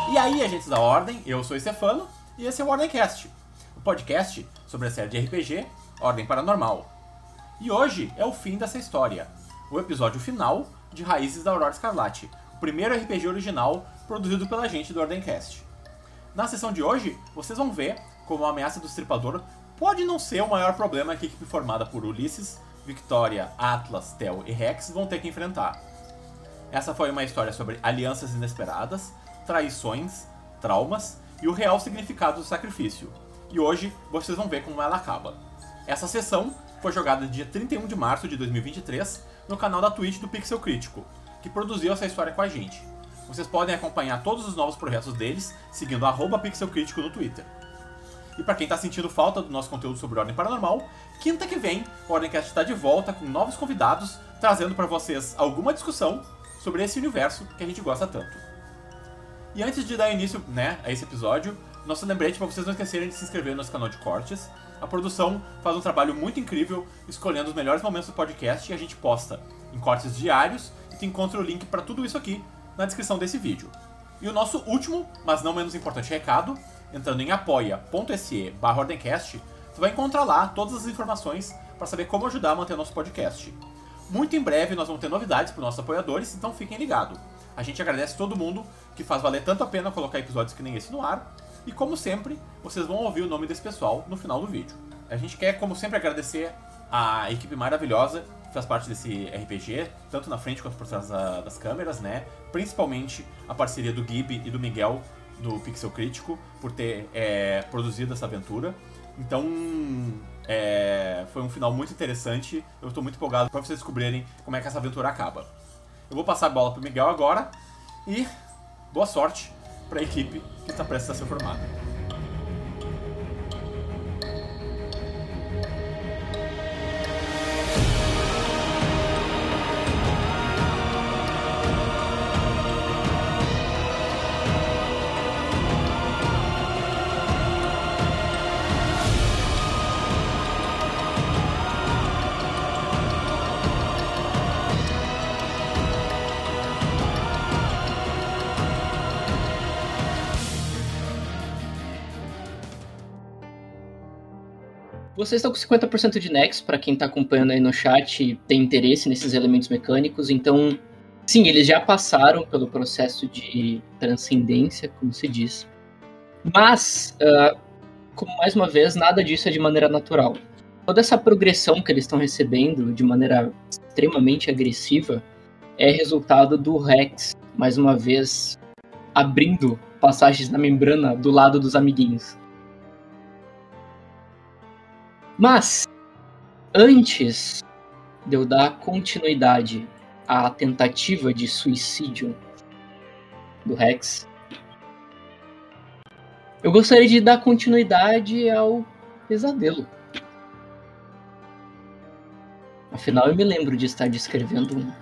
E aí, agentes da Ordem, eu sou o Stefano e esse é o Ordemcast, o podcast sobre a série de RPG Ordem Paranormal. E hoje é o fim dessa história, o episódio final de Raízes da Aurora Escarlate, o primeiro RPG original produzido pela gente do Ordemcast. Na sessão de hoje, vocês vão ver como a ameaça do Estripador pode não ser o maior problema que a equipe formada por Ulisses, Victoria, Atlas, Tel e Rex vão ter que enfrentar. Essa foi uma história sobre alianças inesperadas, traições, traumas e o real significado do sacrifício. E hoje vocês vão ver como ela acaba. Essa sessão foi jogada dia 31 de março de 2023 no canal da Twitch do Pixel Crítico, que produziu essa história com a gente. Vocês podem acompanhar todos os novos projetos deles seguindo @pixelcrítico no Twitter. E para quem está sentindo falta do nosso conteúdo sobre Ordem Paranormal, quinta que vem o Ordemcast está de volta com novos convidados, trazendo para vocês alguma discussão sobre esse universo que a gente gosta tanto. E antes de dar início, a esse episódio, nosso lembrete para vocês não esquecerem de se inscrever no nosso canal de cortes. A produção faz um trabalho muito incrível escolhendo os melhores momentos do podcast e a gente posta em cortes diários e tu encontra o link para tudo isso aqui na descrição desse vídeo. E o nosso último, mas não menos importante recado, entrando em apoia.se/Ordemcast, tu vai encontrar lá todas as informações para saber como ajudar a manter nosso podcast. Muito em breve nós vamos ter novidades para os nossos apoiadores, então fiquem ligados. A gente agradece todo mundo que faz valer tanto a pena colocar episódios que nem esse no ar. E como sempre, vocês vão ouvir o nome desse pessoal no final do vídeo. A gente quer, como sempre, agradecer a equipe maravilhosa que faz parte desse RPG, tanto na frente quanto por trás das câmeras, Principalmente a parceria do Gibi e do Miguel, do Pixel Crítico, por ter produzido essa aventura. Então, foi um final muito interessante. Eu estou muito empolgado para vocês descobrirem como é que essa aventura acaba. Eu vou passar a bola pro Miguel agora e boa sorte para a equipe que está prestes a ser formada. Vocês estão com 50% de Nex, para quem está acompanhando aí no chat e tem interesse nesses elementos mecânicos. Então, sim, eles já passaram pelo processo de transcendência, como se diz. Mas, como mais uma vez, nada disso é de maneira natural. Toda essa progressão que eles estão recebendo de maneira extremamente agressiva é resultado do Rex, mais uma vez, abrindo passagens na membrana do lado dos amiguinhos. Mas, antes de eu dar continuidade à tentativa de suicídio do Rex, eu gostaria de dar continuidade ao pesadelo. Afinal, eu me lembro de estar descrevendo um.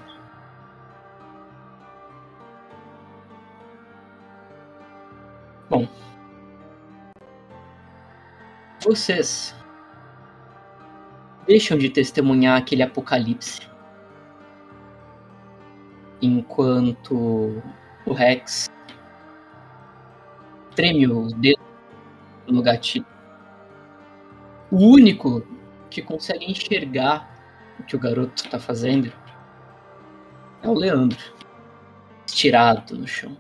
Bom, vocês deixam de testemunhar aquele apocalipse enquanto o Rex treme os dedos no gatilho. O único que consegue enxergar o que o garoto está fazendo é o Leandro, estirado no chão.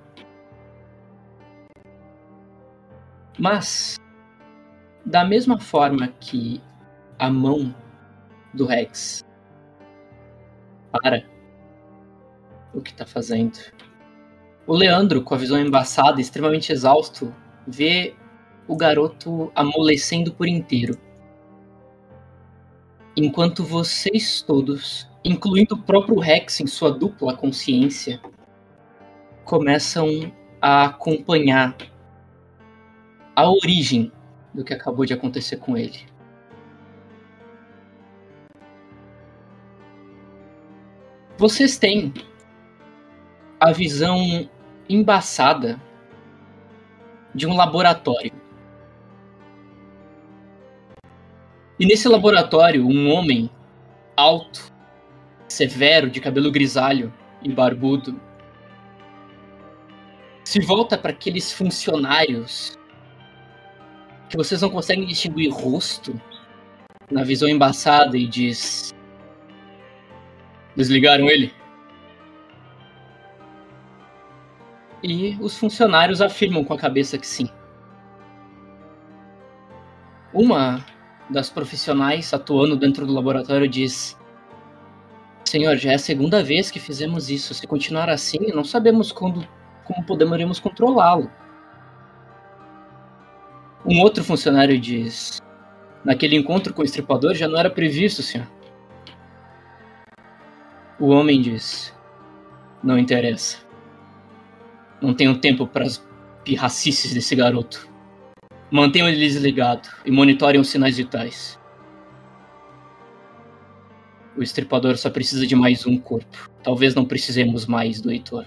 Mas, da mesma forma que a mão do Rex para o que está fazendo, o Leandro, com a visão embaçada, extremamente exausto, vê o garoto amolecendo por inteiro. Enquanto vocês todos, incluindo o próprio Rex em sua dupla consciência, começam a acompanhar a origem do que acabou de acontecer com ele. Vocês têm a visão embaçada de um laboratório. E nesse laboratório, um homem alto, severo, de cabelo grisalho e barbudo, se volta para aqueles funcionários que vocês não conseguem distinguir rosto na visão embaçada e diz: desligaram ele? E os funcionários afirmam com a cabeça que sim. Uma das profissionais atuando dentro do laboratório diz: senhor, já é a segunda vez que fizemos isso. Se continuar assim, não sabemos como poderemos controlá-lo. Um outro funcionário diz: naquele encontro com o estripador já não era previsto, senhor. O homem diz: não interessa. Não tenho tempo para as pirracices desse garoto. Mantenham ele desligado e monitorem os sinais vitais. O estripador só precisa de mais um corpo. Talvez não precisemos mais do Heitor.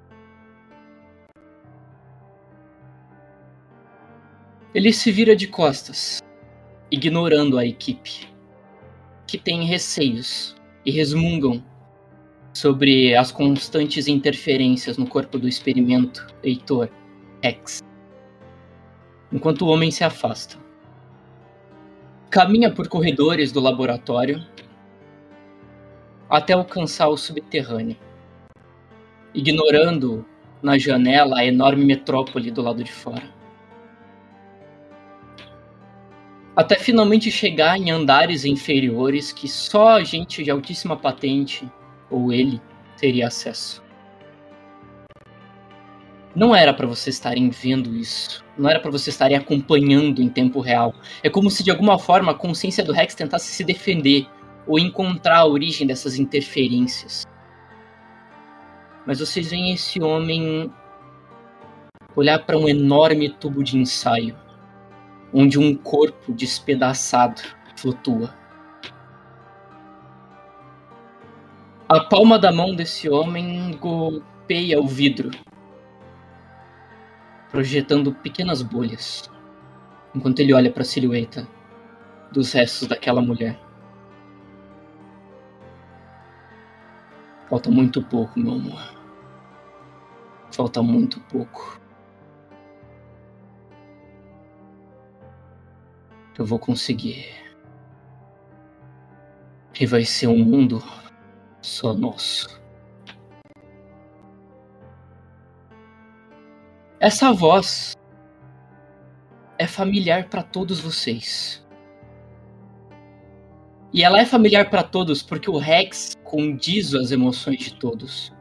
Ele se vira de costas, ignorando a equipe, que tem receios e resmungam sobre as constantes interferências no corpo do experimento Heitor X. Enquanto o homem se afasta. Caminha por corredores do laboratório até alcançar o subterrâneo, ignorando na janela a enorme metrópole do lado de fora. Até finalmente chegar em andares inferiores que só gente de altíssima patente, ou ele, teria acesso. Não era para vocês estarem vendo isso. Não era para vocês estarem acompanhando em tempo real. É como se de alguma forma a consciência do Rex tentasse se defender ou encontrar a origem dessas interferências. Mas vocês veem esse homem olhar para um enorme tubo de ensaio, onde um corpo despedaçado flutua. A palma da mão desse homem golpeia o vidro, projetando pequenas bolhas, enquanto ele olha para a silhueta dos restos daquela mulher. Falta muito pouco, meu amor. Falta muito pouco. Eu vou conseguir. E vai ser um mundo só nosso. Essa voz é familiar para todos vocês. E ela é familiar para todos porque o Rex condiz as emoções de todos.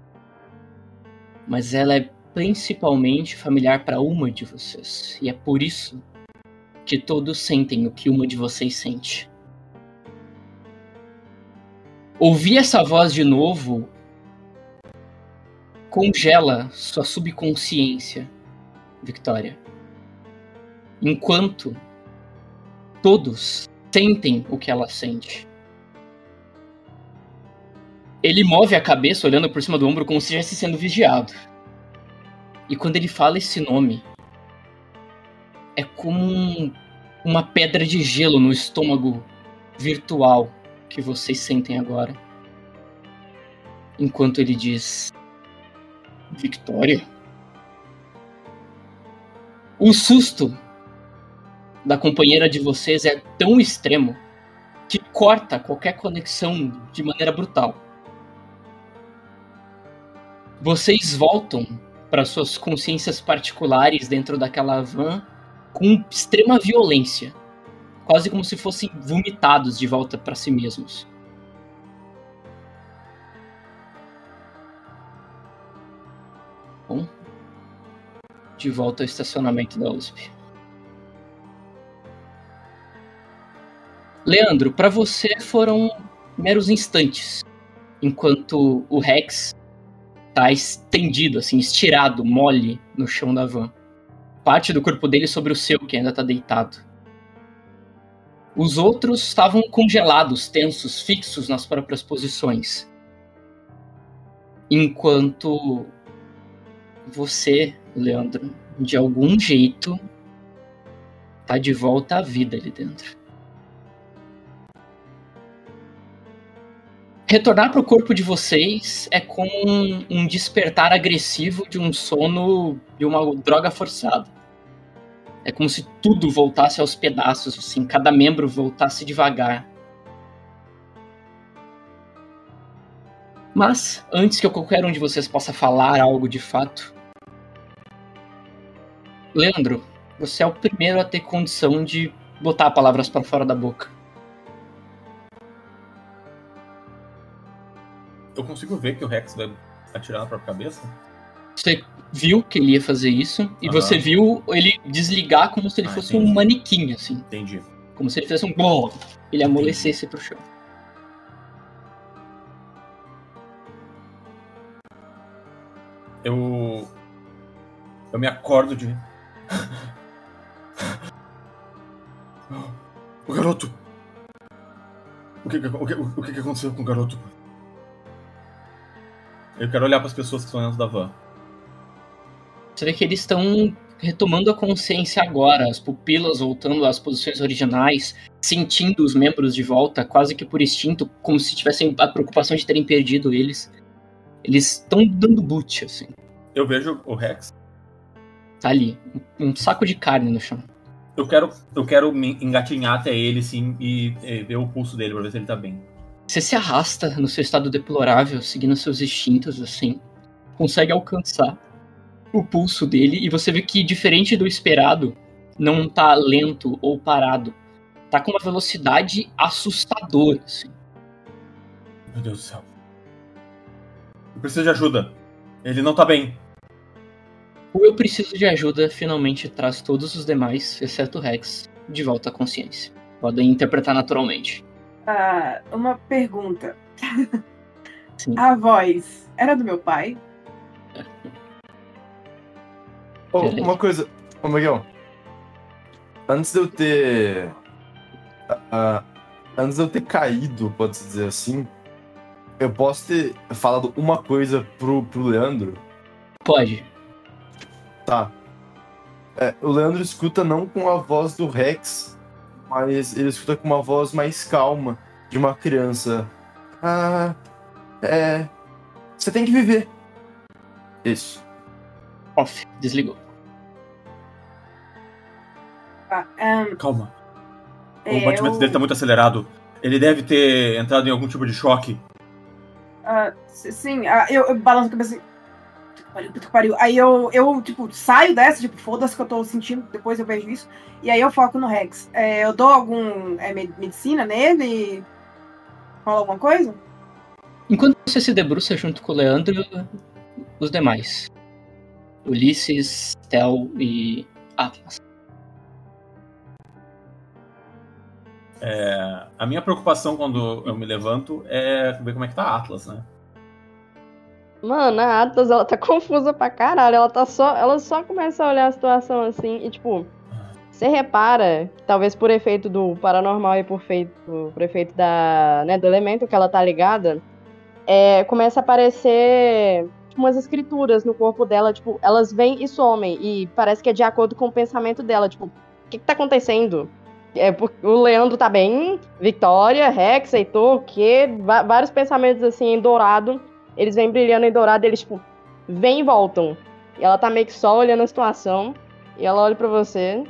Mas ela é principalmente familiar para uma de vocês. E é por isso que todos sentem o que uma de vocês sente. Ouvir essa voz de novo congela sua subconsciência, Victoria. Enquanto todos sentem o que ela sente. Ele move a cabeça olhando por cima do ombro como se estivesse sendo vigiado. E quando ele fala esse nome, é como uma pedra de gelo no estômago virtual que vocês sentem agora. Enquanto ele diz: Victoria? O susto da companheira de vocês é tão extremo que corta qualquer conexão de maneira brutal. Vocês voltam para suas consciências particulares dentro daquela van com extrema violência, quase como se fossem vomitados de volta para si mesmos. Bom, de volta ao estacionamento da USP. Leandro, para você foram meros instantes, enquanto o Rex tá estendido, assim, estirado, mole no chão da van. Parte do corpo dele sobre o seu, que ainda tá deitado. Os outros estavam congelados, tensos, fixos nas próprias posições. Enquanto você, Leandro, de algum jeito, tá de volta à vida ali dentro. Retornar para o corpo de vocês é como um despertar agressivo de um sono de uma droga forçada. É como se tudo voltasse aos pedaços, assim, cada membro voltasse devagar. Mas, antes que qualquer um de vocês possa falar algo de fato, Leandro, você é o primeiro a ter condição de botar palavras para fora da boca. Eu consigo ver que o Rex vai atirar na própria cabeça? Você viu que ele ia fazer isso, e você viu ele desligar como se ele fosse entendi. um manequim, assim. Entendi. Como se ele fizesse um blom, ele amolecesse pro chão. Eu me acordo de... O garoto! O que aconteceu com o garoto? Eu quero olhar para as pessoas que estão dentro da van. Você vê que eles estão retomando a consciência agora, as pupilas voltando às posições originais, sentindo os membros de volta, quase que por instinto, como se tivessem a preocupação de terem perdido eles. Eles estão dando boot, assim. Eu vejo o Rex. Tá ali, um saco de carne no chão. Eu quero me engatinhar até ele, sim, e ver o pulso dele pra ver se ele tá bem. Você se arrasta no seu estado deplorável, seguindo seus instintos, assim. Consegue alcançar o pulso dele e você vê que, diferente do esperado, não tá lento ou parado. Tá com uma velocidade assustadora, assim. Meu Deus do céu. Eu preciso de ajuda. Ele não tá bem. O eu preciso de ajuda finalmente traz todos os demais, exceto o Rex, de volta à consciência. Podem interpretar naturalmente. Uma pergunta. Sim. A voz era do meu pai? Uma coisa, Miguel. Antes de eu ter... antes de eu ter caído, pode-se dizer assim, eu posso ter falado uma coisa pro Leandro? Pode. Tá. O Leandro escuta não com a voz do Rex, mas ele escuta com uma voz mais calma, de uma criança. Você tem que viver. Isso. Off. Desligou. Calma. O batimento dele tá muito acelerado. Ele deve ter entrado em algum tipo de choque. Sim, eu balanço a cabeça assim. Puta que pariu. Aí eu tipo, saio dessa, tipo, foda-se que eu tô sentindo, depois eu vejo isso. E aí eu foco no Rex. Eu dou algum medicina nele? Rola alguma coisa? Enquanto você se debruça junto com o Leandro, os demais. Ulisses, Tel e Atlas. A minha preocupação quando eu me levanto é ver como é que tá a Atlas, né? Mano, a Atlas, ela tá confusa pra caralho. Ela só começa a olhar a situação assim e, tipo, você repara que talvez por efeito do paranormal e por efeito do elemento que ela tá ligada, começa a aparecer tipo, umas escrituras no corpo dela, tipo, elas vêm e somem. E parece que é de acordo com o pensamento dela, tipo, o que tá acontecendo? O Leandro tá bem, Victoria, Rex, Heitor, o quê? Vários pensamentos assim em dourado. Eles vêm brilhando em dourado, eles, tipo, vêm e voltam. E ela tá meio que só olhando a situação. E ela olha pra você.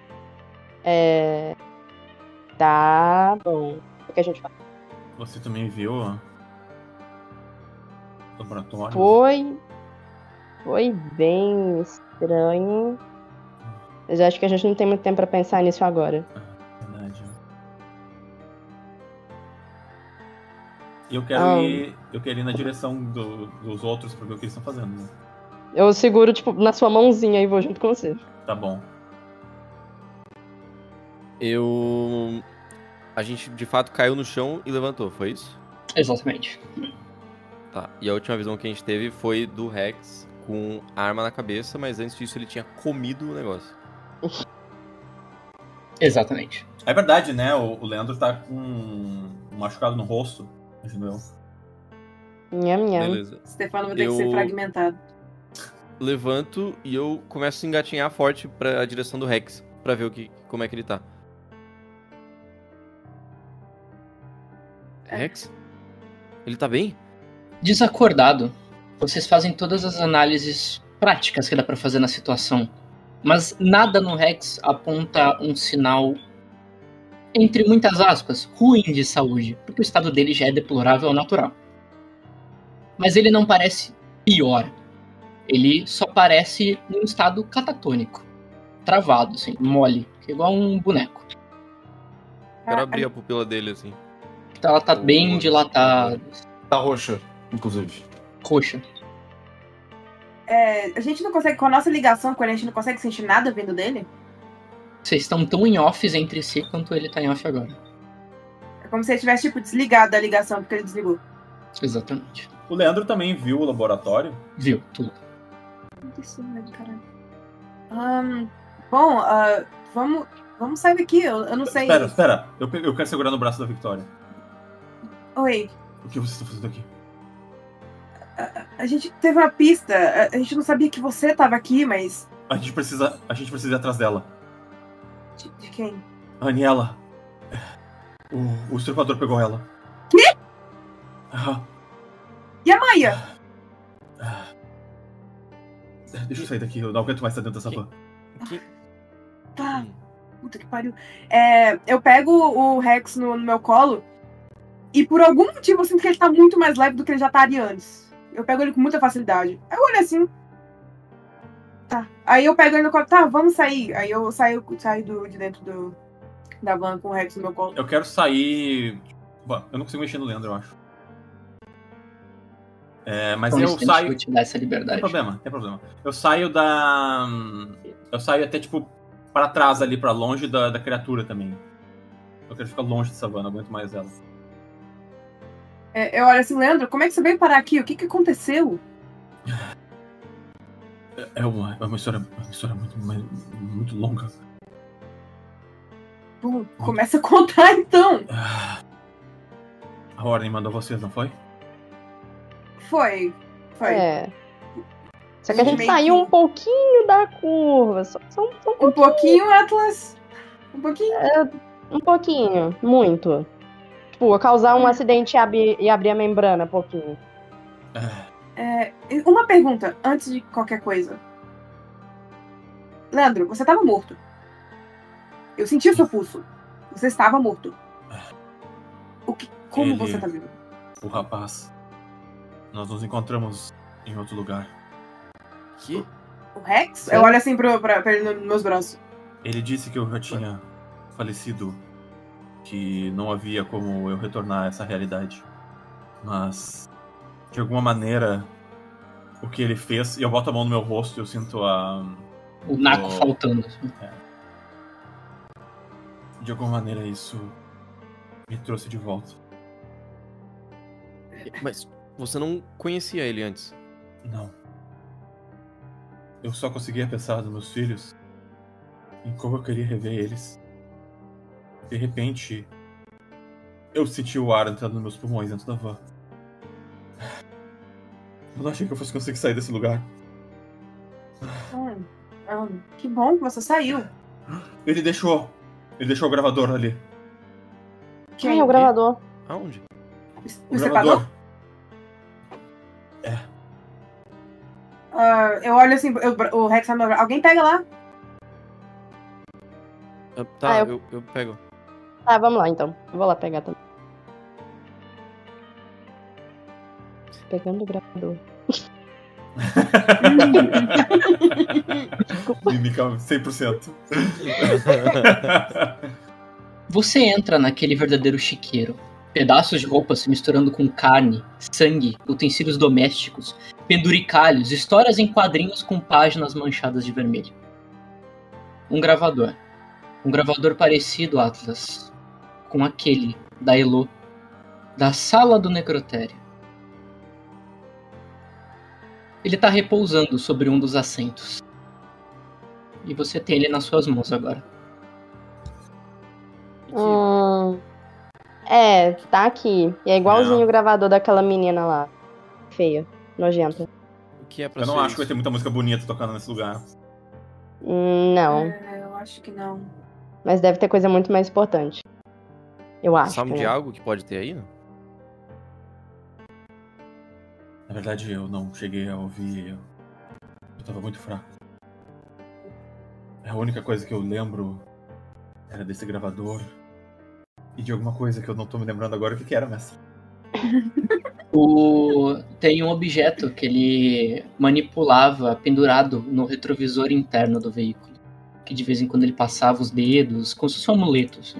Tá bom. O que a gente faz? Você também viu o laboratório? Foi bem estranho. Mas eu acho que a gente não tem muito tempo pra pensar nisso agora. Verdade. E eu quero ir na direção dos outros pra ver o que eles estão fazendo, né? Eu seguro, tipo, na sua mãozinha e vou junto com você. Tá bom. A gente, de fato, caiu no chão e levantou, foi isso? Exatamente. Tá, e a última visão que a gente teve foi do Rex com a arma na cabeça, mas antes disso ele tinha comido o negócio. Exatamente. É verdade, né? O Leandro tá com um machucado no rosto, entendeu? Nham, nham. Beleza. Stefano vai ter que ser fragmentado. Levanto e eu começo a engatinhar forte pra direção do Rex, pra ver como é que ele tá. Rex? Ele tá bem? Desacordado, vocês fazem todas as análises práticas que dá pra fazer na situação, mas nada no Rex aponta um sinal, entre muitas aspas, ruim de saúde, porque o estado dele já é deplorável ao natural. Mas ele não parece pior. Ele só parece num estado catatônico, travado, assim, mole, igual um boneco. Quero abrir a pupila dele, assim. Então ela tá bem dilatada, Tá roxa, inclusive. roxa. A gente não consegue, com a nossa ligação com ele, a gente não consegue sentir nada vindo dele? Vocês estão tão em offs entre si quanto ele tá em off agora. É como se ele tivesse, tipo, desligado da ligação, porque ele desligou. Exatamente. O Leandro também viu o laboratório. Viu tudo. Bom, vamos sair daqui, eu não sei. Espera. Eu quero segurar no braço da Victoria. Oi, O que você está fazendo aqui? a gente teve uma pista, a gente não sabia que você tava aqui, mas... A gente precisa ir atrás dela. De quem? A Aniela. O usurpador pegou ela. Quê? Ah, E a Maia? deixa eu sair daqui, eu não aguento mais estar dentro dessa van. Tá, puta que pariu. Eu pego o Rex no meu colo e por algum motivo eu sinto que ele tá muito mais leve do que ele já estaria antes. Eu pego ele com muita facilidade. Aí eu olho assim. Tá. Aí eu pego ele no colo. Tá, vamos sair. Aí eu saio de dentro da van com o Rex no meu colo. Eu quero sair... Bom, eu não consigo mexer no Leandro, eu acho. Mas Com eu licença, saio... vou te dar essa liberdade. Tem problema. Eu saio até, tipo, para trás ali, pra longe da criatura também. Eu quero ficar longe dessa van, não aguento mais ela. Eu olho assim, Leandro, como é que você veio parar aqui? O que aconteceu? É uma história muito longa. Bom, começa a contar então. A Ordem mandou vocês, não foi? Foi. É. Só que a gente Meio saiu que- um pouquinho da curva. Só Um pouquinho, Atlas. Um pouquinho. um pouquinho. Muito. Tipo, causar um acidente e abrir a membrana um pouquinho. Uma pergunta, antes de qualquer coisa. Leandro, você estava morto. Eu senti o seu pulso. Você estava morto. Como Ele- você tá vivo? O rapaz. Nós nos encontramos em outro lugar. Que? O Rex? Sim. Eu olho assim pra ele nos meus braços. Ele disse que eu já tinha falecido. Que não havia como eu retornar a essa realidade. Mas, de alguma maneira, o que ele fez... E eu boto a mão no meu rosto e eu sinto O naco Oh. faltando. Assim. De alguma maneira isso me trouxe de volta. Mas você não conhecia ele antes? Não. Eu só conseguia pensar nos meus filhos, em como eu queria rever eles. De repente, eu senti o ar entrando nos meus pulmões dentro da van. Eu não achei que eu fosse conseguir sair desse lugar. Que bom que você saiu. Ele deixou o gravador ali. Quem é o gravador? Aonde? O usurpador? Eu olho assim, o Rex vai me olhar. Alguém pega lá? Tá, eu- eu pego. Tá, vamos lá então. Eu vou lá pegar também. Pegando o gravador. Mímica 100%. Você entra naquele verdadeiro chiqueiro. Pedaços de roupa se misturando com carne, sangue, utensílios domésticos, penduricalhos, histórias em quadrinhos com páginas manchadas de vermelho. Um gravador. Um gravador parecido, Atlas, com aquele da Elo, da sala do necrotério. Ele tá repousando sobre um dos assentos. E você tem ele nas suas mãos agora. Tá aqui. E é igualzinho o gravador daquela menina lá. Feia. Nojenta. O que é pra Eu não ser acho que vai isso? ter muita música bonita tocando nesse lugar. Não. Eu acho que não. Mas deve ter coisa muito mais importante. Eu acho. Sabe de né? algo que pode ter aí, não? Na verdade, eu não cheguei a ouvir. Eu tava muito fraco. A única coisa que eu lembro era desse gravador e de alguma coisa que eu não tô me lembrando agora o que era, mestre. Tem um objeto que ele manipulava pendurado no retrovisor interno do veículo. Que de vez em quando ele passava os dedos, como se fosse um amuleto. Assim.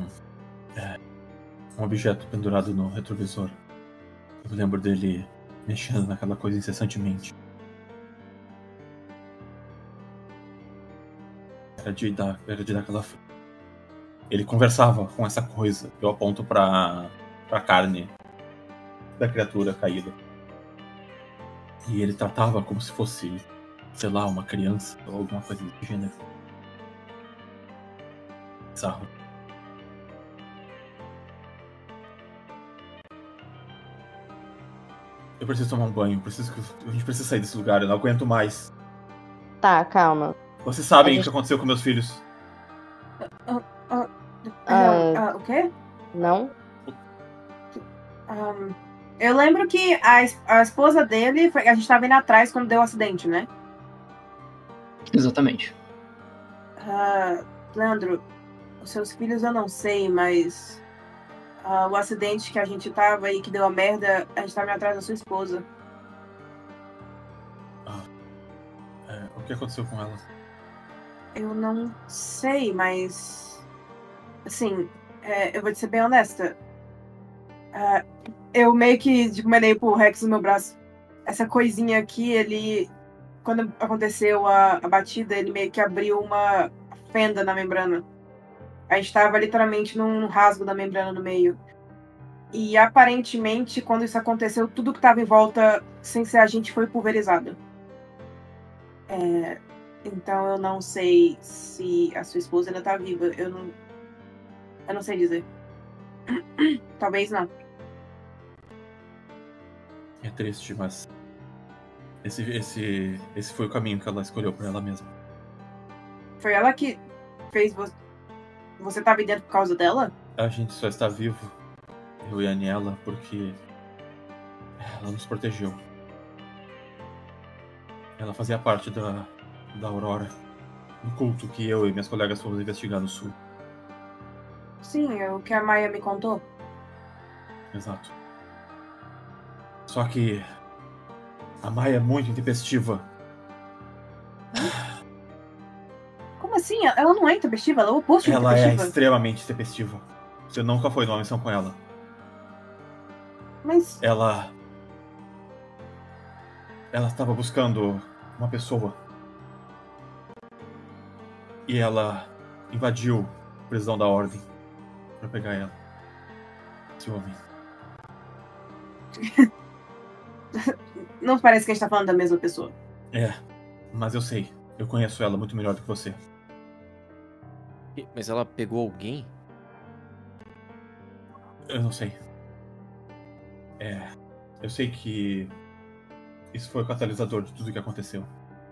Um objeto pendurado no retrovisor. Eu lembro dele mexendo naquela coisa incessantemente. Era de dar aquela... Ele conversava com essa coisa. Eu aponto pra carne da criatura caída. E ele tratava como se fosse, sei lá, uma criança ou alguma coisa do gênero. Bizarro. Eu preciso tomar um banho. A gente precisa sair desse lugar. Eu não aguento mais. Tá, calma. Vocês sabem A gente- o que aconteceu com meus filhos? O quê? Não? Eu lembro que a esposa dele, a gente tava indo atrás quando deu o acidente, né? Exatamente. Leandro, os seus filhos eu não sei, mas o acidente que a gente tava aí, que deu a merda, a gente tava indo atrás da sua esposa. O que aconteceu com ela? Eu não sei, mas... Assim, eu vou te ser bem honesta. Eu meio que mandei pro Rex no meu braço. Essa coisinha aqui, ele... Quando aconteceu a batida, ele meio que abriu uma fenda na membrana. A gente tava literalmente num rasgo da membrana no meio. E aparentemente, quando isso aconteceu, tudo que tava em volta, sem ser a gente, foi pulverizado. Então eu não sei se a sua esposa ainda tá viva. Eu não sei dizer. Talvez não. É triste, mas... Esse foi o caminho que ela escolheu pra ela mesma. Foi ela que fez você... Você tava aí dentro por causa dela? A gente só está vivo, eu e a Aniela, porque ela nos protegeu. Ela fazia parte da Aurora, do culto que eu e minhas colegas fomos investigar no sul. Sim, é o que a Maia me contou. Exato. Só que a Maia é muito intempestiva. Como assim? Ela não é intempestiva, ela é o oposto de Ela é intempestiva. extremamente intempestiva. Você nunca foi numa missão com ela. Mas Ela estava buscando uma pessoa. E ela invadiu a prisão da ordem pra pegar ela. Esse homem. não parece que a gente tá falando da mesma pessoa. Mas eu sei. Eu conheço ela muito melhor do que você. Mas ela pegou alguém? Eu não sei. Eu sei que isso foi o catalisador de tudo o que aconteceu.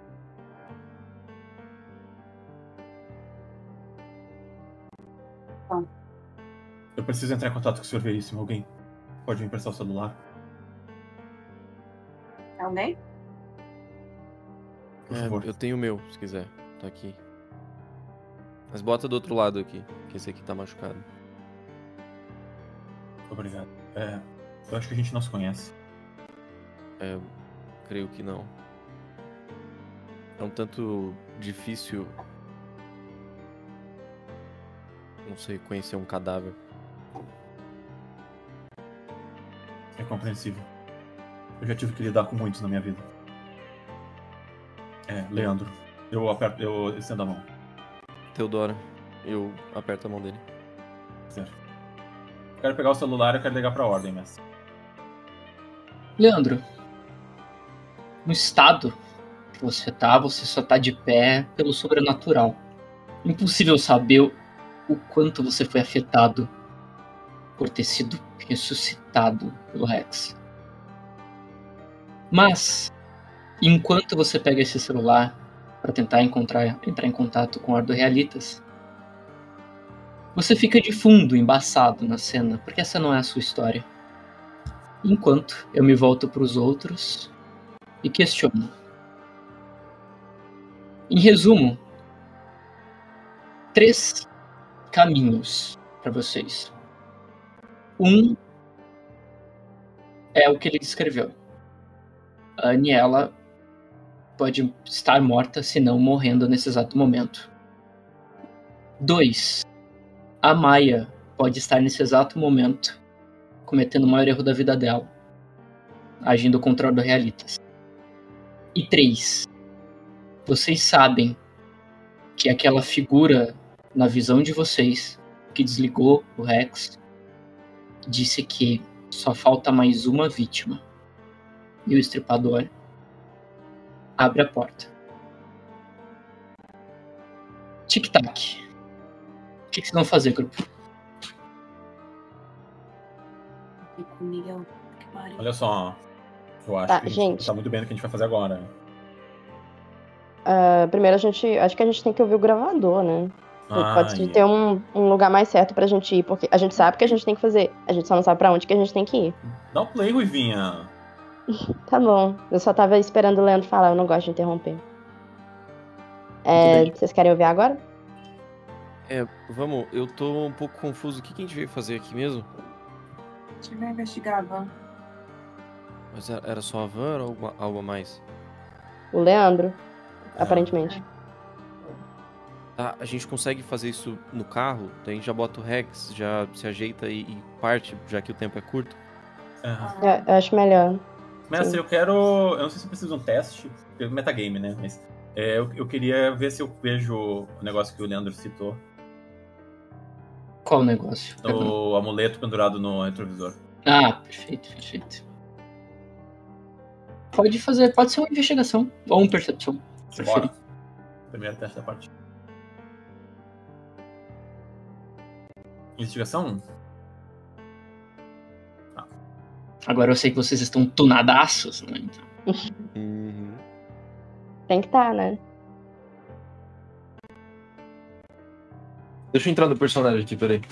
Bom. Eu preciso entrar em contato com o Sr. Veríssimo. Alguém pode me emprestar o celular? Alguém? Por favor. Eu tenho o meu, se quiser. Tá aqui. Mas bota do outro lado aqui, que esse aqui tá machucado. Obrigado. Eu acho que a gente não se conhece. Creio que não. É um tanto difícil... Não sei, conhecer um cadáver. É compreensível. Eu já tive que lidar com muitos na minha vida. Leandro. Eu estendo a mão. Teodora, eu aperto a mão dele. Certo. Quero pegar o celular e eu quero ligar pra ordem, mestre. Leandro, no estado que você só tá de pé pelo sobrenatural. Impossível saber o quanto você foi afetado por ter sido ressuscitado pelo Rex. Mas, enquanto você pega esse celular para tentar entrar em contato com Ordo Realitas, você fica de fundo, embaçado na cena, porque essa não é a sua história. Enquanto eu me volto para os outros e questiono. Em resumo, 3 caminhos para vocês. Um é o que ele descreveu. A Aniela pode estar morta, se não morrendo nesse exato momento. 2, a Maia pode estar nesse exato momento cometendo o maior erro da vida dela, agindo contra o Realitas. E 3, vocês sabem que aquela figura na visão de vocês que desligou o Rex disse que só falta mais uma vítima. E o Estripador abre a porta. Tic-tac. O que vocês vão fazer, grupo? Olha só. Eu acho Tá, que a gente. gente tá muito bem no que a gente vai fazer agora. Primeiro acho que a gente tem que ouvir o gravador, né? Pode ter um lugar mais certo pra gente ir, porque a gente sabe o que a gente tem que fazer. A gente só não sabe pra onde que a gente tem que ir. Dá um play, Ruivinha. Tá bom. Eu só tava esperando o Leandro falar, eu não gosto de interromper. bem. Vocês querem ouvir agora? Vamos, eu tô um pouco confuso. O que a gente veio fazer aqui mesmo? A gente vai investigar a van. Mas era só a van ou algo a mais? O Leandro, aparentemente. Tá, a gente consegue fazer isso no carro? Daí a gente já bota o Rex, já se ajeita e parte, já que o tempo é curto. Eu acho melhor. Mestre, eu quero... Eu não sei se eu preciso de um teste, metagame, né? Mas eu queria ver se eu vejo o negócio que o Leandro citou. Qual o negócio? O amuleto pendurado no retrovisor. Ah, perfeito. Pode ser uma investigação ou uma percepção. Bora. Primeiro teste da parte. Investigação? Agora eu sei que vocês estão tunadaços, né? Então. Uhum. Tem que estar, né? Deixa eu entrar no personagem aqui, peraí.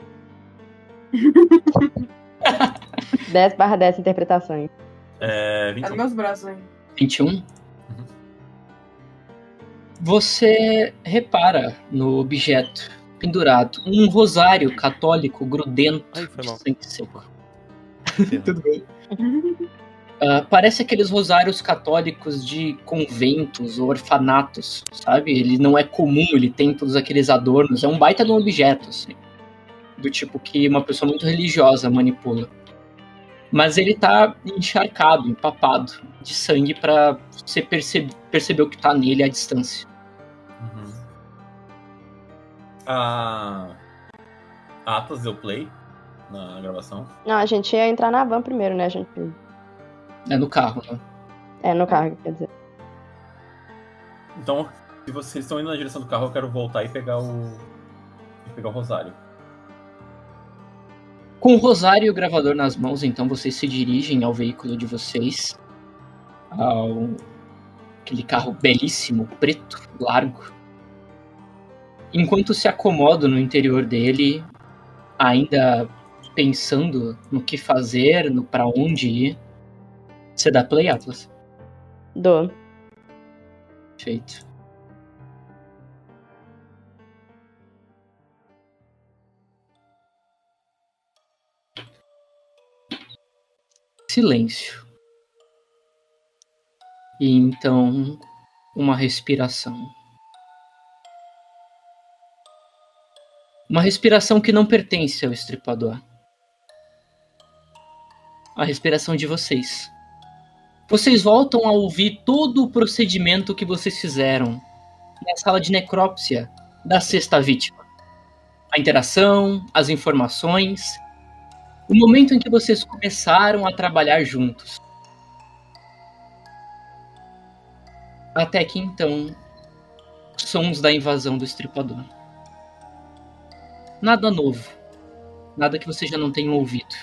10/10 interpretações. Tá nos 21. meus braços aí. 21. Você repara no objeto pendurado um rosário católico grudento Ai, foi de mal. sangue seco. Tudo bem. Parece aqueles rosários católicos de conventos ou orfanatos, sabe? Ele não é comum, ele tem todos aqueles adornos. É um baita de um objeto, assim. Do tipo que uma pessoa muito religiosa manipula. Mas ele tá encharcado, empapado de sangue pra você perceber o que tá nele à distância. A Atlas deu play na gravação. Não, a gente ia entrar na van primeiro, né? A gente... É no carro, né? no carro, quer dizer. Então, se vocês estão indo na direção do carro, eu quero voltar e pegar o rosário. Com o rosário e o gravador nas mãos, então vocês se dirigem ao veículo de vocês. Aquele carro belíssimo, preto, largo. Enquanto se acomodam no interior dele, ainda pensando no que fazer, no pra onde ir, você dá play, Atlas. Dou. Feito. Silêncio. E então, uma respiração. Uma respiração que não pertence ao Estripador. A respiração de vocês. Vocês voltam a ouvir todo o procedimento que vocês fizeram na sala de necrópsia da sexta vítima. A interação, as informações, o momento em que vocês começaram a trabalhar juntos. Até que então, sons da invasão do Estripador. Nada novo. Nada que vocês já não tenham ouvido.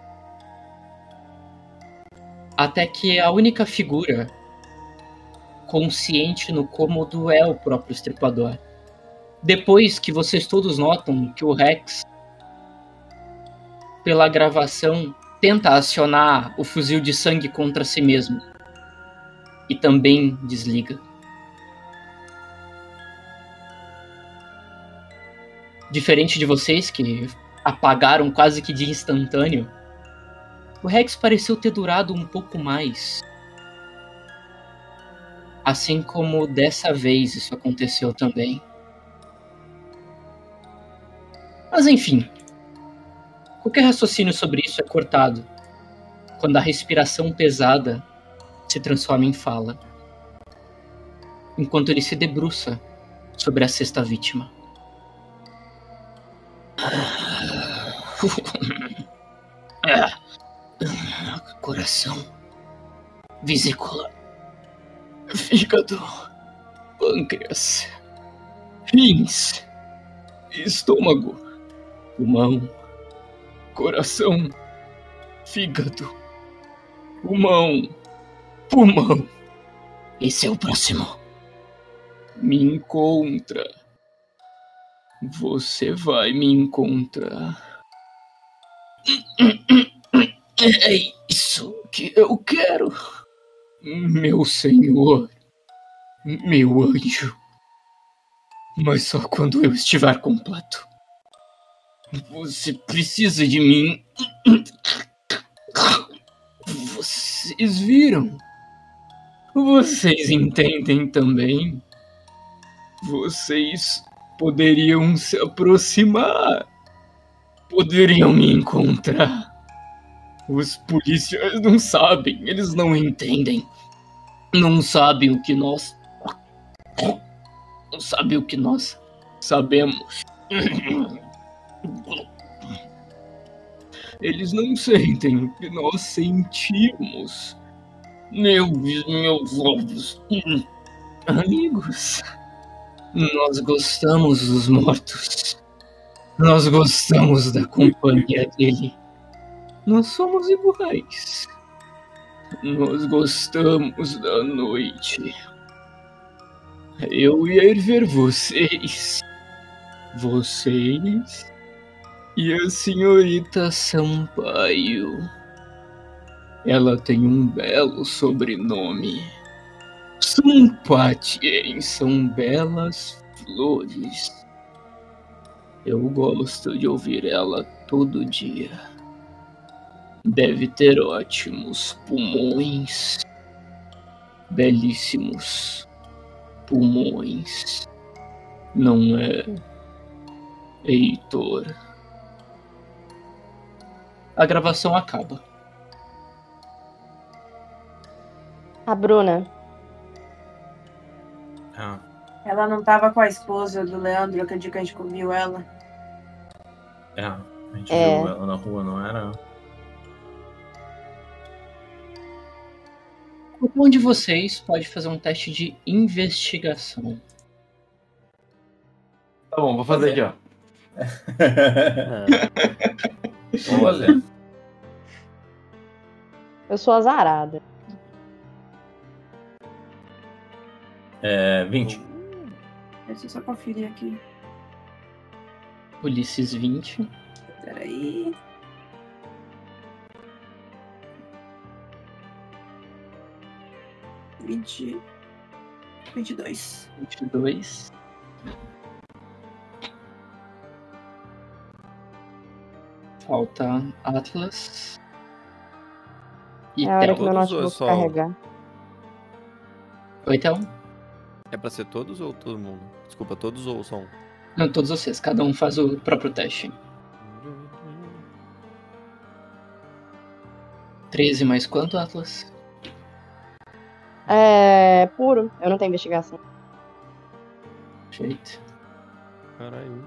Até que a única figura consciente no cômodo é o próprio Estripador. Depois que vocês todos notam que o Rex, pela gravação, tenta acionar o fuzil de sangue contra si mesmo. E também desliga. Diferente de vocês, que apagaram quase que de instantâneo, o Rex pareceu ter durado um pouco mais. Assim como dessa vez isso aconteceu também. Mas enfim, qualquer raciocínio sobre isso é cortado quando a respiração pesada se transforma em fala, enquanto ele se debruça sobre a sexta vítima. Coração, vesícula, fígado, pâncreas, rins, estômago, pulmão, coração, fígado, pulmão. Esse é o próximo. Me encontra. Você vai me encontrar. É isso que eu quero. Meu senhor. Meu anjo. Mas só quando eu estiver completo. Você precisa de mim. Vocês viram? Vocês entendem também? Vocês poderiam se aproximar. Poderiam me encontrar. Os policiais não sabem, eles não entendem. Não sabem o que nós... Não sabem o que nós sabemos. Eles não sentem o que nós sentimos. Meus ovos. Amigos, nós gostamos dos mortos. Nós gostamos da companhia dele. Nós somos iguais. Nós gostamos da noite. Eu ia ir ver vocês. Vocês e a senhorita Sampaio. Ela tem um belo sobrenome. Sampatien são belas flores. Eu gosto de ouvir ela todo dia. Deve ter ótimos pulmões. Belíssimos pulmões. Não é, Heitor? A gravação acaba. A Bruna. Ela não tava com a esposa do Leandro aquele dia que a gente viu ela. A gente viu ela na rua, não era? Qualquer um de vocês pode fazer um teste de investigação. Tá bom, vou fazer aqui, ó. Vamos fazer. Eu sou azarada. 20. Deixa eu só conferir aqui. Ulisses 20. Peraí. $22. 22. Falta Atlas. E É a hora que Theo. meu Todos ou notebook só- carregar. Oi, Theo? É pra ser todos ou todo mundo? Desculpa, todos ou só um? Não, todos vocês. Cada um faz o próprio teste. 13 mais quanto, Atlas? É puro. Eu não tenho investigação. Perfeito. Caralho.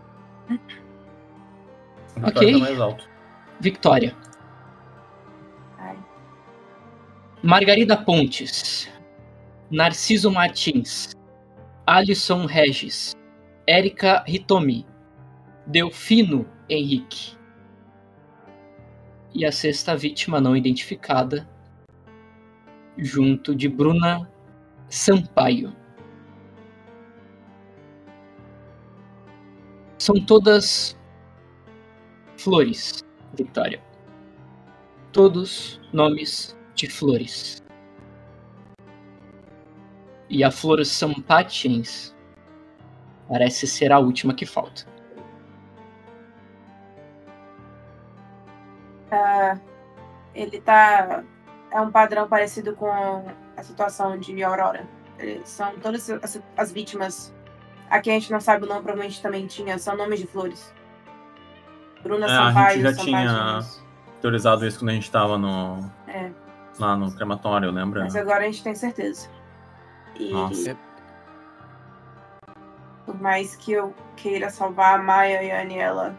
Ok. Tá mais alto. Victória. Ai. Margarida Pontes. Narciso Martins. Alisson Regis. Érica Hitomi. Delfino Henrique. E a sexta vítima não identificada, junto de Bruna Sampaio. São todas flores, Victória. todos nomes de flores. E a flor Sampatiens parece ser a última que falta. Ele tá... É um padrão parecido com a situação de Aurora. São todas as vítimas. Aqui a gente não sabe o nome, provavelmente também tinha. São nomes de flores. Bruna A Sampaio, gente já tinha Sampatiens. teorizado isso quando a gente tava É, lá no crematório, lembra? mas agora a gente tem certeza. E Nossa. por mais que eu queira salvar a Maia e a Aniela,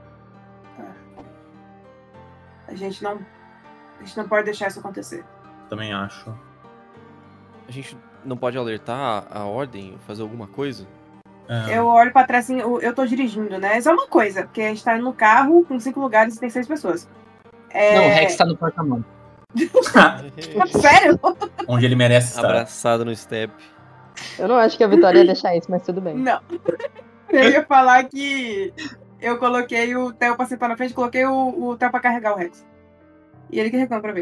a gente não pode deixar isso acontecer. Também acho. A gente não pode alertar a ordem, fazer alguma coisa? É, Eu olho pra trás assim, eu tô dirigindo, né? Isso é uma coisa, porque a gente tá no carro com 5 lugares e tem 6 pessoas. Não, o Rex tá no porta-mão. Sério? onde ele merece estar. Abraçado no step. Eu não acho que a Vitória ia deixar isso, mas tudo bem. Não. Eu ia falar que eu coloquei o Theo pra sentar na frente, coloquei o Theo pra carregar o Rex. E ele que reclama pra mim.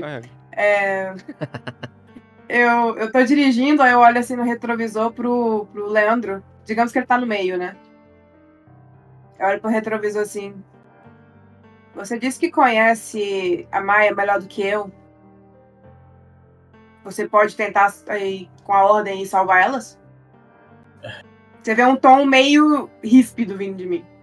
Eu tô dirigindo, aí eu olho assim no retrovisor pro Leandro. Digamos que ele tá no meio, né? Eu olho pro retrovisor assim. Você disse que conhece a Maia melhor do que eu. Você pode tentar ir com a ordem e salvar elas? Você vê um tom meio ríspido vindo de mim.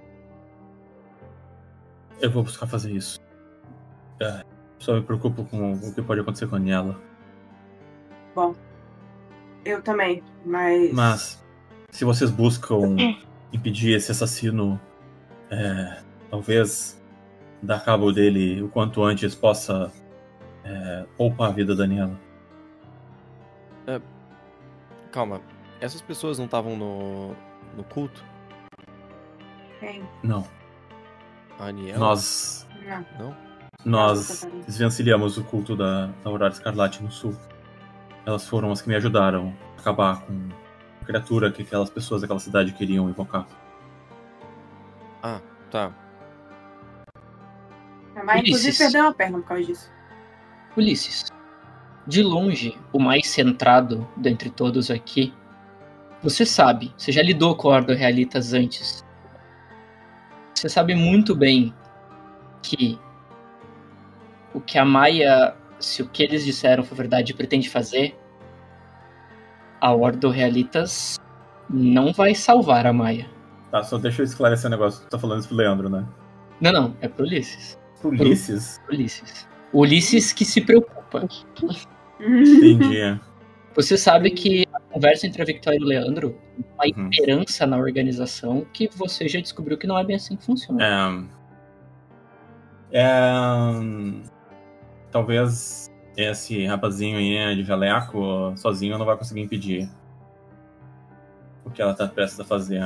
Eu vou buscar fazer isso. Só me preocupo com o que pode acontecer com a Aniela. Bom, eu também, mas... Mas, se vocês buscam impedir esse assassino, talvez dar cabo dele o quanto antes possa poupar a vida da Aniela. Calma, essas pessoas não estavam no culto? Quem? Não. A Aniela? Nós Não. desvencilhamos o culto da Aurora Escarlate no sul. Elas foram as que me ajudaram a acabar com a criatura que aquelas pessoas daquela cidade queriam invocar. Ah, tá. A Maia, inclusive, Ulisses. perdeu uma perna por causa disso. Ulisses, de longe, o mais centrado dentre todos aqui, você sabe, você já lidou com a Ordo Realitas antes. Você sabe muito bem que o que a Maia, se o que eles disseram for verdade, pretende fazer, a Ordo Realitas não vai salvar a Maia. Tá, só deixa eu esclarecer o negócio. Tu tá falando isso pro Leandro, né? Não, é pro Ulisses. Pro Ulisses? Ulisses. O Ulisses que se preocupa. Entendi. Você sabe que a conversa entre a Victoria e o Leandro é uma Uhum. esperança na organização que você já descobriu que não é bem assim que funciona. Talvez esse rapazinho aí de jaleco sozinho não vai conseguir impedir o que ela tá prestes a fazer.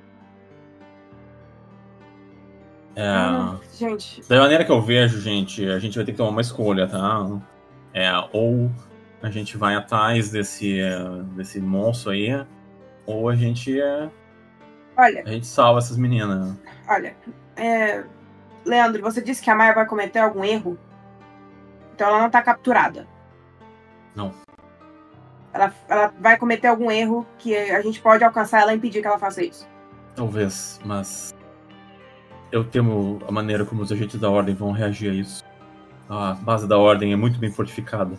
Gente, Da maneira que eu vejo, gente, a gente vai ter que tomar uma escolha, tá? Ou a gente vai atrás desse monstro aí, ou a gente salva essas meninas. olha, Leandro, você disse que a Maia vai cometer algum erro? Então ela não tá capturada. Não. Ela vai cometer algum erro que a gente pode alcançar ela e impedir que ela faça isso. Talvez, mas eu temo a maneira como os agentes da Ordem vão reagir a isso. A base da Ordem é muito bem fortificada.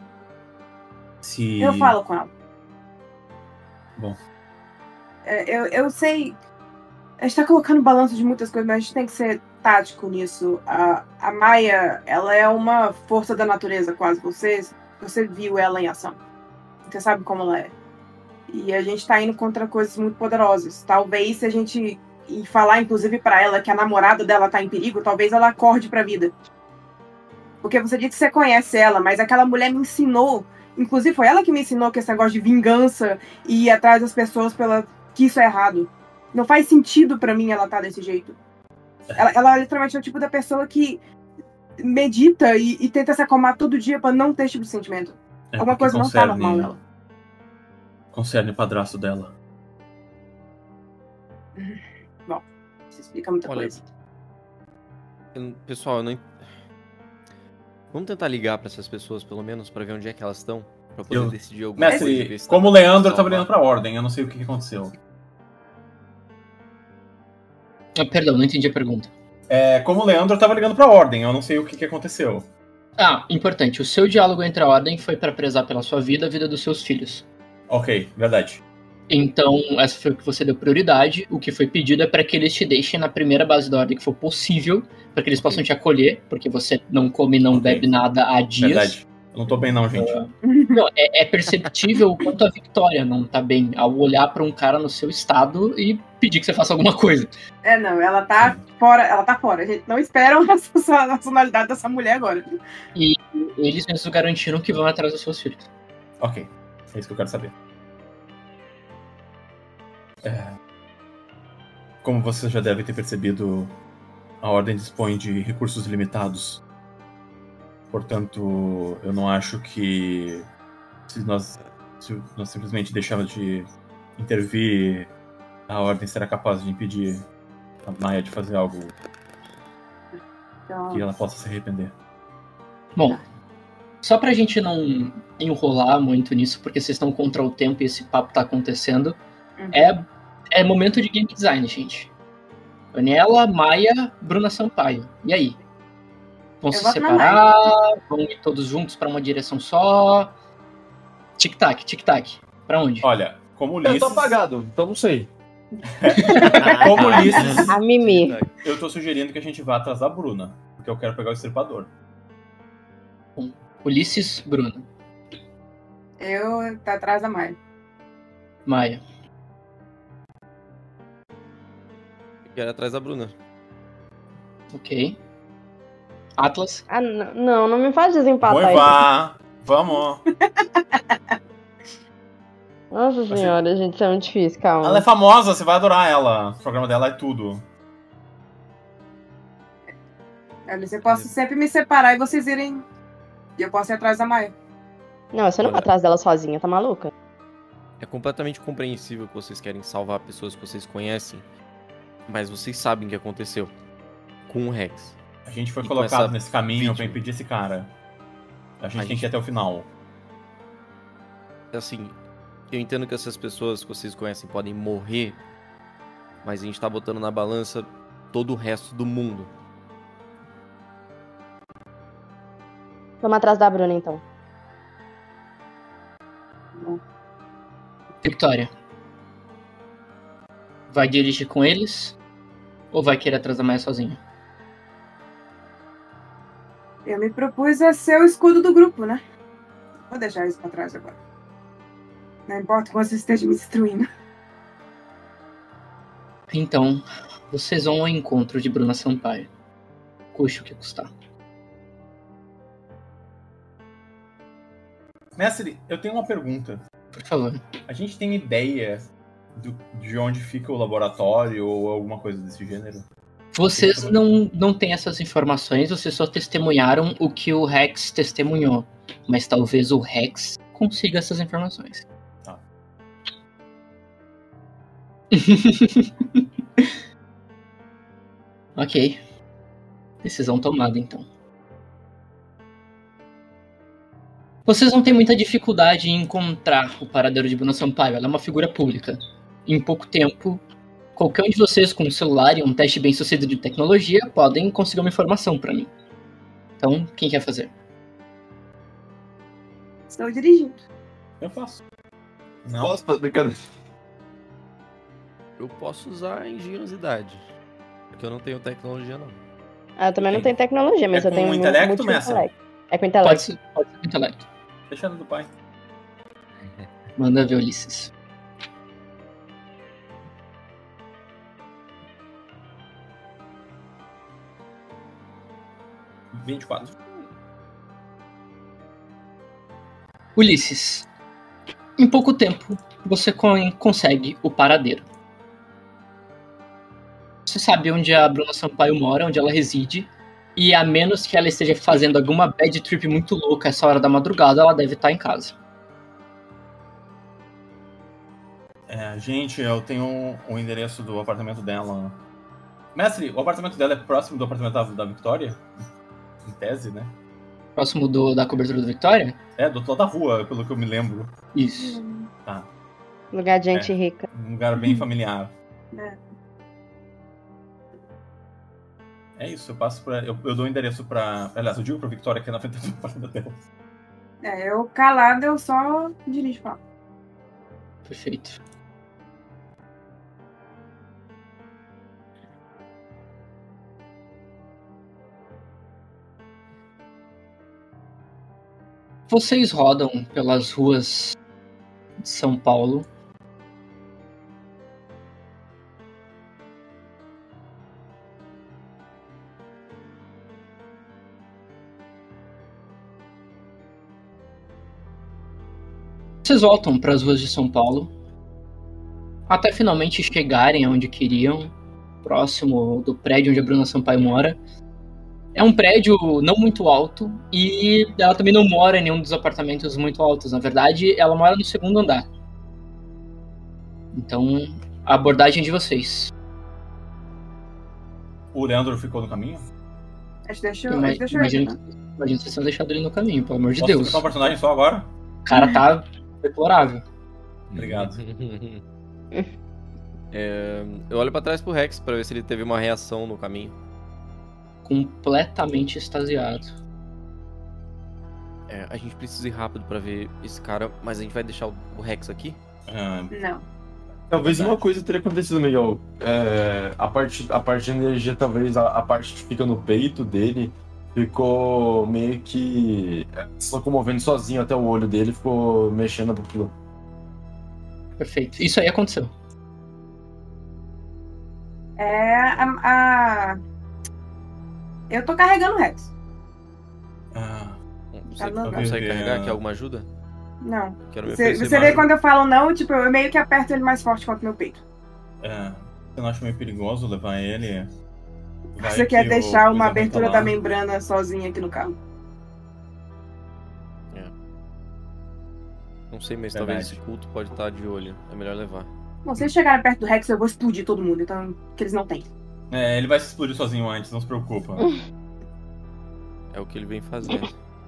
Eu falo com ela. Bom. Eu sei... A gente tá colocando balanço de muitas coisas, mas a gente tem que ser tático nisso. A Maia, ela é uma força da natureza, quase. Você viu ela em ação. Você sabe como ela é. E a gente tá indo contra coisas muito poderosas. Talvez se a gente ir falar, inclusive, pra ela que a namorada dela tá em perigo, talvez ela acorde pra vida. Porque você disse que você conhece ela, mas aquela mulher me ensinou. Inclusive, foi ela que me ensinou que esse negócio de vingança e ir atrás das pessoas que isso é errado. Não faz sentido pra mim ela tá desse jeito. Ela literalmente é o tipo da pessoa que medita e tenta se acalmar todo dia pra não ter esse tipo de sentimento. Alguma coisa não tá normal nela. Concerne o padrasto dela. Bom, isso explica muita Olha, coisa. Pessoal, eu não... Vamos tentar ligar pra essas pessoas, pelo menos, pra ver onde é que elas estão. Pra poder decidir alguma coisa. Mestre, ver se como o dá pra Leandro tava salvar. ligando pra ordem, eu não sei o que aconteceu. Perdão, não entendi a pergunta. Como o Leandro tava ligando pra ordem, eu não sei o que aconteceu. Importante. O seu diálogo entre a ordem foi pra prezar pela sua vida e a vida dos seus filhos. Ok, verdade. Então, essa foi o que você deu prioridade. O que foi pedido é para que eles te deixem na primeira base da ordem que for possível, para que eles possam te acolher, porque você não come e não Ok. bebe nada há dias. Verdade. Eu não tô bem não, gente. Não, é perceptível o quanto a Victoria não tá bem ao olhar para um cara no seu estado e pedir que você faça alguma coisa. Não, ela tá fora, A gente não espera a nacionalidade dessa mulher agora. E eles mesmos garantiram que vão atrás dos seus filhos. Ok, é isso que eu quero saber. Como você já deve ter percebido, a Ordem dispõe de recursos limitados. Portanto, eu não acho que se nós simplesmente deixarmos de intervir, a Ordem será capaz de impedir a Maia de fazer algo Então, que ela possa se arrepender. Bom, só pra gente não enrolar muito nisso, porque vocês estão contra o tempo e esse papo tá acontecendo, é momento de game design, gente. Daniela, Maia, Bruna Sampaio. E aí? Vão Eu se voto na separar? Vão ir todos juntos pra uma direção só? Tic-tac, tic-tac. Pra onde? Olha, como Eu tô Ulisses... apagado, então não sei. Como Ulisses, A Mimi. eu tô sugerindo que a gente vá atrás da Bruna, porque eu quero pegar o estripador. Ulisses, Bruna. eu tá atrás da Maia. Maia. Eu quero ir atrás da Bruna. Ok. Atlas. Ah, não me faz desempatar isso. Vá, vamos. Nossa senhora, gente, isso é muito difícil, calma. Ela é famosa, você vai adorar ela. O programa dela é tudo. Eu posso sempre me separar e vocês irem. E eu posso ir atrás da Maia. Não, você não vai atrás dela sozinha, tá maluca? É completamente compreensível que vocês querem salvar pessoas que vocês conhecem, mas vocês sabem o que aconteceu com o Rex. A gente foi E com colocado essa nesse caminho pra vítima. impedir esse cara. A gente tem que ir até o final. Assim, eu entendo que essas pessoas que vocês conhecem podem morrer, mas a gente tá botando na balança todo o resto do mundo. Vamos atrás da Bruna, então. Victoria. Vai dirigir com eles? Ou vai querer atrás da Maia sozinha? Eu me propus a ser o escudo do grupo, né? Vou deixar isso pra trás agora. Não importa quanto vocês estejam me destruindo. Então, vocês vão ao encontro de Bruna Sampaio. Custe o que custar. Mestre, eu tenho uma pergunta. Por favor. A gente tem ideia de onde fica o laboratório ou alguma coisa desse gênero? Vocês não têm essas informações, vocês só testemunharam o que o Rex testemunhou. Mas talvez o Rex consiga essas informações. Tá. Ok. Decisão tomada, então. Vocês não têm muita dificuldade em encontrar o paradeiro de Bruna Sampaio. Ela é uma figura pública. Em pouco tempo, qualquer um de vocês com um celular e um teste bem sucedido de tecnologia podem conseguir uma informação pra mim. Então, quem quer fazer? Estou dirigindo. Eu faço. Não? Posso fazer brincadeira? Eu posso usar a engenhosidade, porque eu não tenho tecnologia, não. Ah, eu também não tenho tecnologia, mas É eu tenho com intelecto, muito Messa? intelecto. É com Pode intelecto. ser com intelecto. Deixando do pai. Manda ver, Ulisses. Uhum. 24. Ulisses, em pouco tempo você consegue o paradeiro. Você sabe onde a Bruna Sampaio mora, onde ela reside, e a menos que ela esteja fazendo alguma bad trip muito louca essa hora da madrugada, ela deve estar em casa. Gente, eu tenho o endereço do apartamento dela. Mestre, o apartamento dela é próximo do apartamento da Victoria? Em tese, né? Próximo da cobertura do Victoria? É, do outro lado da rua, pelo que eu me lembro. Isso. Tá. Lugar de gente rica. Um lugar bem familiar. É. É isso, eu passo pra. Eu dou o endereço pra. Aliás, eu digo pra Victoria que é na frente da porta dela. Eu calada, eu só dirijo pra lá. Perfeito. Vocês rodam pelas ruas de São Paulo. Vocês voltam para as ruas de São Paulo até finalmente chegarem aonde queriam, próximo do prédio onde a Bruna Sampaio mora. É um prédio não muito alto e ela também não mora em nenhum dos apartamentos muito altos. Na verdade, ela mora no segundo andar. Então, a abordagem de vocês. O Leandro ficou no caminho? Deixa eu Imagina que vocês tenham deixado ele no caminho, pelo amor de Posso Deus. trocar um personagem só agora? O cara tá deplorável. Obrigado. Eu olho pra trás pro Rex pra ver se ele teve uma reação no caminho. Completamente extasiado. A gente precisa ir rápido pra ver esse cara, mas a gente vai deixar o Rex aqui? Não. Talvez uma coisa teria acontecido, Miguel. A parte de energia, talvez a parte que fica no peito dele ficou meio que se locomovendo sozinho até o olho dele, ficou mexendo a pupila. Perfeito. Isso aí aconteceu. Eu tô carregando o Rex. Você não consegue carregar? Quer alguma ajuda? Não. Quero me Você oferecer vê mais. quando eu falo não, tipo, eu meio que aperto ele mais forte contra o meu peito. Você não acha meio perigoso levar ele? Vai Você quer que deixar o uma coisa vai abertura falar. da membrana sozinha aqui no carro? Não sei, mas Verdade. talvez esse culto pode estar de olho. É melhor levar. Bom, se eles chegarem perto do Rex, eu vou explodir todo mundo, então, que eles não têm. Ele vai se explodir sozinho antes, não se preocupa. É o que ele vem fazendo.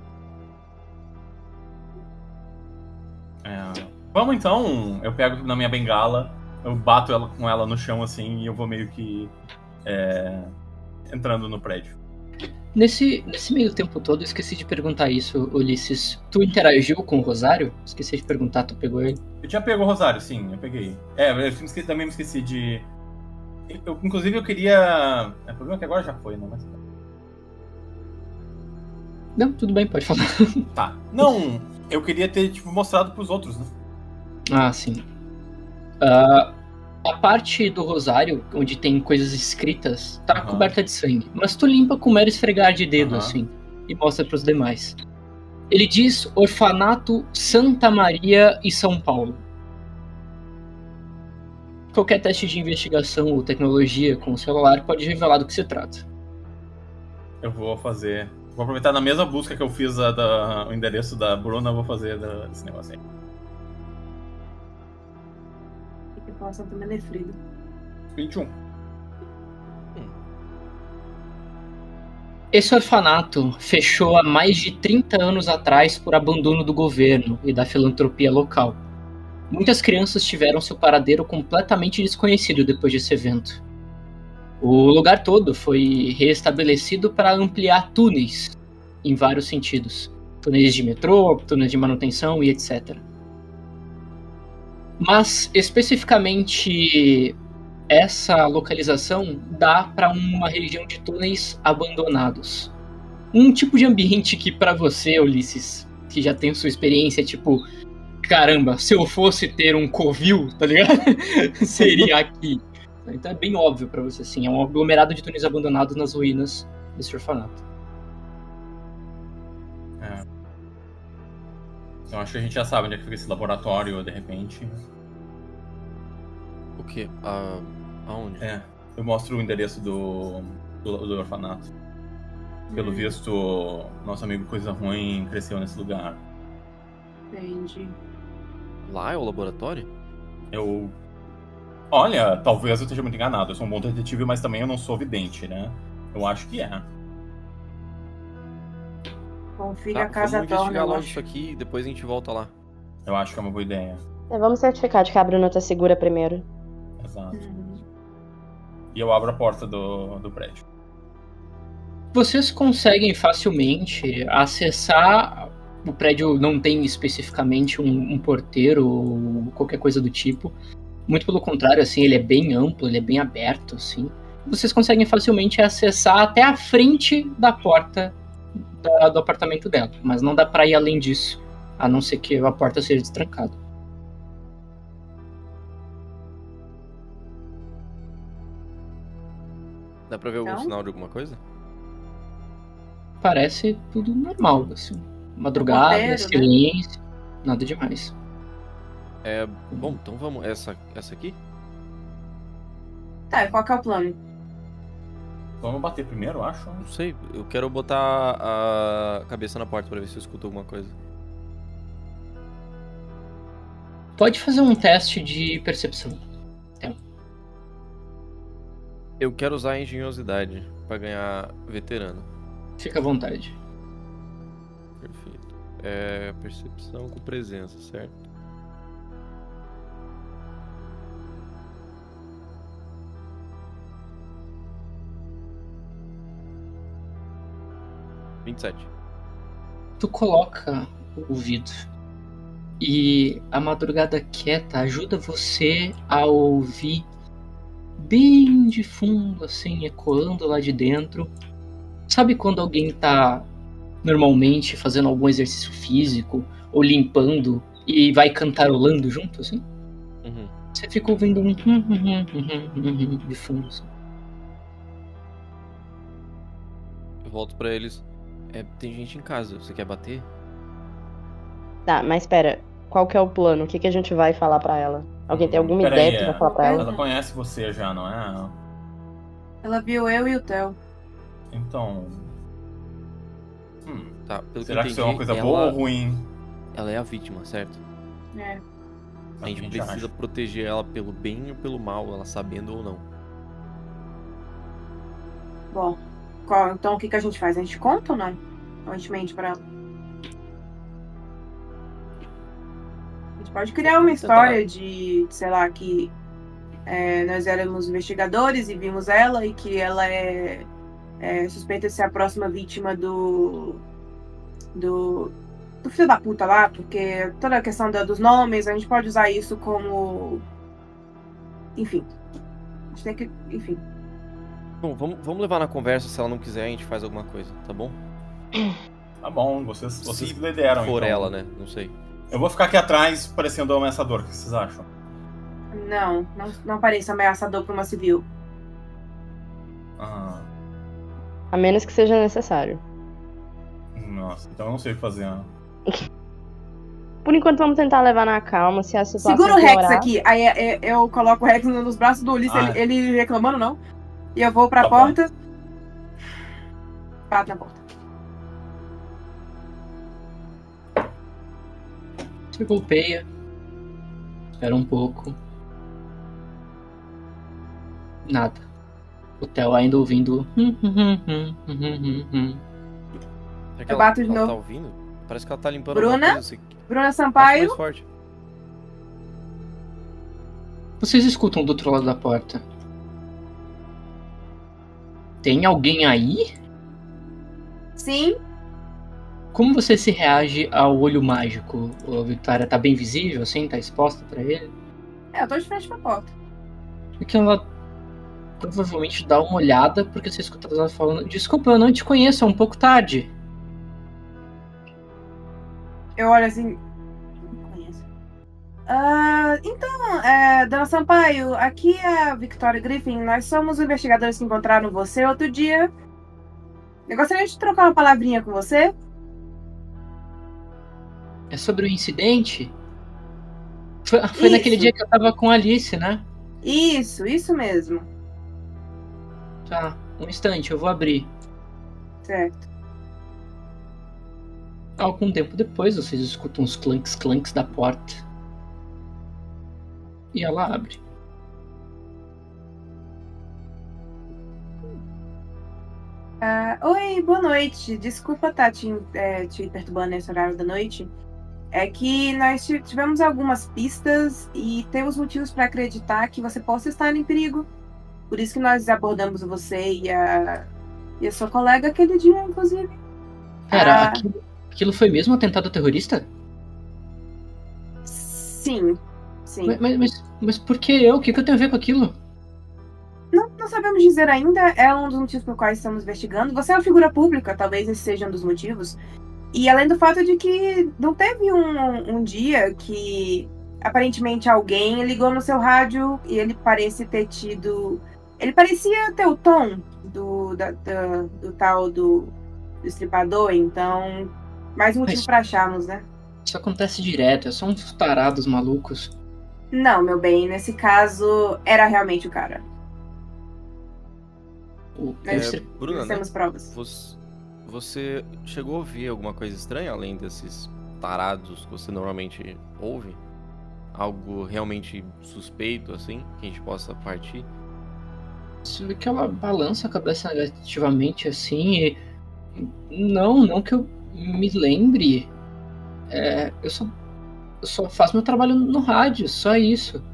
Vamos então, eu pego na minha bengala, eu bato com ela no chão assim e eu vou meio que entrando no prédio. Nesse meio tempo todo, eu esqueci de perguntar isso, Ulisses. Tu interagiu com o Rosário? Esqueci de perguntar, tu pegou ele? Eu tinha pego o Rosário, sim, eu peguei. Também me esqueci de... Inclusive eu queria... O problema é que agora já foi, né? Mas... Não, tudo bem, pode falar. Tá. Não, eu queria ter mostrado pros outros, né? Ah, sim. A parte do Rosário, onde tem coisas escritas, tá coberta de sangue. Mas tu limpa com mero esfregar de dedo, assim, e mostra pros demais. Ele diz Orfanato Santa Maria e São Paulo. Qualquer teste de investigação ou tecnologia com o celular pode revelar do que se trata. Eu vou fazer... Vou aproveitar na mesma busca que eu fiz o endereço da Bruna, eu vou fazer esse negócio aí. Santa Menefrida. 21. Esse orfanato fechou há mais de 30 anos atrás por abandono do governo e da filantropia local. Muitas crianças tiveram seu paradeiro completamente desconhecido depois desse evento. O lugar todo foi reestabelecido para ampliar túneis, em vários sentidos. Túneis de metrô, túneis de manutenção e etc. Mas, especificamente, essa localização dá para uma região de túneis abandonados. Um tipo de ambiente que, para você, Ulisses, que já tem sua experiência, tipo, caramba, se eu fosse ter um covil, tá ligado? Seria aqui. Então é bem óbvio para você, assim, é um aglomerado de túneis abandonados nas ruínas desse orfanato. Então acho que a gente já sabe onde é que fica esse laboratório, de repente. O quê? Aonde? Eu mostro o endereço do orfanato. Pelo visto, nosso amigo Coisa Ruim cresceu nesse lugar. Entendi. Lá é o laboratório? Olha, talvez eu esteja muito enganado. Eu sou um bom detetive, mas também eu não sou vidente, né? Eu acho que é. Confira Tá, a casa vamos torna, investigar eu logo acho. isso aqui e depois a gente volta lá. Eu acho que é uma boa ideia. Vamos certificar de que a Bruna tá segura primeiro. Exato. Uhum. E eu abro a porta do prédio. Vocês conseguem facilmente acessar. O prédio não tem especificamente um porteiro ou qualquer coisa do tipo. Muito pelo contrário, assim, ele é bem amplo, ele é bem aberto, assim. Vocês conseguem facilmente acessar até a frente da porta do apartamento dela. Mas não dá pra ir além disso, a não ser que a porta seja destrancada. Dá pra ver algum Então? sinal de alguma coisa? Parece tudo normal, assim. Madrugada, porteiro, né? silêncio, nada demais. Bom, então vamos. Essa aqui? Tá, e qual que é o plano? Vamos bater primeiro, eu acho. Não sei. Eu quero botar a cabeça na porta pra ver se eu escuto alguma coisa. Pode fazer um teste de percepção. Eu quero usar a engenhosidade pra ganhar veterano. Fica à vontade. Perfeito. Percepção com presença, certo? (27). Tu coloca o ouvido e a madrugada quieta ajuda você a ouvir bem de fundo, assim, ecoando lá de dentro. Sabe quando alguém tá normalmente fazendo algum exercício físico ou limpando e vai cantarolando junto, assim? Uhum. Você fica ouvindo um de fundo, assim. Eu volto pra eles. Tem gente em casa, você quer bater? Tá, mas espera. Qual que é o plano? O que a gente vai falar pra ela? Alguém tem alguma Pera ideia aí, do que vai falar pra ela? Ela conhece você já, não é? Ela viu eu e o Theo. Então. Tá, pelo Será que que eu isso é uma entendi, coisa boa ou ruim? ela é a vítima, certo? É. A gente precisa proteger ela pelo bem ou pelo mal, ela sabendo ou não. Bom, então o que a gente faz? A gente conta ou não? Ou a gente mente pra ela? A gente pode criar uma história de, sei lá, que nós éramos investigadores e vimos ela e que ela é suspeita de ser a próxima vítima do filho da puta lá, porque toda a questão dos nomes, a gente pode usar isso como... Enfim. A gente tem que... Enfim. Bom, vamos levar na conversa, se ela não quiser a gente faz alguma coisa, tá bão? Tá bom, vocês Se que lideram, for então. ela, né? Não sei. Eu vou ficar aqui atrás parecendo um ameaçador, o que vocês acham? Não pareça ameaçador pra uma civil. Ah, A menos que seja necessário. nossa, então eu não sei o que fazer. Né? Por enquanto, vamos tentar levar na calma. Se a situação Segura o Rex piorar... aqui. Aí eu coloco o Rex nos braços do Ulisses, ele reclamando, não. E eu vou pra porta. Bato na porta. Você golpeia. Espera um pouco. Nada. O Theo ainda ouvindo. Será que Eu bato de ela novo. tá ouvindo? Parece que ela tá limpando Bruna? alguma coisa. Bruna Bate Sampaio. mais forte. Vocês escutam do outro lado da porta. Tem alguém aí? Sim. Como você se reage ao olho mágico? A Victoria tá bem visível, assim? Tá exposta pra ele? Eu tô de frente pra porta. Porque ela provavelmente dá uma olhada, porque você escuta ela falando: desculpa, eu não te conheço, é um pouco tarde. Eu olho assim. Não conheço. Então, Dona Sampaio, aqui é a Victoria Griffin. Nós somos os investigadores que encontraram você outro dia. Eu gostaria de trocar uma palavrinha com você. É sobre o incidente? Foi Isso. naquele dia que eu tava com a Alice, né? Isso mesmo. Tá, um instante, eu vou abrir. Certo. Algum tempo depois, vocês escutam os clanks da porta. E ela abre. Oi, boa noite. Desculpa estar te perturbando nesse horário da noite. É que nós tivemos algumas pistas e temos motivos para acreditar que você possa estar em perigo. Por isso que nós abordamos você e a sua colega aquele dia, inclusive. Pera, aquilo foi mesmo um atentado terrorista? Sim. Mas por que eu? O que eu tenho a ver com aquilo? Não sabemos dizer ainda. É um dos motivos pelos quais estamos investigando. Você é uma figura pública, talvez esse seja um dos motivos. E além do fato de que não teve um dia que aparentemente alguém ligou no seu rádio e ele parecia ter tido... Ele parecia ter o tom do tal do estripador, então... Mais um motivo pra acharmos, né? Isso acontece direto, são uns tarados malucos. Não, meu bem, nesse caso era realmente o cara. Bruna, Nós temos provas. Você chegou a ouvir alguma coisa estranha além desses tarados que você normalmente ouve? Algo realmente suspeito, assim, que a gente possa partir? Você vê que ela balança a cabeça negativamente, assim, e... Não que eu me lembre. Eu só faço meu trabalho no rádio, só isso.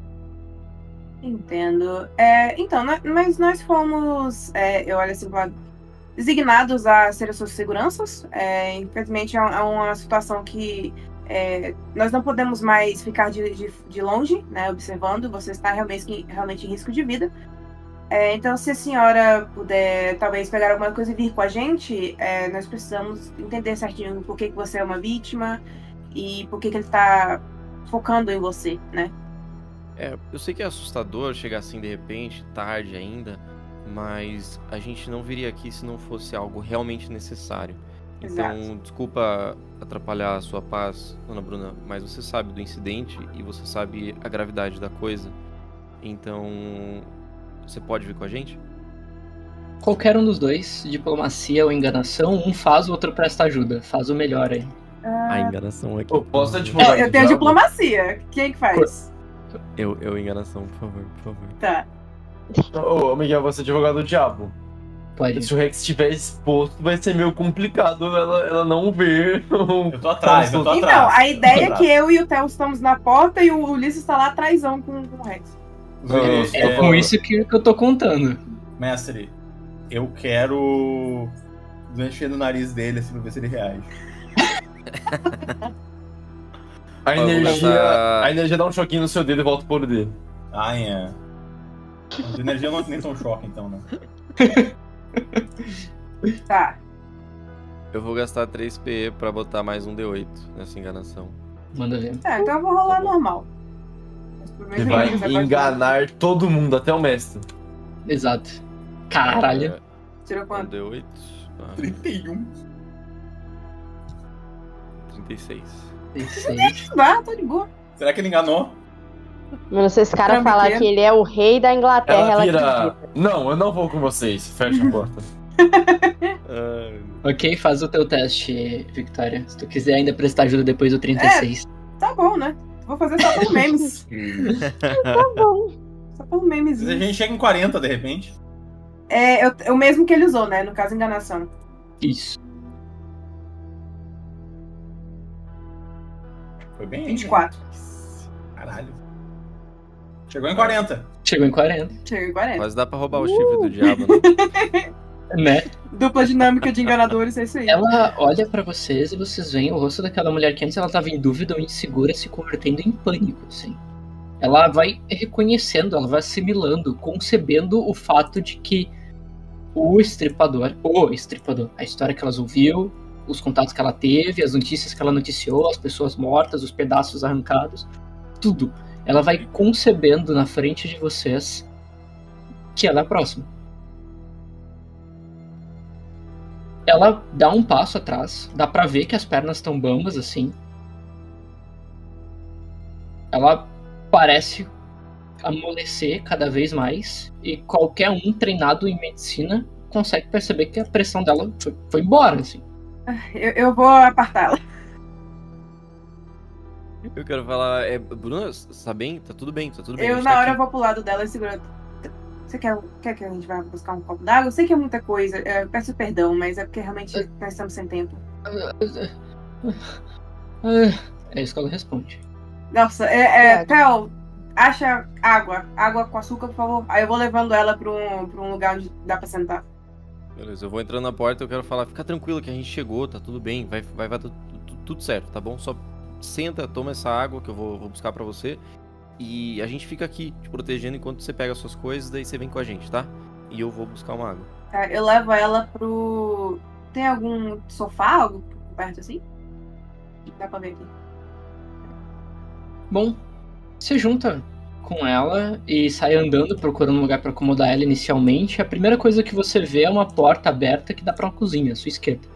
Entendo. Então, mas nós fomos, eu olho assim pro lado, designados a ser as suas seguranças. Infelizmente é uma situação que nós não podemos mais ficar de longe, né, observando. Você está realmente em risco de vida. Então, se a senhora puder talvez pegar alguma coisa e vir com a gente, nós precisamos entender certinho por que você é uma vítima e por que ele está focando em você, né? Eu sei que é assustador chegar assim de repente, tarde ainda, mas a gente não viria aqui se não fosse algo realmente necessário. Exato. Então, desculpa atrapalhar a sua paz, dona Bruna, mas você sabe do incidente e você sabe a gravidade da coisa. Então, você pode vir com a gente? Qualquer um dos dois, diplomacia ou enganação, um faz, o outro presta ajuda. Faz o melhor aí. A enganação aqui. Posso ter advogado Eu do tenho diabo? diplomacia. Quem que faz? Eu enganação, por favor. Tá. Ô, Miguel, você é advogado do diabo. Pode. Se o Rex estiver exposto, vai ser meio complicado ela não ver. Eu tô atrás. Então, a ideia é que eu e o Theo estamos na porta e o Ulisses está lá atrásão com o Rex. É com isso que eu tô contando. Mestre, eu quero mexer no nariz dele assim pra ver se ele reage. A energia dá um choquinho no seu dedo e volta pro olho dele. De energia não nem tão choque, então, né? Tá. Eu vou gastar 3 PE pra botar mais um D8 nessa enganação. Manda ver. Tá, então eu vou rolar normal. Ele vai enganar todo mundo, até o mestre. Exato. Caralho. Tirou Um quanto? D8. 31. 36. 16. Tô de boa. Será que ele enganou? Mano, se esse cara falar Trambiqueiro. que ele é o rei da Inglaterra, Ela ela vira. acredita. Não, eu não vou com vocês. Fecha a porta. Ok, faz o teu teste, Victoria. Se tu quiser ainda prestar ajuda depois do 36. Tá bom, né? Vou fazer só pelo memes. Tá bom. Só pelo Se a memezinho. gente chega em 40 de repente. O mesmo que ele usou, né? No caso, enganação. Isso. Foi bem. 24. Caralho. Chegou em 40. Chegou em 40. Chegou em 40. Mas dá pra roubar o chifre do diabo, né? Né? Dupla dinâmica de enganadores, é isso aí. Ela olha pra vocês e vocês veem o rosto daquela mulher que antes ela tava em dúvida ou insegura se convertendo em pânico, assim. Ela vai reconhecendo, ela vai assimilando, concebendo o fato de que o estripador, a história que ela ouviu, os contatos que ela teve, as notícias que ela noticiou, as pessoas mortas, os pedaços arrancados, tudo. Ela vai concebendo na frente de vocês que ela é a próxima. Ela dá um passo atrás, dá pra ver que as pernas estão bambas assim. Ela parece amolecer cada vez mais e qualquer um treinado em medicina consegue perceber que a pressão dela foi embora, assim. Eu vou apartá-la. Eu quero falar, Bruna, tá bem? Tá tudo bem, tá tudo bem. a Eu, gente na tá hora, aqui. vou pro lado dela e segurando. Você quer que a gente vá buscar um copo d'água? Eu sei que é muita coisa, eu peço perdão, mas é porque realmente nós estamos sem tempo. É isso que ela responde. Nossa, Theo, acha água com açúcar, por favor. Aí eu vou levando ela pra um lugar onde dá pra sentar. Beleza, eu vou entrando na porta e eu quero falar, fica tranquilo que a gente chegou, tá tudo bem, vai tudo certo, tá bom? Só senta, toma essa água que eu vou buscar pra você. E a gente fica aqui te protegendo enquanto você pega as suas coisas, daí você vem com a gente, tá? E eu vou buscar uma água. Tá, eu levo ela pro... Tem algum sofá, algo perto assim? Dá pra ver aqui. Bom, você junta com ela e sai andando procurando um lugar pra acomodar ela inicialmente. A primeira coisa que você vê é uma porta aberta que dá pra uma cozinha, à sua esquerda.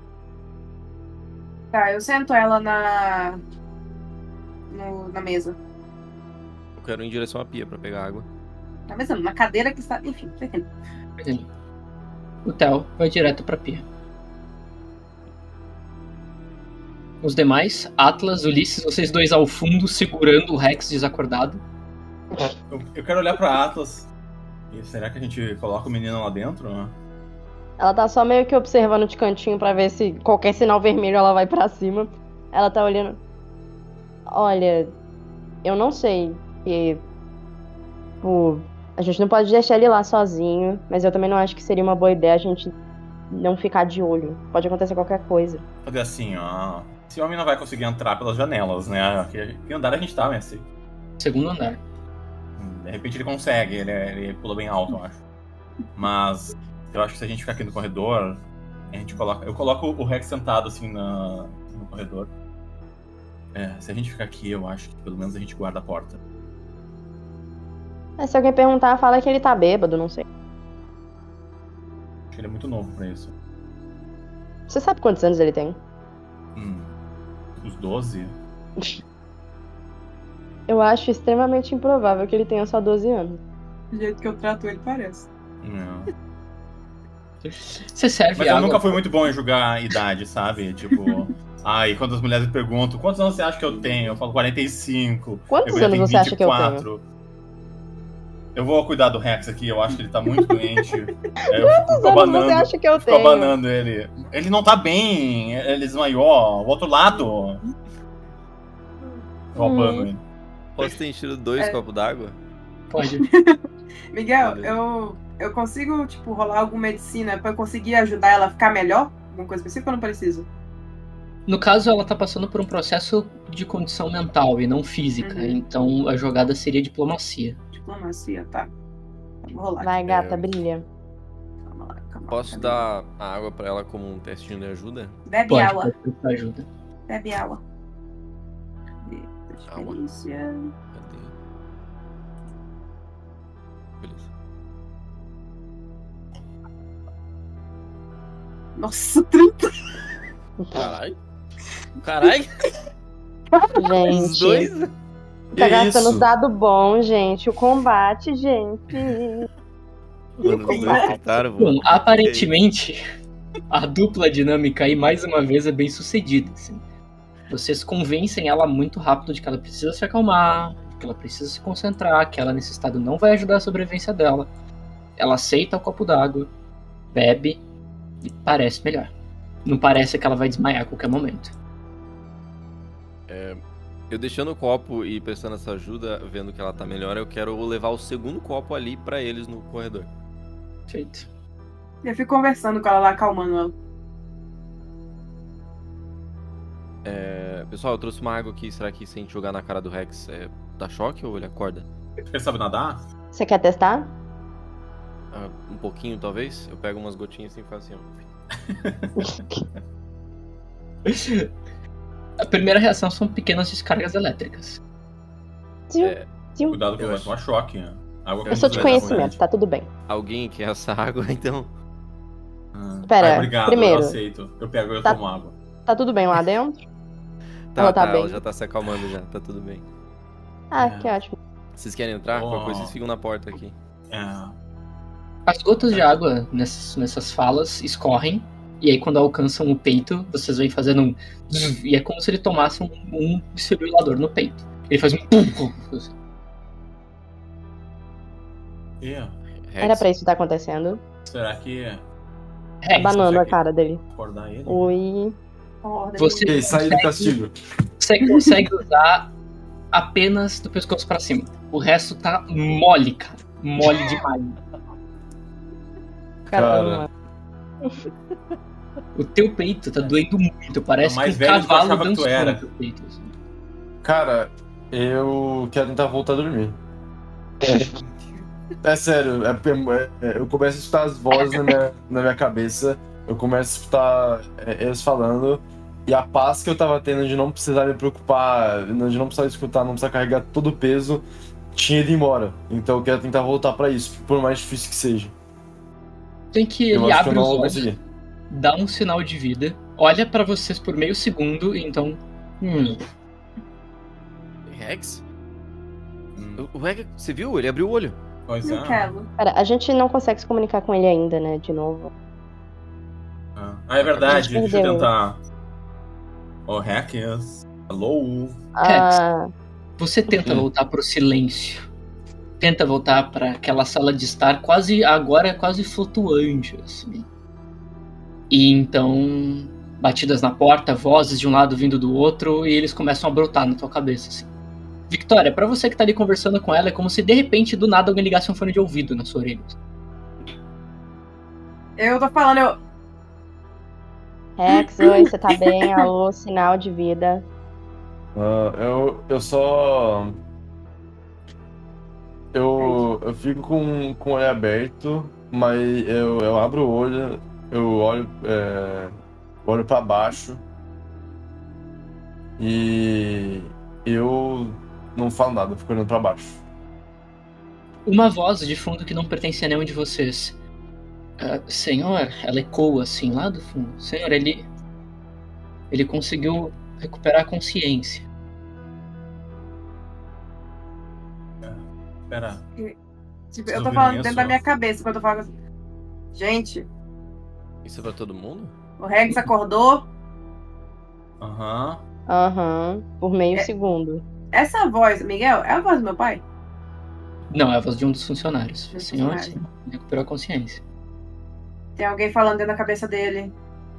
Tá, eu sento ela na mesa. Eu quero ir em direção à pia pra pegar água. Na mesa não, na cadeira que está... Enfim, você entende. Entendi. O Theo vai direto pra pia. Os demais, Atlas, Ulisses, vocês dois ao fundo, segurando o Rex desacordado. Eu quero olhar pra Atlas. E será que a gente coloca o menino lá dentro? Ela tá só meio que observando de cantinho pra ver se qualquer sinal vermelho ela vai pra cima. Ela tá olhando. Olha, eu não sei. E, a gente não pode deixar ele lá sozinho, mas eu também não acho que seria uma boa ideia a gente não ficar de olho. Pode acontecer qualquer coisa. Fazer assim, ó. Esse homem não vai conseguir entrar pelas janelas, né? Que andar a gente tá, Messi? Segundo andar. De repente ele consegue, ele pula bem alto, eu acho. Mas eu acho que se a gente ficar aqui no corredor, eu coloco o Rex sentado assim no corredor. Se a gente ficar aqui, eu acho que pelo menos a gente guarda a porta. Se alguém perguntar, fala que ele tá bêbado, não sei. Acho que ele é muito novo pra isso. Você sabe quantos anos ele tem? Uns 12? Eu acho extremamente improvável que ele tenha só 12 anos. Do jeito que eu trato ele, parece. Não. Você serve Mas água. eu nunca fui muito bom em julgar idade, sabe? Tipo, e quando as mulheres me perguntam quantos anos você acha que eu tenho? Eu falo 45. Quantos anos você acha que eu tenho? Eu vou cuidar do Rex aqui, eu acho que ele tá muito doente. Quantos anos você acha que eu tenho? Fico abanando ele. Ele não tá bem, ele desmaiou. O outro lado. Eu abano ele. Posso ter enchido 2 copos d'água? Pode. Miguel, eu consigo, tipo, rolar alguma medicina pra eu conseguir ajudar ela a ficar melhor? Alguma coisa específica ou não preciso? No caso, ela tá passando por um processo de condição mental e não física. Então a jogada seria diplomacia. Diplomacia, tá. Vamos rolar. Vai, gata, brilha. Calma lá. Posso dar a água pra ela como um testinho de ajuda? Bebe Pode, água. pode ajuda. Bebe água. Água. Experiência. Cadê? Beleza. Nossa, 30. Caralho. Gente. Os dois? Tá Que gastando isso? dado bom, gente. O combate, gente. Mano, os dois tentaram, Bom, aparentemente, a dupla dinâmica aí, mais uma vez, é bem sucedida. Assim. Vocês convencem ela muito rápido de que ela precisa se acalmar, de que ela precisa se concentrar, que ela nesse estado não vai ajudar a sobrevivência dela. Ela aceita o copo d'água, bebe e parece melhor. Não parece que ela vai desmaiar a qualquer momento. Eu deixando o copo e prestando essa ajuda, vendo que ela tá melhor, eu quero levar o segundo copo ali pra eles no corredor. Feito. Eu fico conversando com ela lá, acalmando ela. Pessoal, eu trouxe uma água aqui. Será que se a gente jogar na cara do Rex, dá choque ou ele acorda? Ele sabe nadar? Você quer testar? Um pouquinho, talvez? Eu pego umas gotinhas assim e faço assim, ó. A primeira reação são pequenas descargas elétricas. Cuidado que Eu vai acho. tomar choque. Né? Água Eu sou de conhecimento, tá tudo bem. Alguém quer essa água, então? Pera, obrigado, primeiro. eu aceito. Eu pego e eu Tá- tomo água. Tá tudo bem lá dentro? Tá, Ela tá bem. ela já tá se acalmando já, tá tudo bem. Que ótimo. Vocês querem entrar? Oh. Qualquer coisa, vocês ficam na porta aqui. As gotas de água nessas falas escorrem, e aí quando alcançam o peito, vocês vêm fazendo um... E é como se ele tomasse um desfibrilador no peito. Ele faz um... Era pra isso estar acontecendo. Será que Abanando a consegue cara dele. acordar ele? Oi. Você Ei, sai do castigo. Você consegue usar apenas do pescoço pra cima. O resto tá mole, cara. Mole demais. Caramba. O teu peito tá doendo muito. Parece É o mais que um velho do que eu cavalo achava que tu dançou era. no teu peito. Assim. Cara, eu quero tentar voltar a dormir. É sério, eu começo a escutar as vozes na minha cabeça, eu começo a escutar eles falando, e a paz que eu tava tendo de não precisar me preocupar, de não precisar escutar, não precisar carregar todo o peso, tinha ido embora. Então eu quero tentar voltar pra isso, por mais difícil que seja. Tem que Eu ele acho que eu abre não os vou olhos, conseguir. dá um sinal de vida, olha pra vocês por meio segundo, e então. Rex? O Rex, você viu? Ele abriu o olho. Pois Não é. quero. Pera, a gente não consegue se comunicar com ele ainda, né? De novo. Ah, é verdade, A gente deixa eu perdeu. tentar. Oh, hackers. Hello. Ah, Você tenta voltar pro silêncio. Tenta voltar pra aquela sala de estar quase flutuante, assim. E então, batidas na porta, vozes de um lado vindo do outro, e eles começam a brotar na tua cabeça, assim. Victoria, pra você que tá ali conversando com ela, é como se de repente, do nada, alguém ligasse um fone de ouvido na sua orelha. Eu tô falando, Rex, oi, você tá bem? Alô, sinal de vida. Eu só. Eu fico com o olho aberto, mas eu abro o olho, eu olho pra baixo e eu não falo nada, eu fico olhando pra baixo. Uma voz de fundo que não pertence a nenhum de vocês. Senhor, ela ecoa assim lá do fundo. Senhor, ele conseguiu recuperar a consciência. Pera. tipo, Vocês eu tô ouviram falando isso? dentro da minha cabeça quando eu falo assim. Gente, Isso é pra todo mundo? o Rex acordou. Aham. Aham, por meio segundo. Essa voz, Miguel, é a voz do meu pai? Não, é a voz de um dos funcionários. Dos Senhor, funcionários. sim, recuperou a consciência. Tem alguém falando dentro da cabeça dele.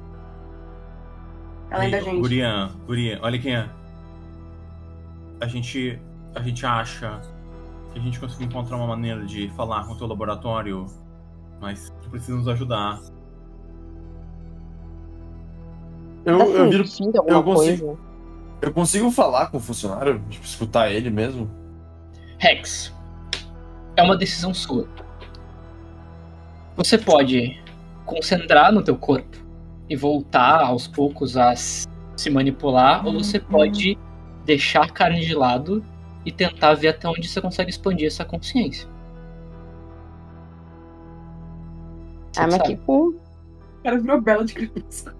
Além da gente. Gurian, olha quem é. A gente acha que a gente conseguiu encontrar uma maneira de falar com o teu laboratório, mas tu precisa nos ajudar. Tá viro. sentindo alguma eu consigo- coisa? Eu consigo falar com o funcionário? Tipo, escutar ele mesmo? Rex, é uma decisão sua. Você pode concentrar no teu corpo e voltar aos poucos a se manipular, ou você pode deixar a carne de lado e tentar ver até onde você consegue expandir essa consciência. Ah, mas que cool. O cara virou bela de criança.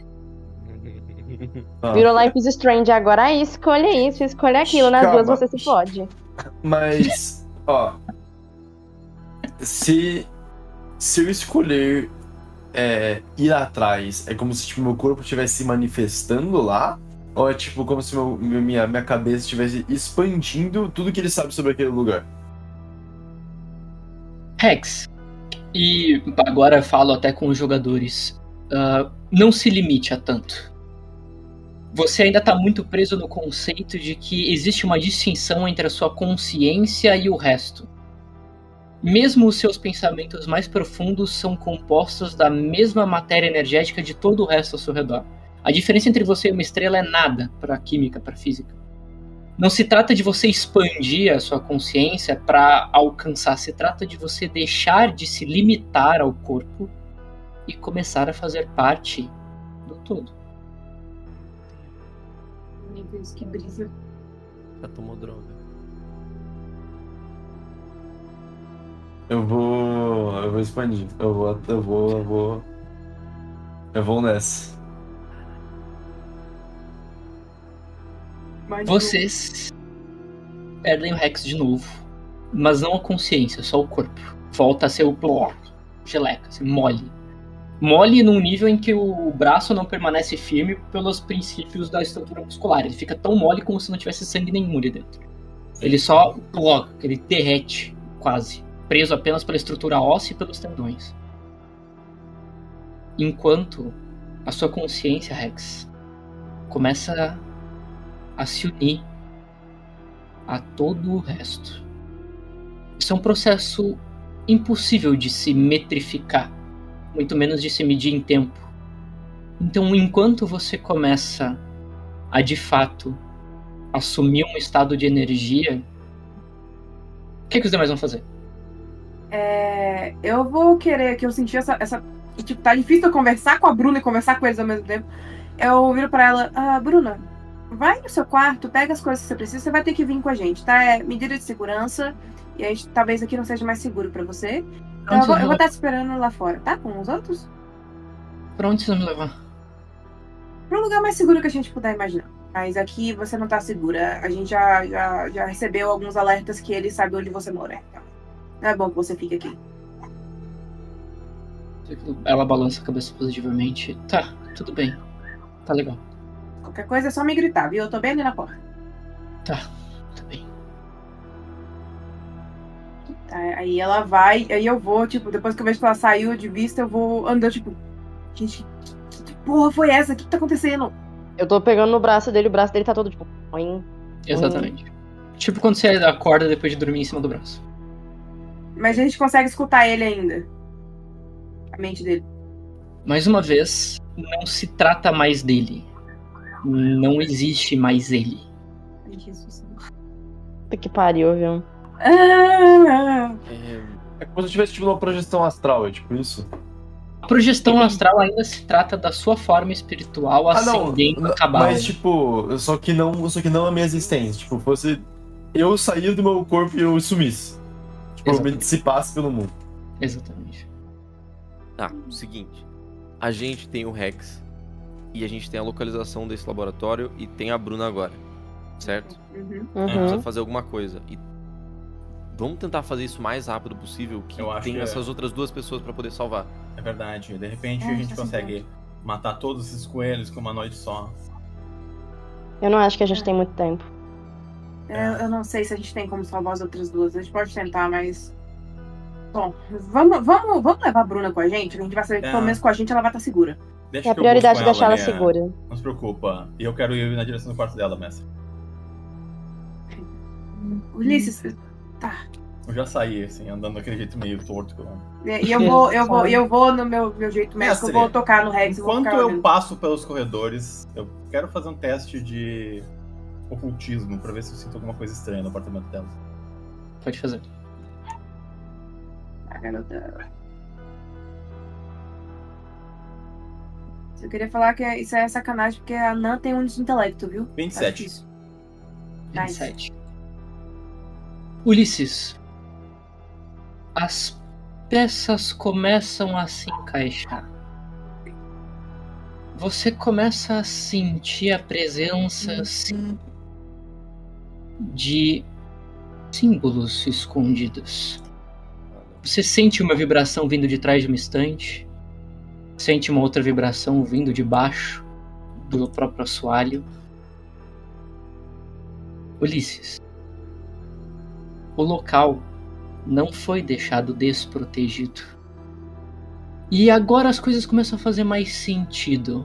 Ah. Virou Life is Strange agora. Aí, escolha isso, escolha aquilo. Nas Calma. duas você se pode. Mas, ó. Se eu escolher ir atrás, é como se tipo, meu corpo estivesse se manifestando lá? Ou é tipo como se minha cabeça estivesse expandindo tudo que ele sabe sobre aquele lugar? Rex, e agora eu falo até com os jogadores, não se limite a tanto. Você ainda está muito preso no conceito de que existe uma distinção entre a sua consciência e o resto. Mesmo os seus pensamentos mais profundos são compostos da mesma matéria energética de todo o resto ao seu redor. A diferença entre você e uma estrela é nada para a química, para a física. Não se trata de você expandir a sua consciência para alcançar, se trata de você deixar de se limitar ao corpo e começar a fazer parte do todo. Meu Deus, que brisa. Já tomou droga. Eu vou expandir. Eu vou nessa. Mas Vocês perdem o Rex de novo, mas não a consciência, só o corpo. Volta a ser o geleca, assim, mole. Mole num nível em que o braço não permanece firme pelos princípios da estrutura muscular. Ele fica tão mole como se não tivesse sangue nenhum ali dentro. Ele só ele derrete, quase. preso apenas pela estrutura óssea e pelos tendões. Enquanto a sua consciência, Rex, começa a se unir a todo o resto. Isso é um processo impossível de se metrificar, muito menos de se medir em tempo. Então, enquanto você começa a, de fato, assumir um estado de energia, o que os demais vão fazer? Eu vou querer, que eu senti essa... Tipo, tá difícil eu conversar com a Bruna e conversar com eles ao mesmo tempo. Eu viro pra ela, Bruna, vai no seu quarto, pega as coisas que você precisa, você vai ter que vir com a gente, tá? É medida de segurança, e aí talvez aqui não seja mais seguro pra você. Então eu vou estar te esperando lá fora, tá? Com os outros? Pra onde você vai me levar? Pra um lugar mais seguro que a gente puder imaginar. Mas aqui você não tá segura. A gente já recebeu alguns alertas que ele sabe onde você mora. Então, não é bom que você fique aqui. Ela balança a cabeça positivamente. Tá, tudo bem. Tá legal. Qualquer coisa é só me gritar, viu? Eu tô bem ali na porta. Tá bem. Tá, aí ela vai, aí eu vou, tipo, depois que eu vejo que ela saiu de vista, eu vou andando, tipo... Gente, que porra foi essa? O que tá acontecendo? Eu tô pegando no braço dele, o braço dele tá todo tipo... Oin. Exatamente. Tipo quando você acorda depois de dormir em cima do braço. Mas a gente consegue escutar ele ainda. A mente dele. Mais uma vez, não se trata mais dele. Não existe mais ele. Ai, Jesus. Puta que pariu, viu? É como se tivesse tipo uma projeção astral, é tipo isso? A projeção astral ainda se trata da sua forma espiritual ascendendo a cabala. Mas tipo, só que não a minha existência. Tipo, fosse eu sair do meu corpo e eu sumisse. Tipo, eu me dissipasse pelo mundo. Exatamente. Tá, o seguinte. A gente tem o Rex e a gente tem a localização desse laboratório e tem a Bruna agora, certo? Uhum. A gente precisa fazer alguma coisa. E vamos tentar fazer isso o mais rápido possível, que Eu acho tem que essas outras duas pessoas pra poder salvar. É verdade. De repente a gente tá consegue matar todos esses coelhos com uma noite só. Eu não acho que a gente tem muito tempo. Eu não sei se a gente tem como salvar as outras duas. A gente pode tentar, mas... Bom, vamos levar a Bruna com a gente? A gente vai saber que pelo menos com a gente ela vai estar segura. Deixa É a que eu busco prioridade é deixar ela né? segura. Não se preocupa. E eu quero ir na direção do quarto dela, mestre. Ulisses, tá. Eu já saí, assim, andando daquele jeito meio torto. E eu vou no meu jeito mesmo, eu vou tocar no Rex. Enquanto eu passo pelos corredores, eu quero fazer um teste de ocultismo pra ver se eu sinto alguma coisa estranha no apartamento dela. Pode fazer. Ah, garota. Eu queria falar que isso é sacanagem, porque a Nan tem um intelecto, viu? 27. Nice. 27. Ulisses. As peças começam a se encaixar. Você começa a sentir a presença de símbolos escondidos. Você sente uma vibração vindo de trás de uma estante. Sente uma outra vibração vindo de baixo do próprio assoalho. Ulisses. O local não foi deixado desprotegido. E agora as coisas começam a fazer mais sentido.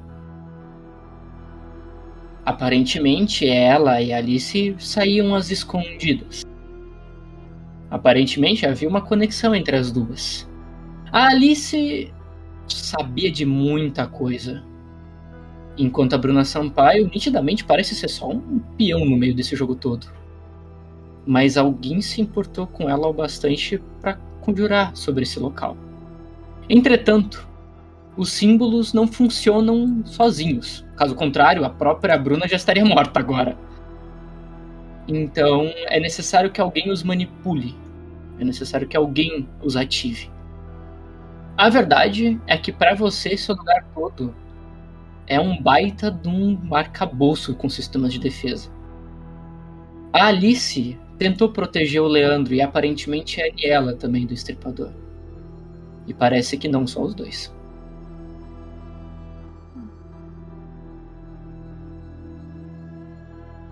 Aparentemente, ela e Alice saíam às escondidas. Aparentemente, havia uma conexão entre as duas. A Alice sabia de muita coisa. Enquanto a Bruna Sampaio nitidamente parece ser só um peão no meio desse jogo todo. Mas alguém se importou com ela o bastante para conjurar sobre esse local. Entretanto, os símbolos não funcionam sozinhos. Caso contrário, a própria Bruna já estaria morta agora. Então, é necessário que alguém os manipule. É necessário que alguém os ative. A verdade é que para você esse lugar todo é um baita de um arcabouço com sistemas de defesa. A Alice tentou proteger o Leandro e aparentemente é ela também do Estripador. E parece que não só os dois.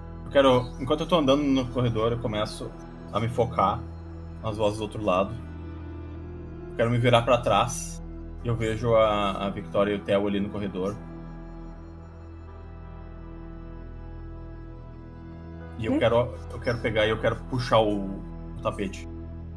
Enquanto eu tô andando no corredor, eu começo a me focar nas vozes do outro lado. quero me virar pra trás. E eu vejo a Victoria e o Theo ali no corredor. E eu quero pegar e eu quero puxar o tapete.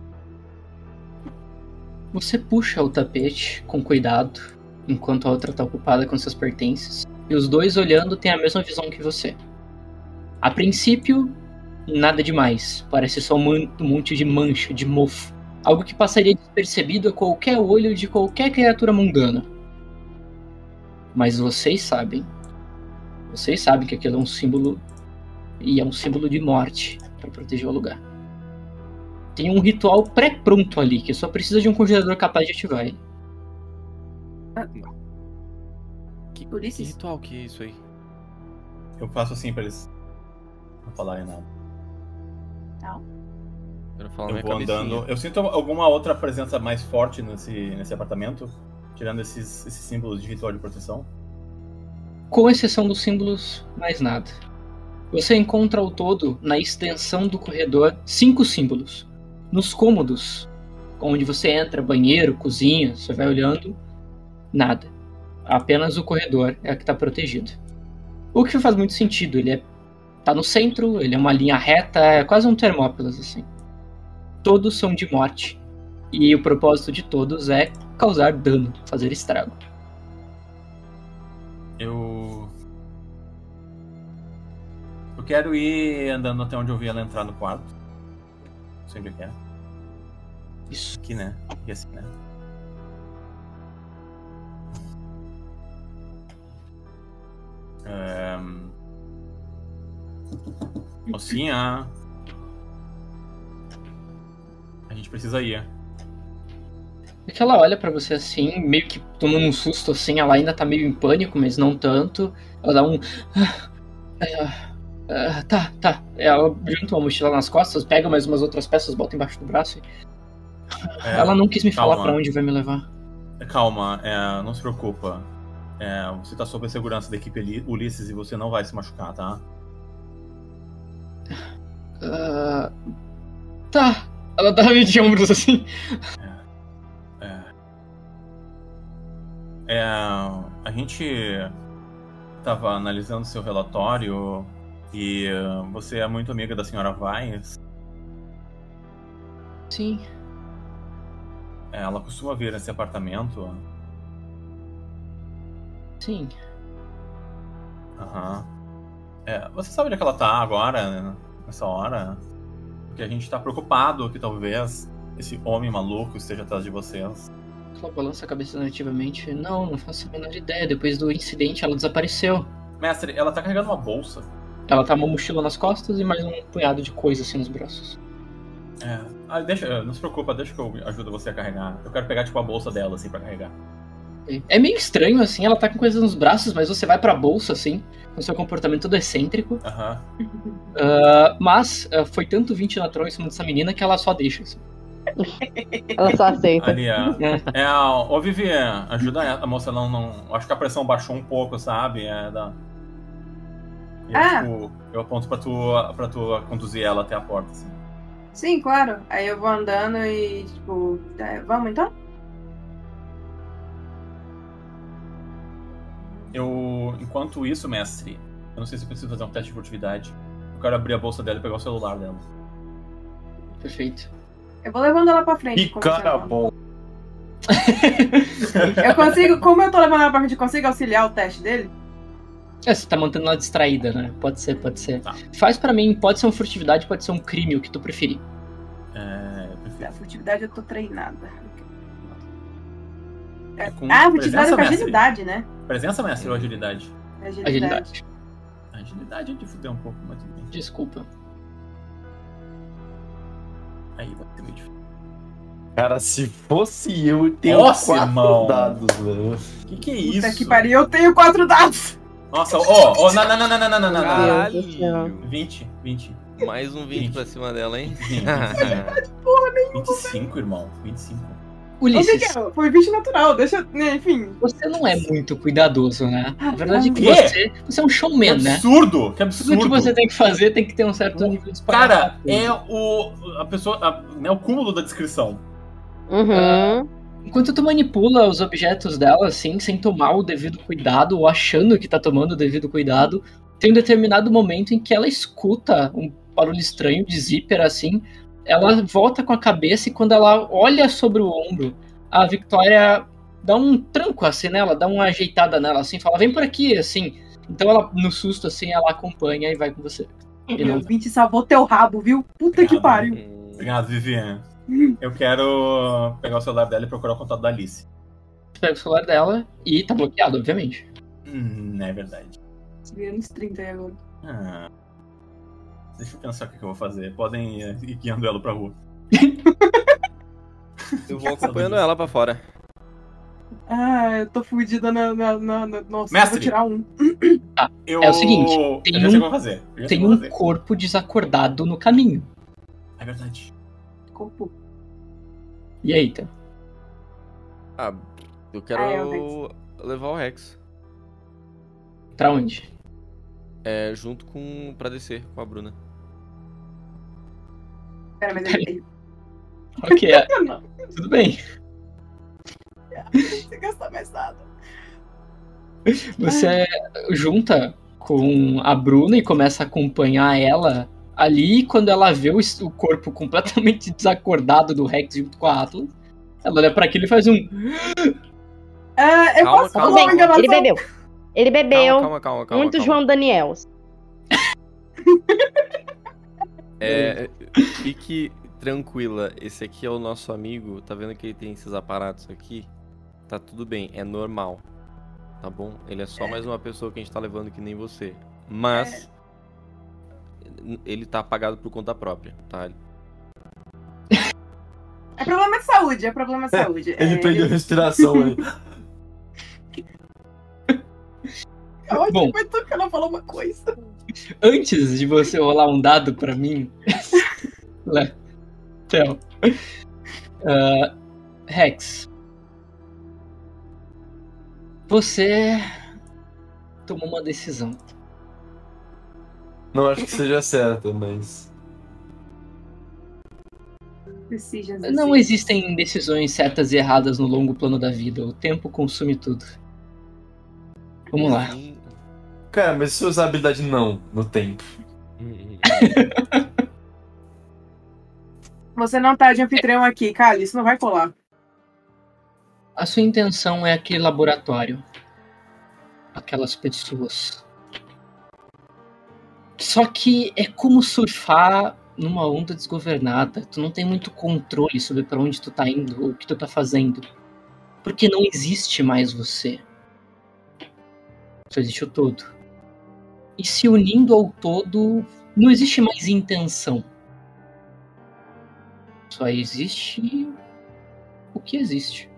Você puxa o tapete com cuidado, enquanto a outra tá ocupada com seus pertences. E os dois olhando têm a mesma visão que você. A princípio, nada demais. Parece só um monte de mancha, de mofo. Algo que passaria despercebido a qualquer olho de qualquer criatura mundana. Mas vocês sabem. Vocês sabem que aquilo é um símbolo. E é um símbolo de morte para proteger o lugar. Tem um ritual pré-pronto ali, que só precisa de um congelador capaz de ativar ele. Que Ulisses? ritual que é isso aí? Eu faço assim pra eles não falarem nada. Quero falar Eu minha vou cabecinha. andando. Eu sinto alguma outra presença mais forte nesse apartamento? Tirando esses símbolos de ritual de proteção? Com exceção dos símbolos, mais nada. Você encontra ao todo, na extensão do corredor, 5 símbolos. Nos cômodos, onde você entra, banheiro, cozinha, você vai olhando, nada. Apenas o corredor é que está protegido. O que faz muito sentido, ele tá no centro, ele é uma linha reta, é quase um Termópilas, assim. Todos são de morte. E o propósito de todos é causar dano, fazer estrago. Eu quero ir andando até onde eu vi ela entrar no quarto. Não sei onde é que é. Isso. Aqui, né? Aqui assim, né? Mocinha. A gente precisa ir. É que ela olha pra você assim, meio que tomando um susto assim, ela ainda tá meio em pânico, mas não tanto. Ela dá um... Tá. Ela junta uma mochila nas costas, pega mais umas outras peças, bota embaixo do braço. Ela não quis me falar pra onde vai me levar. Calma, não se preocupa. Você tá sob a segurança da equipe Ulisses e você não vai se machucar, tá? Tá. Ela dá meio de ombros assim. A gente tava analisando seu relatório e você é muito amiga da senhora Weiss. Sim. Ela costuma vir nesse apartamento. Sim. Aham. Você sabe onde é que ela tá agora, nessa hora? Porque a gente tá preocupado que talvez esse homem maluco esteja atrás de vocês. Ela balança a cabeça negativamente. Não faço a menor ideia. Depois do incidente, ela desapareceu. Mestre, ela tá carregando uma bolsa. Ela tá com uma mochila nas costas e mais um punhado de coisa assim nos braços. Não se preocupa, deixa que eu ajudo você a carregar. Eu quero pegar tipo a bolsa dela assim pra carregar. É meio estranho assim, ela tá com coisas nos braços, mas você vai pra bolsa assim, com seu comportamento todo excêntrico. Aham. Mas foi tanto 20 natural em cima dessa menina que ela só deixa assim. Ela só aceita. Ali, ô Vivi, ajuda a moça, não. Acho que a pressão baixou um pouco, sabe? Eu aponto pra tu conduzir ela até a porta, assim. Sim, claro. Aí eu vou andando e, tipo, vamos então? Enquanto isso, mestre, eu não sei se eu preciso fazer um teste de furtividade. Eu quero abrir a bolsa dela e pegar o celular dela. Perfeito. Eu vou levando ela pra frente. Que cara bom. Eu consigo, como eu tô levando ela pra frente, eu consigo auxiliar o teste dele? Você tá mantendo ela distraída, né? Pode ser. Tá. Faz pra mim, pode ser uma furtividade, pode ser um crime, o que tu preferir. Eu prefiro. A furtividade eu tô treinada. Com furtividade é com mestre. agilidade, né? Presença, mestre, ou agilidade? Agilidade. Agilidade é de fuder um pouco, mas tudo bem. Desculpa. Aí vai ser meio difícil. Cara, se fosse eu tenho Nossa, 4 irmão. dados, velho. Que é isso? Puta que pariu, eu tenho 4 dados! Nossa, não. Meu Deus do céu. 20. Mais um 20 pra cima dela, hein? 25, irmão. 25. Ulisses, Foi 20 natural, deixa. Enfim. você não é muito cuidadoso, né? A verdade é que Quê? você é um showman, né? absurdo! Que Tudo absurdo! que você tem que fazer tem que ter um certo nível de Cara, espalhafato. a pessoa. O cúmulo da descrição. Uhum. Enquanto tu manipula os objetos dela, assim, sem tomar o devido cuidado, ou achando que tá tomando o devido cuidado, tem um determinado momento em que ela escuta um barulho estranho de zíper, assim, ela volta com a cabeça e quando ela olha sobre o ombro, a Victoria dá um tranco, assim, nela, dá uma ajeitada nela, assim, fala, vem por aqui, assim. Então ela, no susto, assim, ela acompanha e vai com você. E não... O 20 salvou teu rabo, viu? Puta que pariu. Obrigado, Viviane. Eu quero pegar o celular dela e procurar o contato da Alice. Tu pega o celular dela e tá bloqueado, obviamente. É verdade. Virando uns 30 aí agora. Deixa eu pensar o que eu vou fazer. Podem ir guiando ela pra rua. Eu vou acompanhando ela pra fora. Eu tô fudida Nossa, Mestre! eu vou tirar um. É o seguinte, eu já sei o que eu vou fazer. tem um corpo desacordado no caminho. É verdade. Corpo. E aí, então? Eu quero levar o Rex. Pra onde? Junto pra descer com a Bruna. Pera, mas ele... Ok, Não, tudo bem. você gastar mais nada. Você junta com a Bruna e começa a acompanhar ela ali. Quando ela vê o corpo completamente desacordado do Rex junto com a Atlas, ela olha pra aquilo e faz um... Eu posso Tudo falar bem, uma enganação? ele bebeu. Calma. Muito João Daniel. Fique tranquila. Esse aqui é o nosso amigo. Tá vendo que ele tem esses aparatos aqui? Tá tudo bem, é normal. Tá bom? Ele é só mais uma pessoa que a gente tá levando que nem você. Mas... ele tá apagado por conta própria, tá? É problema de saúde, Ele perdeu a respiração ali. Bom, Foi tu que ela falou uma coisa. antes de você rolar um dado pra mim, Theo, Rex, você tomou uma decisão. Não acho que seja certo, mas... Não existem decisões certas e erradas no longo plano da vida. O tempo consome tudo. Vamos lá. Cara, mas se usar a habilidade não no tempo. Você não tá de anfitrião aqui, Kali, isso não vai colar. A sua intenção é aquele laboratório. Aquelas pessoas. Só que é como surfar numa onda desgovernada. Tu não tem muito controle sobre pra onde tu tá indo ou o que tu tá fazendo. Porque não existe mais você. Só existe o todo. E se unindo ao todo, não existe mais intenção. Só existe o que existe.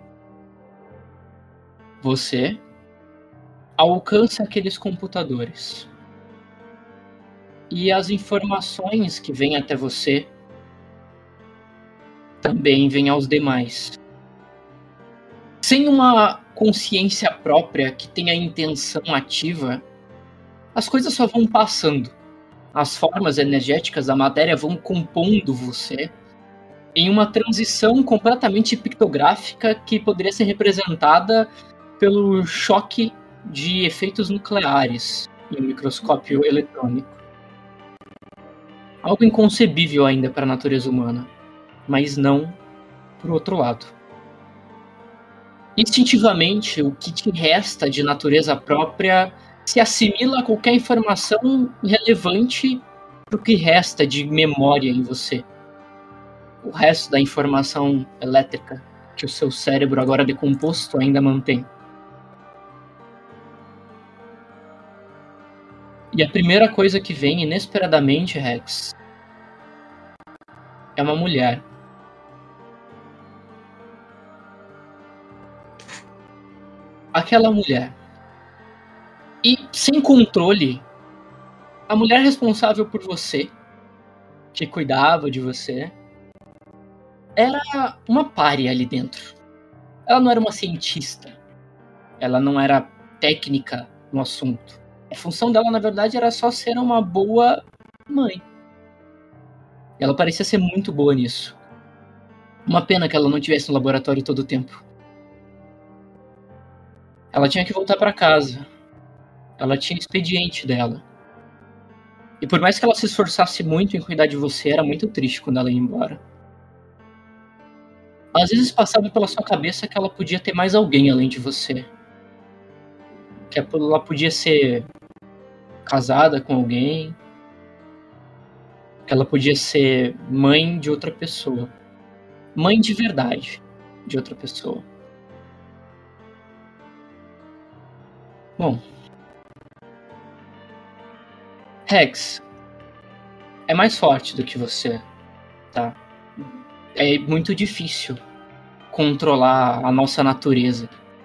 Você alcança aqueles computadores. E as informações que vêm até você também vêm aos demais. Sem uma consciência própria que tenha intenção ativa, as coisas só vão passando. As formas energéticas da matéria vão compondo você em uma transição completamente pictográfica que poderia ser representada pelo choque de efeitos nucleares em um microscópio eletrônico. Algo inconcebível ainda para a natureza humana, mas não por outro lado. Instintivamente, o que te resta de natureza própria se assimila a qualquer informação relevante para o que resta de memória em você. O resto da informação elétrica que o seu cérebro, agora decomposto, ainda mantém. E a primeira coisa que vem inesperadamente, Rex, é uma mulher. Aquela mulher. E, sem controle, a mulher responsável por você, que cuidava de você, era uma pária ali dentro. Ela não era uma cientista. Ela não era técnica no assunto. A função dela, na verdade, era só ser uma boa mãe. Ela parecia ser muito boa nisso. Uma pena que ela não estivesse no laboratório todo o tempo. Ela tinha que voltar pra casa. Ela tinha expediente dela. E por mais que ela se esforçasse muito em cuidar de você, era muito triste quando ela ia embora. Às vezes passava pela sua cabeça que ela podia ter mais alguém além de você. Que ela podia ser casada com alguém. Que ela podia ser mãe de outra pessoa. Mãe de verdade de outra pessoa. Bom. Rex é mais forte do que você, tá? É muito difícil controlar a nossa natureza.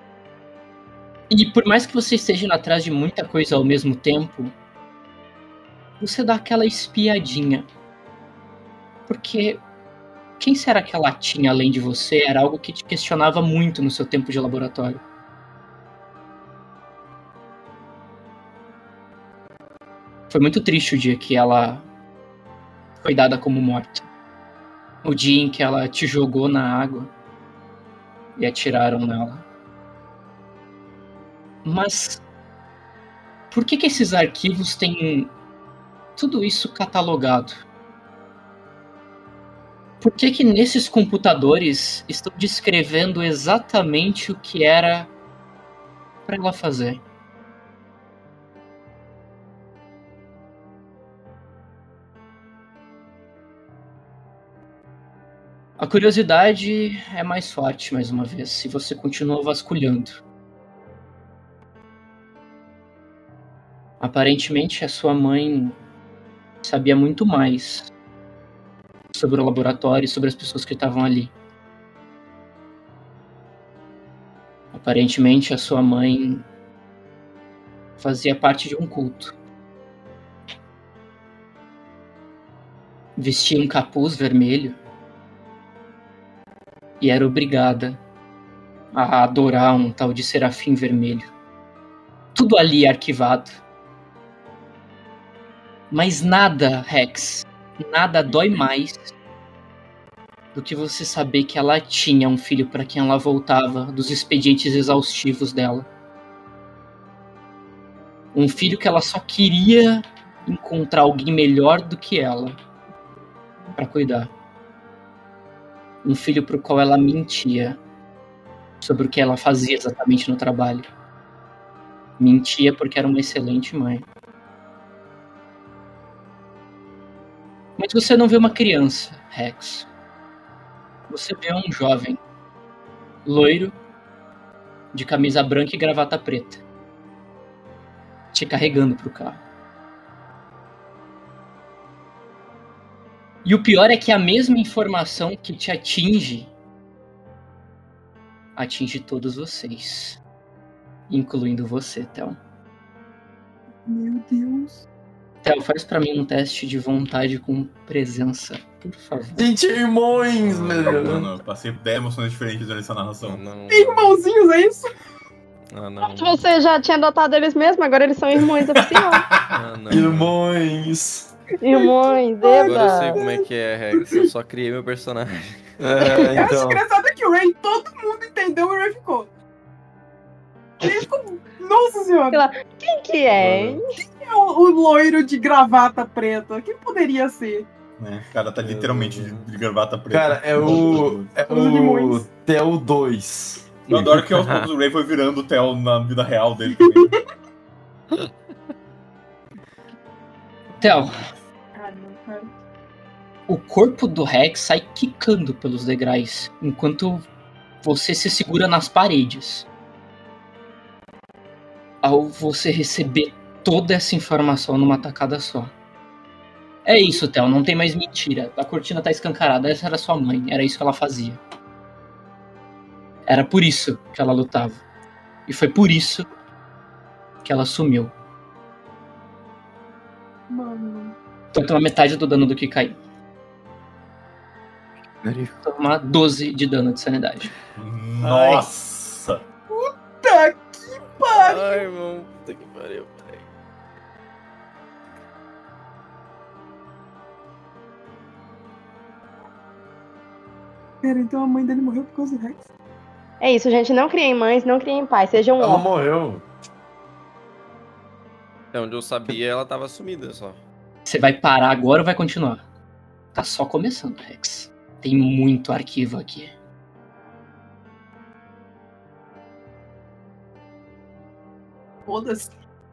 E por mais que você esteja indo atrás de muita coisa ao mesmo tempo, você dá aquela espiadinha. Porque quem será que ela tinha além de você era algo que te questionava muito no seu tempo de laboratório. Foi muito triste o dia que ela foi dada como morta. O dia em que ela te jogou na água e atiraram nela. Mas por que esses arquivos têm tudo isso catalogado? Por que nesses computadores estão descrevendo exatamente o que era para ela fazer? A curiosidade é mais forte, mais uma vez, se você continua vasculhando. Aparentemente, a sua mãe sabia muito mais sobre o laboratório e sobre as pessoas que estavam ali. Aparentemente, a sua mãe fazia parte de um culto. Vestia um capuz vermelho e era obrigada a adorar um tal de serafim vermelho. Tudo ali arquivado. Mas nada, Rex, nada dói mais do que você saber que ela tinha um filho para quem ela voltava dos expedientes exaustivos dela. Um filho que ela só queria encontrar alguém melhor do que ela para cuidar. Um filho pro qual ela mentia sobre o que ela fazia exatamente no trabalho. Mentia porque era uma excelente mãe. Mas você não vê uma criança, Rex. Você vê um jovem, loiro, de camisa branca e gravata preta, te carregando pro carro. E o pior é que a mesma informação que te atinge todos vocês, incluindo você, Theo. Meu Deus. Theo, faz pra mim um teste de vontade com presença, por favor. Gente, irmãos, Não, meu. eu passei 10 emoções diferentes durante essa narração. Irmãozinhos, é isso? Ah, não. Você já tinha adotado eles mesmo, agora eles são irmãos oficial. Ah, não. Irmãos. Irmãos, Agora eu sei eba. como é que é, Rex. Eu só criei meu personagem. É, Eu acho então. engraçado que o Ray, todo mundo entendeu e o Ray ficou. Ele ficou. Nossa senhora! Quem que é, hein? Quem é o loiro de gravata preta? Quem poderia ser? O cara tá literalmente de gravata preta. Cara, é o Os limões. Theo 2. Eu adoro que aos poucos o Ray foi virando o Theo na vida real dele também. Theo, Ah, não, cara. o corpo do Rex sai quicando pelos degraus, enquanto você se segura nas paredes. Ao você receber toda essa informação numa tacada só. É isso, Theo, não tem mais mentira. A cortina tá escancarada, essa era sua mãe, era isso que ela fazia. Era por isso que ela lutava. E foi por isso que ela sumiu. Mano. Então toma metade do dano do que caiu. Toma 12 de dano de sanidade. Nossa! Puta que pariu! Ai, irmão, puta que pariu. Peraí. Pera, então a mãe dele morreu por causa do Rex? É isso, gente. Não criem mães, não criem pais. Sejam Ela não órfãos. morreu. É onde eu sabia, ela tava sumida só. Você vai parar agora ou vai continuar? Tá só começando, Rex. Tem muito arquivo aqui. Foda-se.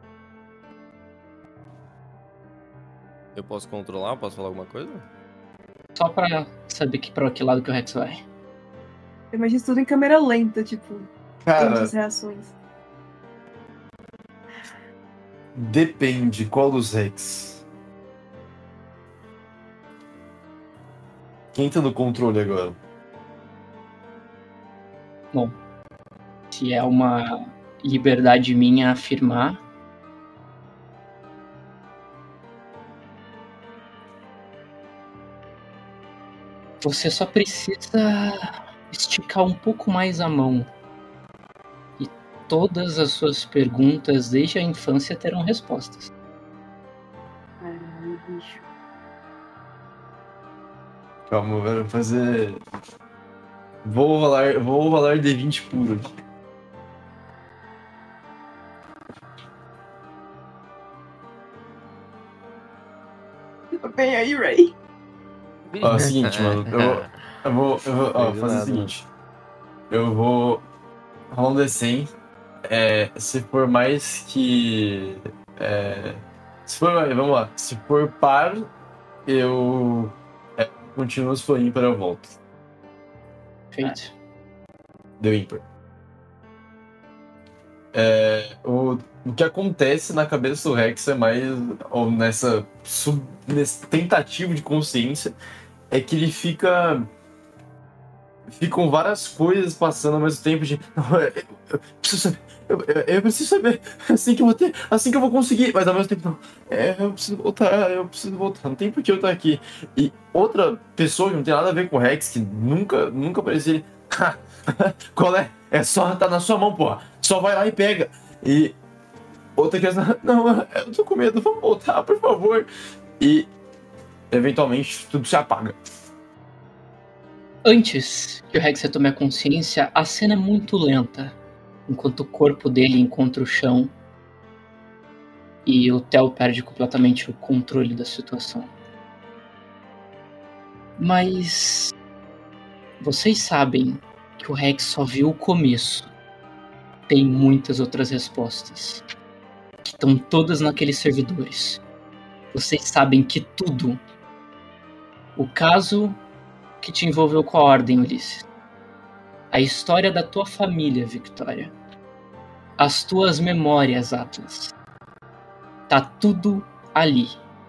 Eu posso controlar? Posso falar alguma coisa? Só pra saber pra que lado que o Rex vai. Eu imagino isso tudo em câmera lenta, tipo, todas Cara, as reações. depende qual dos Rex. Quem tá no controle agora? Bom, se é uma liberdade minha afirmar, você só precisa esticar um pouco mais a mão. E todas as suas perguntas desde a infância terão respostas. Caralho, bicho. Calma, eu vou fazer. Vou rolar D20 puro. Vem aí, Ray. Ó, é o seguinte, mano. Eu vou Não fazer nada, o seguinte. Eu vou rolar um D100. Se for mais que. Se for. Vamos lá. Se for par, eu. Continuo. Se for ímpar, eu volto. Feito. Deu ímpar. O que acontece na cabeça do Rex é mais. Ou nesse tentativa de consciência. É que ele fica. Ficam várias coisas passando ao mesmo tempo de. Não, eu preciso saber. Eu preciso saber. Assim que eu vou ter. Assim que eu vou conseguir. Mas ao mesmo tempo, não. Eu preciso voltar. Eu preciso voltar. Não tem por que eu estar aqui. E outra pessoa que não tem nada a ver com o Rex, que nunca apareceu. Ele. Qual é? É só. Tá na sua mão, porra. Só vai lá e pega. E. Outra criança. Não, eu tô com medo. Vamos voltar, por favor. E. Eventualmente, tudo se apaga. Antes que o Rex retome a consciência, a cena é muito lenta, enquanto o corpo dele encontra o chão e o Theo perde completamente o controle da situação. Mas vocês sabem que o Rex só viu o começo. Tem muitas outras respostas, que estão todas naqueles servidores. Vocês sabem que tudo, o caso que te envolveu com a Ordem, Ulisses, a história da tua família, Victoria, as tuas memórias, Atlas, tá tudo ali.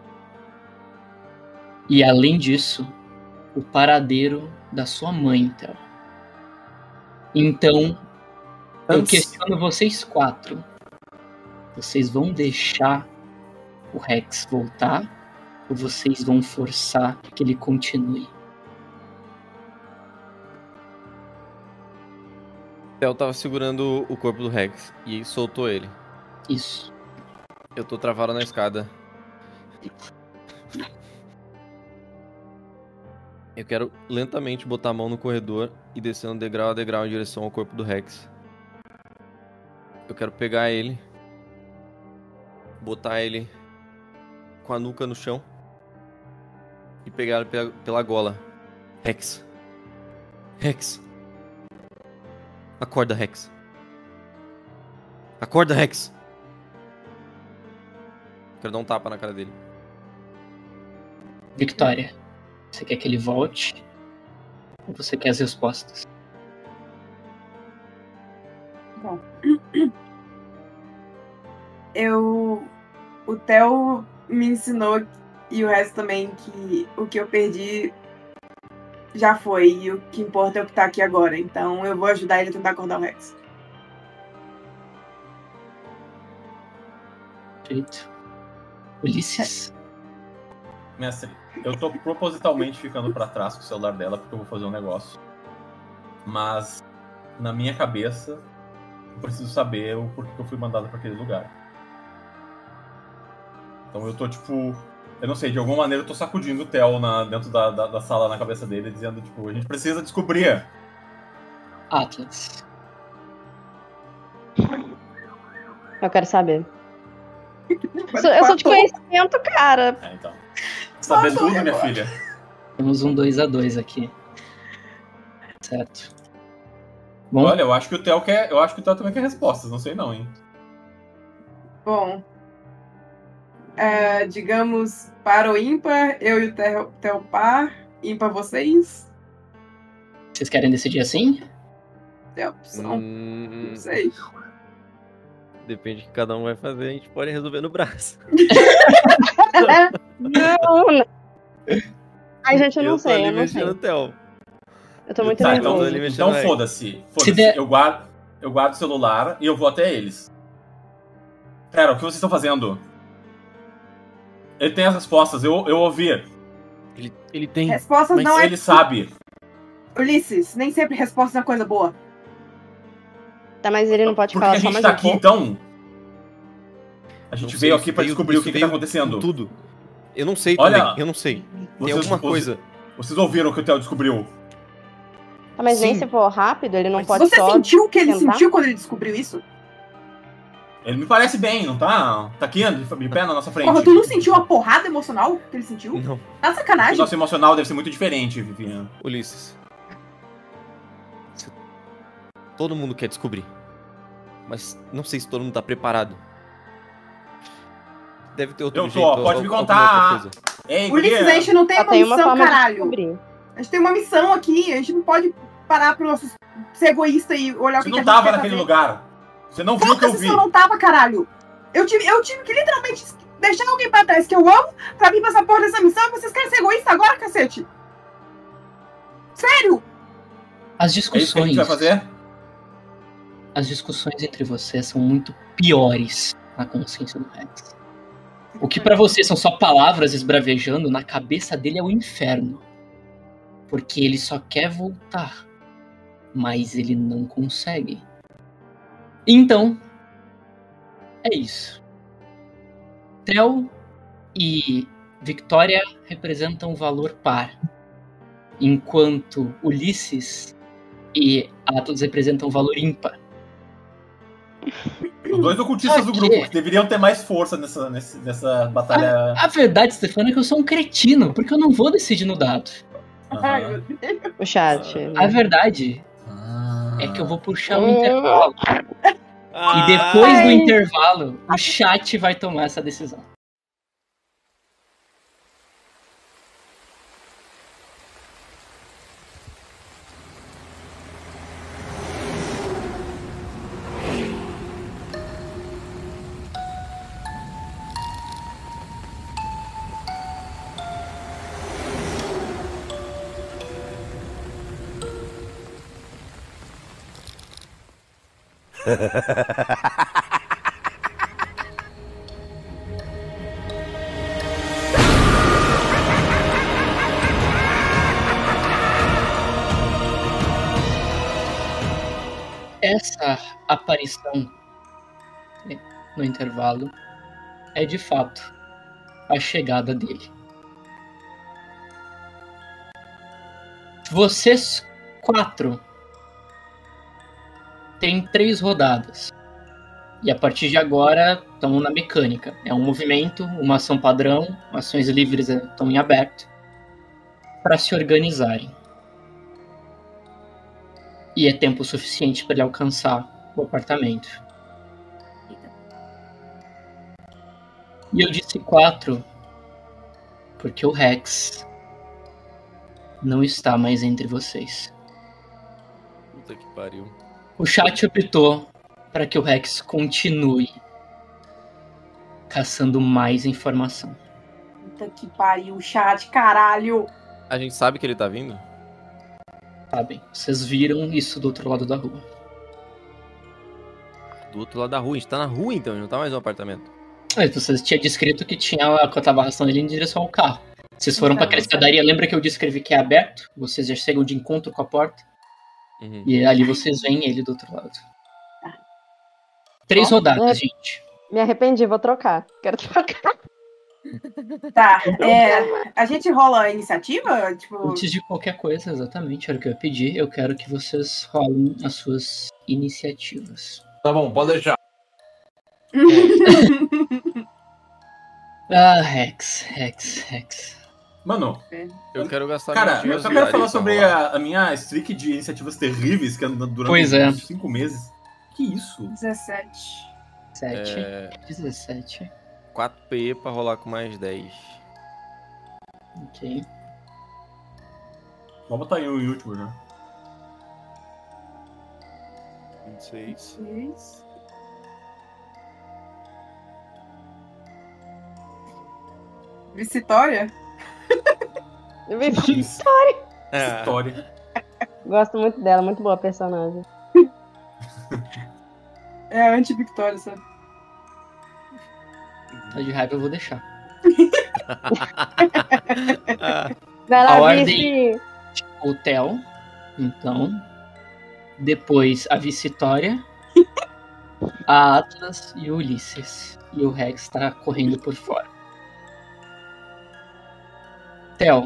E além disso, o paradeiro da sua mãe, Theo. Então, eu questiono vocês 4. Vocês vão deixar o Rex voltar ou vocês vão forçar que ele continue? Theo tava segurando o corpo do Rex e soltou ele. Isso. Eu tô travado na escada. Eu quero lentamente botar a mão no corredor e descendo degrau a degrau em direção ao corpo do Rex. Eu quero pegar ele, botar ele com a nuca no chão e pegar ele pela gola. Rex. Rex. Acorda, Rex. Acorda, Rex. Quero dar um tapa na cara dele. Victoria, você quer que ele volte? Ou você quer as respostas? Bom. O Theo me ensinou, e o resto também, que o que eu perdi já foi, e o que importa é o que tá aqui agora. Então eu vou ajudar ele a tentar acordar o Rex. Feito. Ulisses? Mestre, eu tô propositalmente ficando pra trás com o celular dela porque eu vou fazer um negócio. Mas, na minha cabeça, eu preciso saber o porquê que eu fui mandado pra aquele lugar. Então eu tô tipo... Eu não sei, de alguma maneira eu tô sacudindo o Theo dentro da sala na cabeça dele, dizendo tipo, a gente precisa descobrir. Atlas. Eu quero saber. Eu sou de conhecimento, cara. Então. Saber tudo, minha filha. Temos um 2-2 aqui. Certo. Bom, Olha, eu acho que o Theo também quer respostas, não sei não, hein? Bom. Digamos, par ou ímpar, eu e o Theo par. Ímpar vocês. vocês querem decidir assim? É a opção. Não sei. Depende do que cada um vai fazer, a gente pode resolver no braço. Não. Ai, gente, eu não sei. tô ali Eu não mexendo sei. no Theo. Eu tô muito Tá, nervoso. então foda-se. Se der- Eu guardo o celular e eu vou até eles. Pera, o que vocês estão fazendo? Ele tem as respostas, eu ouvi. Ele tem. Respostas Mas não é. Ele sabe. Ulisses, nem sempre resposta é uma coisa boa. Tá, mas ele não pode Por que falar a só gente mais tá um aqui, pouco. então? A gente Não veio sei, aqui pra descobrir o que tá veio acontecendo. com Tudo. Eu não sei Olha, também, eu não sei. Tem alguma coisa. Vocês ouviram o que o Theo descobriu? Tá, mas nem Sim. se for rápido, ele não Mas pode Você só... sentiu o que ele tentar? sentiu quando ele descobriu isso? Ele me parece bem, não tá? Tá aqui, de pé na nossa frente. Porra, tu não sentiu a porrada emocional que ele sentiu? Não, Tá O sacanagem. nosso emocional deve ser muito diferente, Vivian. Ulisses. Todo mundo quer descobrir. Mas não sei se todo mundo tá preparado. Deve ter outro Eu tô, jeito. pode me alguma contar. outra coisa. Ei, Ulisses, guria. a gente não tem Só uma tem uma missão, forma de caralho. descobrir. A gente tem uma missão aqui, a gente não pode parar pro nosso ser egoísta e olhar o Você que, não que a gente tava quer naquele fazer. lugar. Você não viu o que eu Foda-se vi. se eu não tava, caralho. Eu tive que literalmente deixar alguém pra trás que eu amo pra vir pra essa porra dessa missão e vocês querem ser egoísta agora, cacete? Sério? As É isso que a gente discussões. vai fazer? As discussões entre vocês são muito piores na consciência do Rex. O que pra você são só palavras esbravejando, na cabeça dele é o inferno. Porque ele só quer voltar. Mas ele não consegue. Então, é isso. Theo e Victoria representam um valor par. Enquanto Ulisses e Atlas representam um valor ímpar. Os dois ocultistas Só do que- grupo que deveriam ter mais força nessa batalha. A verdade, Stefano, é que eu sou um cretino, porque eu não vou decidir no dado. Ai, Aham. meu Deus. O chat. A verdade Ah. é que eu vou puxar o intervalo. E Ah, depois do Ai. intervalo, o chat vai tomar essa decisão. Essa aparição no intervalo é de fato a chegada dele. Vocês 4 têm 3 rodadas. E a partir de agora estão na mecânica. É um movimento, uma ação padrão, ações livres estão em aberto para se organizarem. E é tempo suficiente para ele alcançar o apartamento. E eu disse 4 porque o Rex não está mais entre vocês. Puta que pariu. O chat optou para que o Rex continue caçando mais informação. Puta que pariu, chat, caralho. A gente sabe que ele tá vindo? Sabem? Vocês viram isso do outro lado da rua. Do outro lado da rua. A gente tá na rua então, a gente não tá mais no apartamento. Mas vocês tinham descrito que tinha a catabarração dele em direção ao carro. Vocês foram para aquela escadaria, lembra que eu descrevi que é aberto? Vocês já chegam de encontro com a porta. Uhum. E ali vocês veem ele do outro lado. 3 rodadas, gente. Me arrependi, vou trocar. Quero trocar. Tá, a gente rola a iniciativa? Tipo, Antes de qualquer coisa, exatamente, era o que eu ia pedir. Eu quero que vocês rolem as suas iniciativas. Tá bom, pode deixar. Ah, Rex. Mano, Eu quero gastar cara, minha eu só quero falar pra sobre rolar. a minha streak de iniciativas terríveis que anda durante Pois é. uns 5 meses. Que isso? 17. 7, 17. 4 PE pra rolar com mais 10. Ok. Vamos botar aí o último já. 26. 6. Vitória? Ah, História. Gosto muito dela, muito boa personagem. É a anti-Victoria, sabe? Tá de raiva, eu vou deixar. Vai A lá, ordem. vice. O Theo, então. Depois a Vitória, a Atlas e o Ulisses. E o Rex tá correndo por fora. Theo,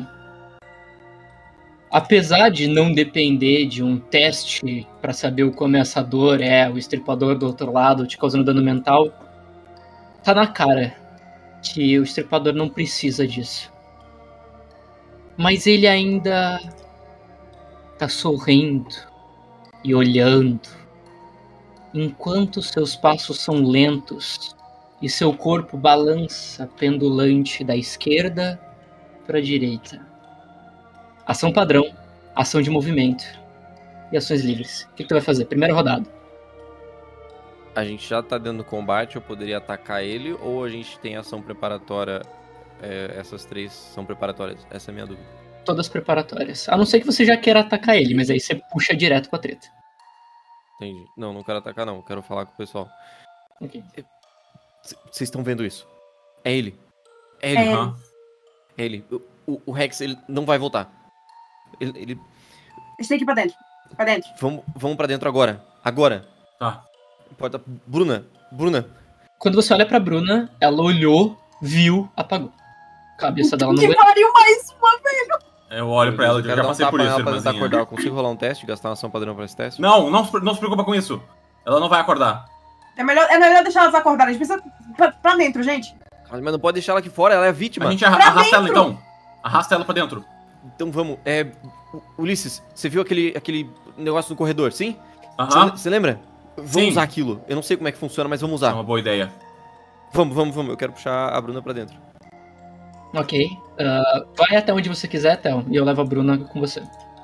apesar de não depender de um teste para saber o como essa dor é o estripador do outro lado te causando dano mental, tá na cara que o estripador não precisa disso. Mas ele ainda tá sorrindo e olhando, enquanto seus passos são lentos e seu corpo balança pendulante da esquerda para a direita. Ação padrão, ação de movimento e ações livres. O que tu vai fazer? Primeira rodada. a gente já tá dentro do combate, eu poderia atacar ele, ou a gente tem ação preparatória? Essas 3 são preparatórias? Essa é a minha dúvida. Todas preparatórias. A não ser que você já queira atacar ele, mas aí você puxa direto pra treta. Entendi. Não quero atacar não, quero falar com o pessoal. Ok. Vocês estão vendo isso? É ele. É É ele. Aham. É ele. O Rex, ele não vai voltar. Ele... A gente tem que ir pra dentro. Pra dentro. Vamos pra dentro agora. Agora. Tá. Importa. Bruna. Quando você olha pra Bruna, ela olhou, viu, apagou. A cabeça dela não Que vai. pariu mais uma. Eu olho pra ela, eu quero já dar um passei tapa por isso, nela pra tentar irmãzinha. acordar. Eu consigo rolar um teste? Gastar uma ação padrão pra esse teste? Não se preocupa com isso. Ela não vai acordar. É melhor deixar elas acordarem. A gente precisa pra dentro, gente. Mas não pode deixar ela aqui fora, ela é a vítima. A gente arrasta ela então. Arrasta ela pra dentro. Então vamos. Ulisses, você viu aquele negócio no corredor, sim? Aham. Você lembra? Vamos Sim. usar aquilo. Eu não sei como é que funciona, mas vamos É usar. uma boa ideia. Vamos. Eu quero puxar a Bruna pra dentro. Ok. Vai até onde você quiser, Theo, e eu levo a Bruna com você.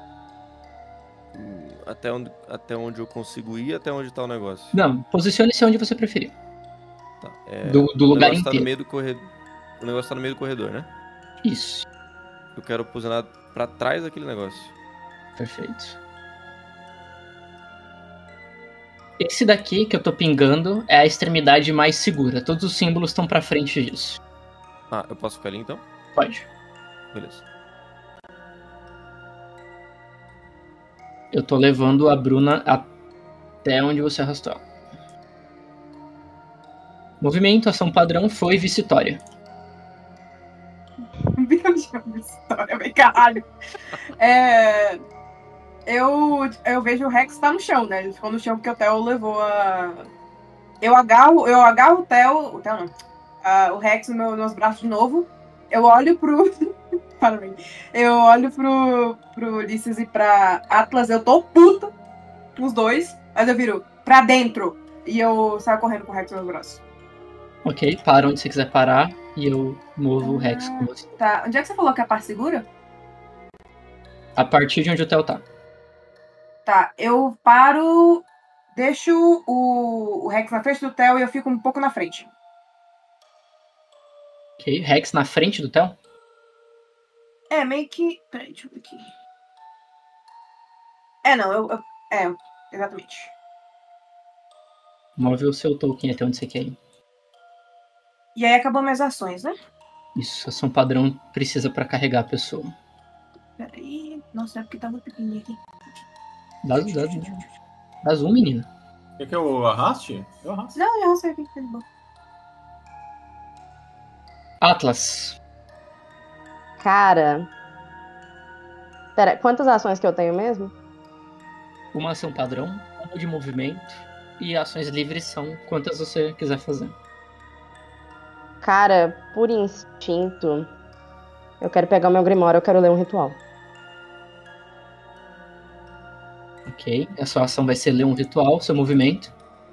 Até onde eu consigo ir, até onde tá o negócio. Não, posicione-se onde você preferir. Tá, Do lugar o negócio tá no inteiro. meio do corredor. O negócio tá no meio do corredor, né? Isso. Eu quero posicionar pra trás daquele negócio. Perfeito. Esse daqui que eu tô pingando é a extremidade mais segura. Todos os símbolos estão pra frente disso. Ah, eu posso ficar ali então? Pode. Beleza. Eu tô levando a Bruna até onde você arrastou ela. Movimento, ação padrão foi Vitória. Meu Deus, história, velho, caralho. Eu vejo o Rex tá no chão, né? Ele ficou no chão porque o Theo levou a. Eu agarro o Theo. O Theo não. O Rex nos braços de novo. Eu olho pro. Para mim. Eu olho pro Ulisses e pra Atlas. Eu tô puta com os dois. Mas eu viro pra dentro. E eu saio correndo com o Rex nos braços. Ok, para onde você quiser parar e eu movo o Rex com você. Tá. Onde é que você falou que é a parte segura? A partir de onde o Theo tá. Tá, eu paro, deixo o Rex na frente do Theo e eu fico um pouco na frente. Ok, Rex na frente do Theo? Meio que. Peraí, deixa eu ver aqui. Exatamente. Move o seu token até onde você quer ir. E aí acabou minhas ações, né? Isso, ação padrão precisa pra carregar a pessoa. Peraí. Nossa, é porque tá muito pequenininho aqui. Dá zoom, menina. Quer que eu arraste? Eu arrasto. Não, já sei aqui. Atlas. Cara. Pera, quantas ações que eu tenho mesmo? Uma ação padrão, uma de movimento e ações livres são quantas você quiser fazer. Cara, por instinto, eu quero pegar o meu Grimório, eu quero ler um ritual. Ok, a sua ação vai ser ler um ritual, seu movimento.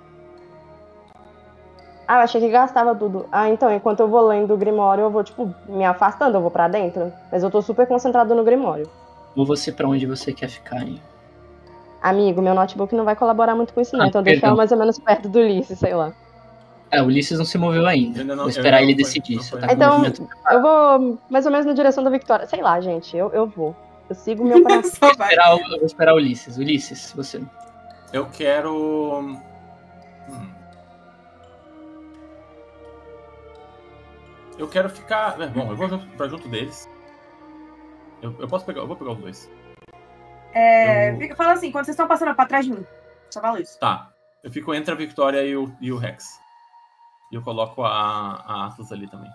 Ah, eu achei que gastava tudo. Ah, então, enquanto eu vou lendo o Grimório, eu vou, tipo, me afastando, eu vou pra dentro. Mas eu tô super concentrado no Grimório. Ou você pra onde você quer ficar, hein? Amigo, meu notebook não vai colaborar muito com isso, não. Ah, Então deixa perdão. ela mais ou menos perto do Ulisses, sei lá. O Ulisses não se moveu ainda. Ainda não- Vou esperar ainda ele não foi- decidir. não Você foi. tá com o Então, movimento. eu vou mais ou menos na direção da Victoria. Sei lá, gente, eu vou. Eu sigo o meu coração. Só vai. Eu vou esperar o Ulisses. Ulisses, você. Eu quero. Eu quero ficar. Bom, eu vou pra junto deles. Eu posso pegar. Eu vou pegar os dois. Fala assim, quando vocês estão passando pra trás de mim. Só falo isso. Tá. Eu fico entre a Victoria e o Rex. E eu coloco a Atlas ali também.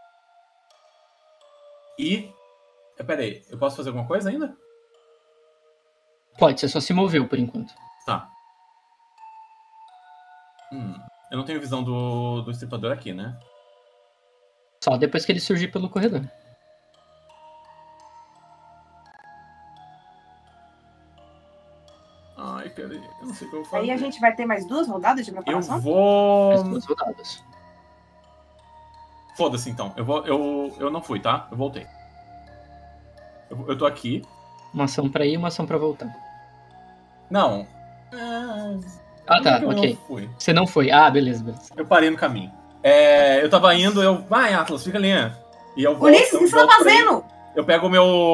E. Pera aí, eu posso fazer alguma coisa ainda? Pode, você só se moveu por enquanto. Tá. Eu não tenho visão do estripador aqui, né? Só depois que ele surgir pelo corredor. Ai, pera aí, eu não sei o que eu vou fazer. Aí a gente vai ter mais 2 rodadas de Eu preparação? As vou. duas rodadas. Foda-se então. Eu não fui, tá? Eu voltei. Eu tô aqui. Uma ação pra ir e uma ação pra voltar. Não. Ah, tá, eu ok. não fui. Você não foi. Ah, beleza, beleza. Eu parei no caminho. Eu tava indo, vai, Atlas, fica ali. E eu volto. Ulisses, o que você tá volto pra ele. fazendo? Eu pego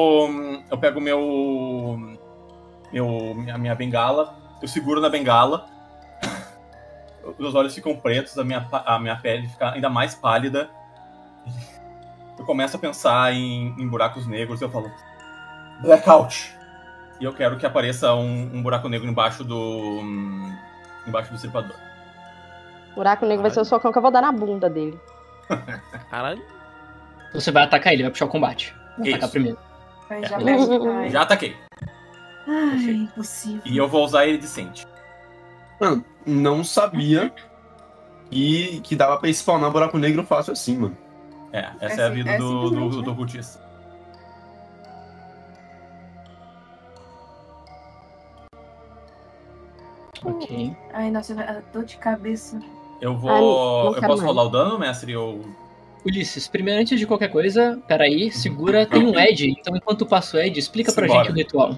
a minha bengala, eu seguro na bengala. Meus olhos ficam pretos, a minha pele fica ainda mais pálida. Eu começo a pensar em buracos negros e eu falo Blackout! E eu quero que apareça um buraco negro embaixo do estripador. Buraco negro vai ser o socão que eu vou dar na bunda dele. Caralho. Você vai atacar ele, vai puxar o combate. Vai Isso. atacar primeiro. Ai, já Beleza. pego. Ai, Já ataquei. impossível. E eu vou usar ele de sente. Mano, não sabia que dava pra spawnar buraco negro fácil assim, mano. Essa é a vida simplesmente, do né? ocultista. Ok. Ai, nossa, dor de cabeça. Eu não vou. Eu quero posso mais. rolar o dano, mestre? Ulisses, primeiro, antes de qualquer coisa, peraí, segura, tem um Ed, então enquanto passa o Ed, explica pra Simbora. gente o ritual.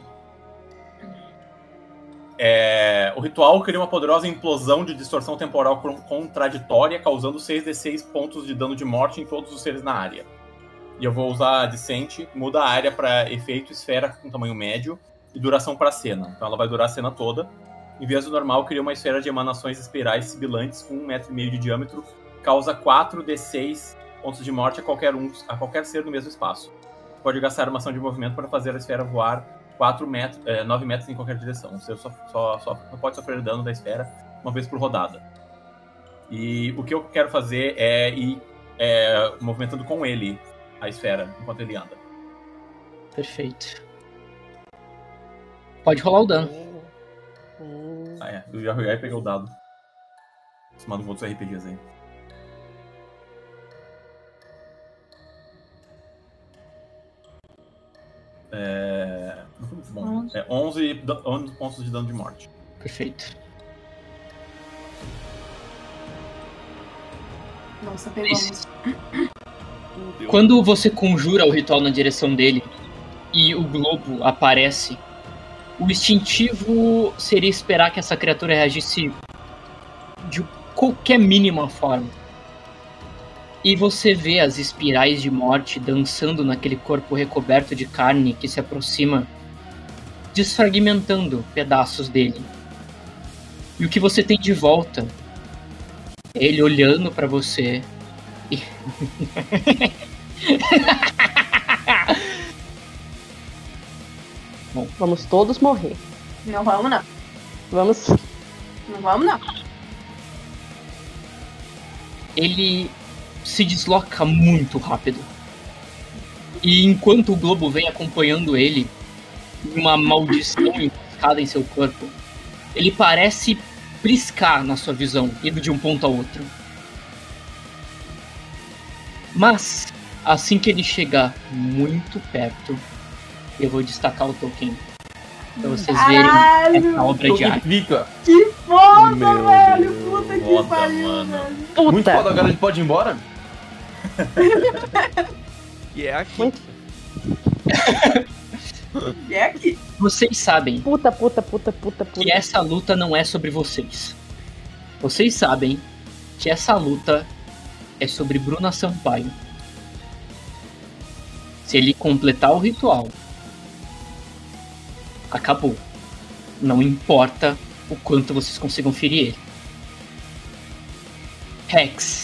O ritual cria uma poderosa implosão de distorção temporal contraditória, causando 6d6 pontos de dano de morte em todos os seres na área. E eu vou usar a Descent, muda a área para efeito esfera com tamanho médio e duração para cena. Então ela vai durar a cena toda. Em vez do normal, cria uma esfera de emanações espirais sibilantes com 1,5 m de diâmetro, causa 4d6 pontos de morte a qualquer ser no mesmo espaço. Você pode gastar uma ação de movimento para fazer a esfera voar 9 metros em qualquer direção. Você só não pode sofrer dano da esfera uma vez por rodada. E o que eu quero fazer é ir movimentando com ele a esfera enquanto ele anda. Perfeito. Pode rolar o dano. Eu já peguei o dado. Somado com outros RPGs aí. Não foi muito bom. 11 pontos de dano de morte. Perfeito. Nossa, pegamos. Quando você conjura o ritual na direção dele e o globo aparece, o instintivo seria esperar que essa criatura reagisse de qualquer mínima forma. E você vê as espirais de morte dançando naquele corpo recoberto de carne que se aproxima, desfragmentando pedaços dele. E o que você tem de volta é ele olhando pra você e... Bom, vamos todos morrer. Não vamos, não. Vamos. Não vamos, não. Ele se desloca muito rápido. E enquanto o globo vem acompanhando ele, uma maldição emboscada em seu corpo, ele parece briscar na sua visão, indo de um ponto ao outro. Mas, assim que ele chegar muito perto, eu vou destacar o token pra vocês verem essa obra de arte. Fica. Que foda, Meu velho! Deus, Puta que foda, pariu, mano. velho. Puta! Muito foda, agora ele pode ir embora? E é aqui. Muito. E é aqui. Vocês sabem Puta. que essa luta não é sobre vocês. Vocês sabem que essa luta é sobre Bruna Sampaio. Se ele completar o ritual, acabou. Não importa o quanto vocês consigam ferir ele. Rex,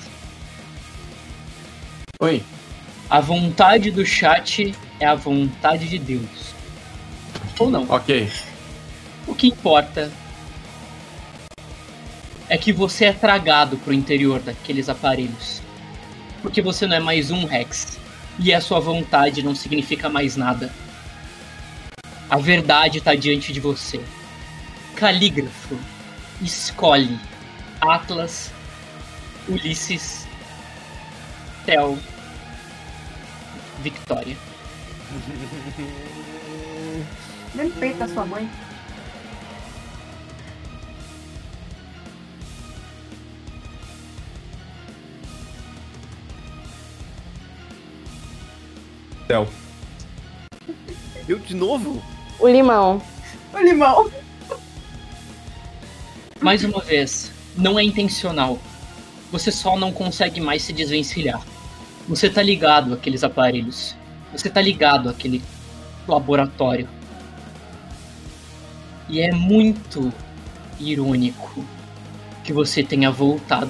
Oi. a vontade do chat é a vontade de Deus. Ou não. Ok. O que importa é que você é tragado pro interior daqueles aparelhos. Porque você não é mais um Rex. E a sua vontade não significa mais nada. A verdade tá diante de você. Calígrafo, escolhe Atlas, Ulisses, Tel, Victoria. Nem peito da sua mãe. Theo. Eu de novo? O limão. O limão. Mais uma vez, não é intencional. Você só não consegue mais se desvencilhar. Você tá ligado àqueles aparelhos. Você tá ligado àquele laboratório. E é muito irônico que você tenha voltado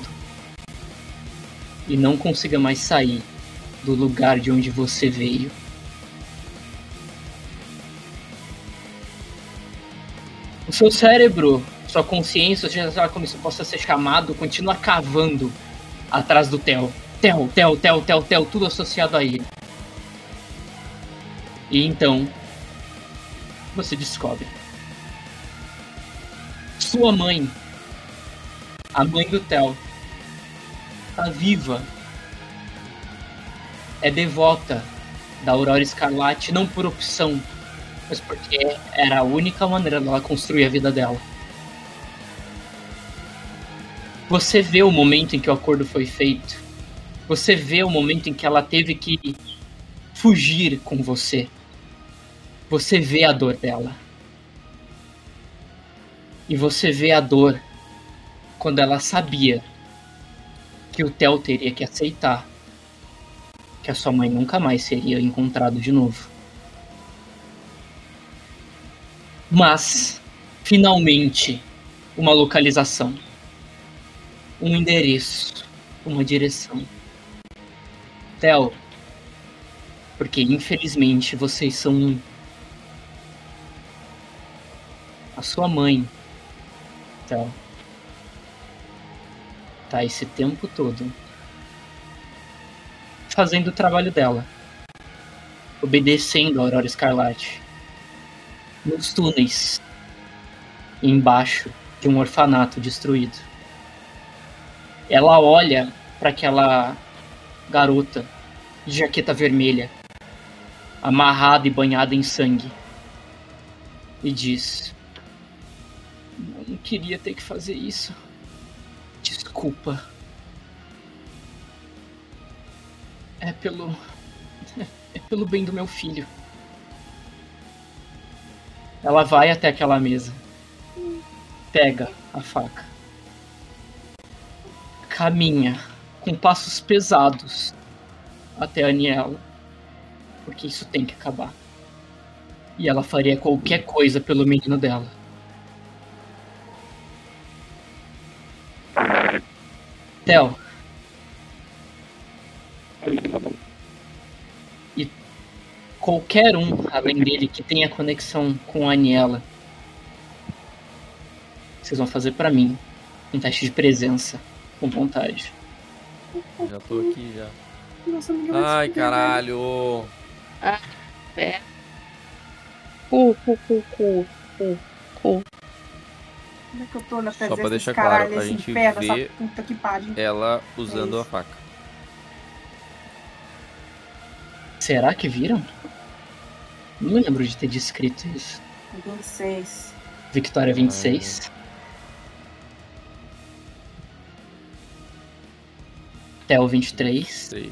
e não consiga mais sair do lugar de onde você veio. O seu cérebro, sua consciência, seja lá como isso possa ser chamado, continua cavando atrás do Theo. Theo, tudo associado a ele. E então, você descobre. Sua mãe, a mãe do Theo, tá viva. É devota da Aurora Escarlate, não por opção, mas porque era a única maneira dela construir a vida dela. Você vê o momento em que o acordo foi feito. Você vê o momento em que ela teve que fugir com você. Você vê a dor dela. E você vê a dor quando ela sabia que o Theo teria que aceitar que a sua mãe nunca mais seria encontrado de novo. Mas, finalmente, uma localização. Um endereço. Uma direção. Theo, porque infelizmente vocês são a sua mãe, Theo, tá esse tempo todo fazendo o trabalho dela, obedecendo a Aurora Escarlate nos túneis embaixo de um orfanato destruído. Ela olha para aquela garota de jaqueta vermelha, amarrada e banhada em sangue, e diz: "Eu não queria ter que fazer isso. Desculpa. É pelo bem do meu filho." Ela vai até aquela mesa, pega a faca, caminha com passos pesados até a Aniela, porque isso tem que acabar. E ela faria qualquer coisa pelo menino dela. Theo. E qualquer um, além dele, que tenha conexão com a Aniela, vocês vão fazer pra mim um teste de presença, com vontade. Já tô aqui já. Nossa, ninguém vai Ai, se fuder, caralho. É. Cu. velho. Como é que eu tô na presença pra desse deixar caralho, claro, a nesse gente inferno, vê essa puta que pariu. Ela usando É a isso. faca. Será que viram? Não me lembro de ter descrito isso. 26. Victória 26. Theo 23. 3.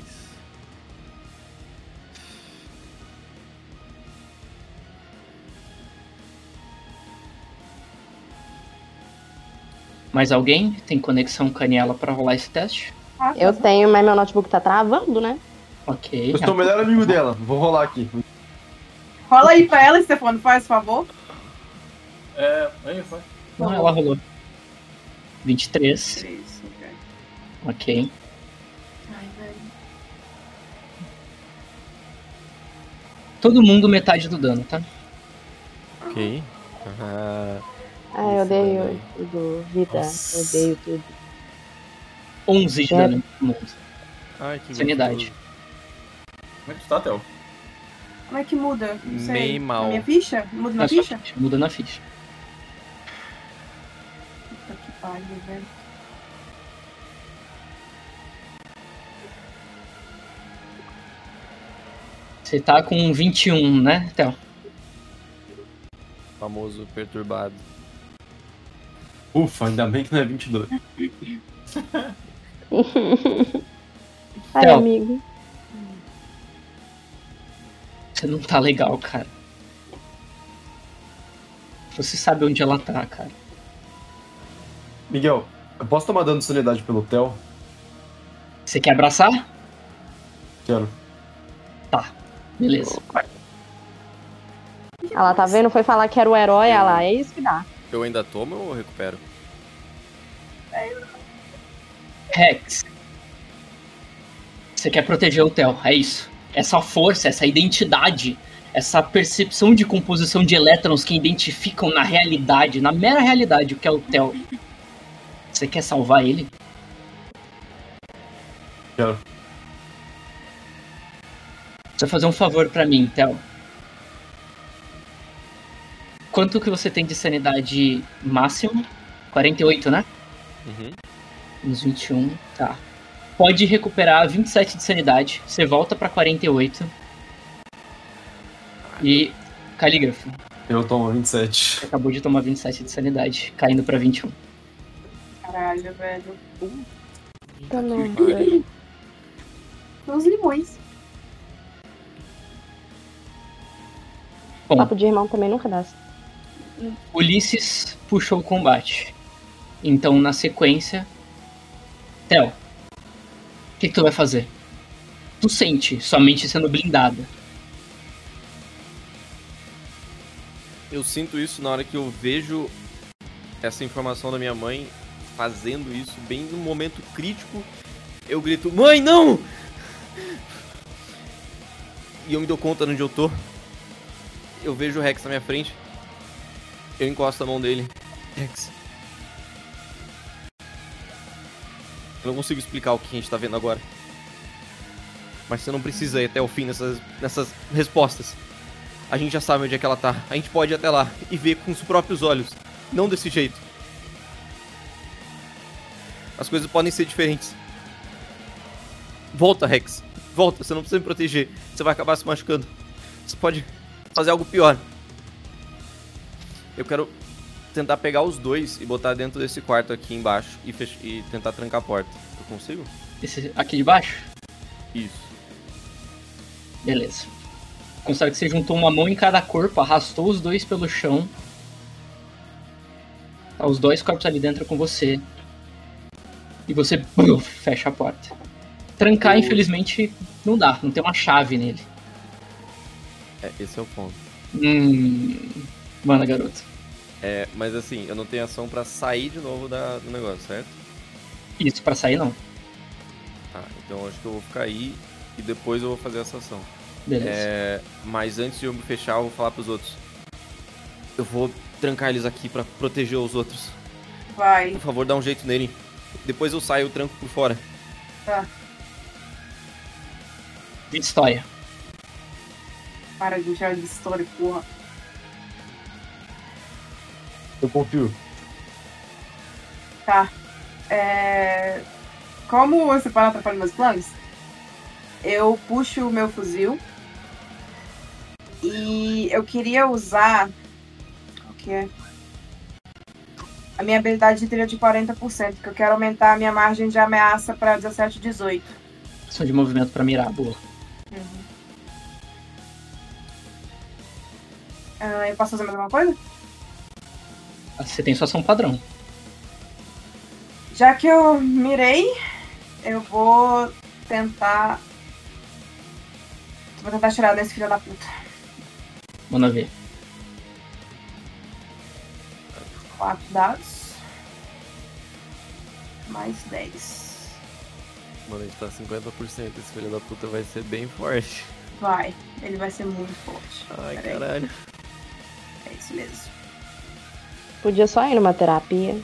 Mais alguém tem conexão Caniela pra rolar esse teste? Ah, Eu tenho, mas meu notebook tá travando, né? Ok. Eu sou o melhor amigo dela. Vou rolar aqui. Rola aí pra ela, Stefano, faz favor. Aí foi. Não, ela rolou. 23. 3, ok. Ok. Ai, velho. Todo mundo metade do dano, tá? Ok. Ah, Ah, eu esse dano odeio aí. tudo. Vida, Nossa. eu odeio tudo. 11 de É. dano em todo mundo. Ai, que Sanidade. gostoso. Como é que tu tá, Theo? Como é que muda? Não sei. Meio mal. Na minha ficha? Muda na Na sua ficha? ficha, muda na ficha. Puta que pariu, velho. Você tá com 21, né, Theo? Famoso perturbado. Ufa, ainda bem que não é 22. Ai, Então. amigo. Você não tá legal, cara. Você sabe onde ela tá, cara. Miguel, eu posso tomar dano de sanidade pelo Theo? Você quer abraçar? Quero. Tá. Beleza. Ela tá vendo? Foi falar que era o herói, ela lá. É isso que dá. Eu ainda tomo ou recupero? Rex. Você quer proteger o Theo, é isso. Essa força, essa identidade, essa percepção de composição de elétrons que identificam na realidade, na mera realidade, o que é o Theo. Você quer salvar ele? Quero. Você vai fazer um favor pra mim, Theo. Quanto que você tem de sanidade máximo? 48, né? Uhum. Uns 21, tá. Pode recuperar 27 de sanidade. Você volta pra 48. E Calígrafo, Eu tomo 27. você acabou de tomar 27 de sanidade, caindo pra 21. Caralho, velho. Tá não, que pariu. São os limões. Bom, Papo de irmão também nunca dá. Ulisses puxou o combate. Então, na sequência, Theo, o que tu vai fazer? Tu sente sua mente sendo blindada. Eu sinto isso na hora que eu vejo essa informação da minha mãe fazendo isso bem no momento crítico. Eu grito, mãe, não! E eu me dou conta de onde eu tô. Eu vejo o Rex na minha frente. Eu encosto a mão dele. Rex. Eu não consigo explicar o que a gente tá vendo agora. Mas você não precisa ir até o fim nessas respostas. A gente já sabe onde é que ela tá. A gente pode ir até lá e ver com os próprios olhos. Não desse jeito. As coisas podem ser diferentes. Volta, Rex. Volta, você não precisa me proteger. Você vai acabar se machucando. Você pode fazer algo pior. Eu quero tentar pegar os dois e botar dentro desse quarto aqui embaixo e tentar trancar a porta. Eu consigo? Esse aqui de baixo? Isso. Beleza. Considera que você juntou uma mão em cada corpo, arrastou os dois pelo chão. Tá, os dois corpos ali dentro com você. E você fecha a porta. Trancar, infelizmente, não dá. Não tem uma chave nele. É, esse é o ponto. Manda, garoto. É, mas assim, eu não tenho ação pra sair de novo do negócio, certo? Isso, pra sair não. Tá, então eu acho que eu vou ficar aí e depois eu vou fazer essa ação. Beleza. Mas antes de eu me fechar, eu vou falar pros outros. Eu vou trancar eles aqui pra proteger os outros. Vai. Por favor, dá um jeito nele. Depois eu saio e tranco por fora. Tá. De história. Para de encher de história, porra. Eu confio. Tá. Como você para atrapalhar meus planos, eu puxo o meu fuzil e eu queria usar. O que é? A minha habilidade de trilha de 40%, que eu quero aumentar a minha margem de ameaça para 17, 18. Ação de movimento pra mirar, boa. Eu posso fazer mais alguma coisa? Você tem sua ação padrão. Já que eu mirei, eu vou tentar. Vou tentar tirar desse filho da puta. Manda ver. 4 dados. Mais 10. Mano, a gente tá 50%. Esse filho da puta vai ser bem forte. Vai. Ele vai ser muito forte. Ai, Pera aí. caralho. É isso mesmo. Podia só ir numa terapia.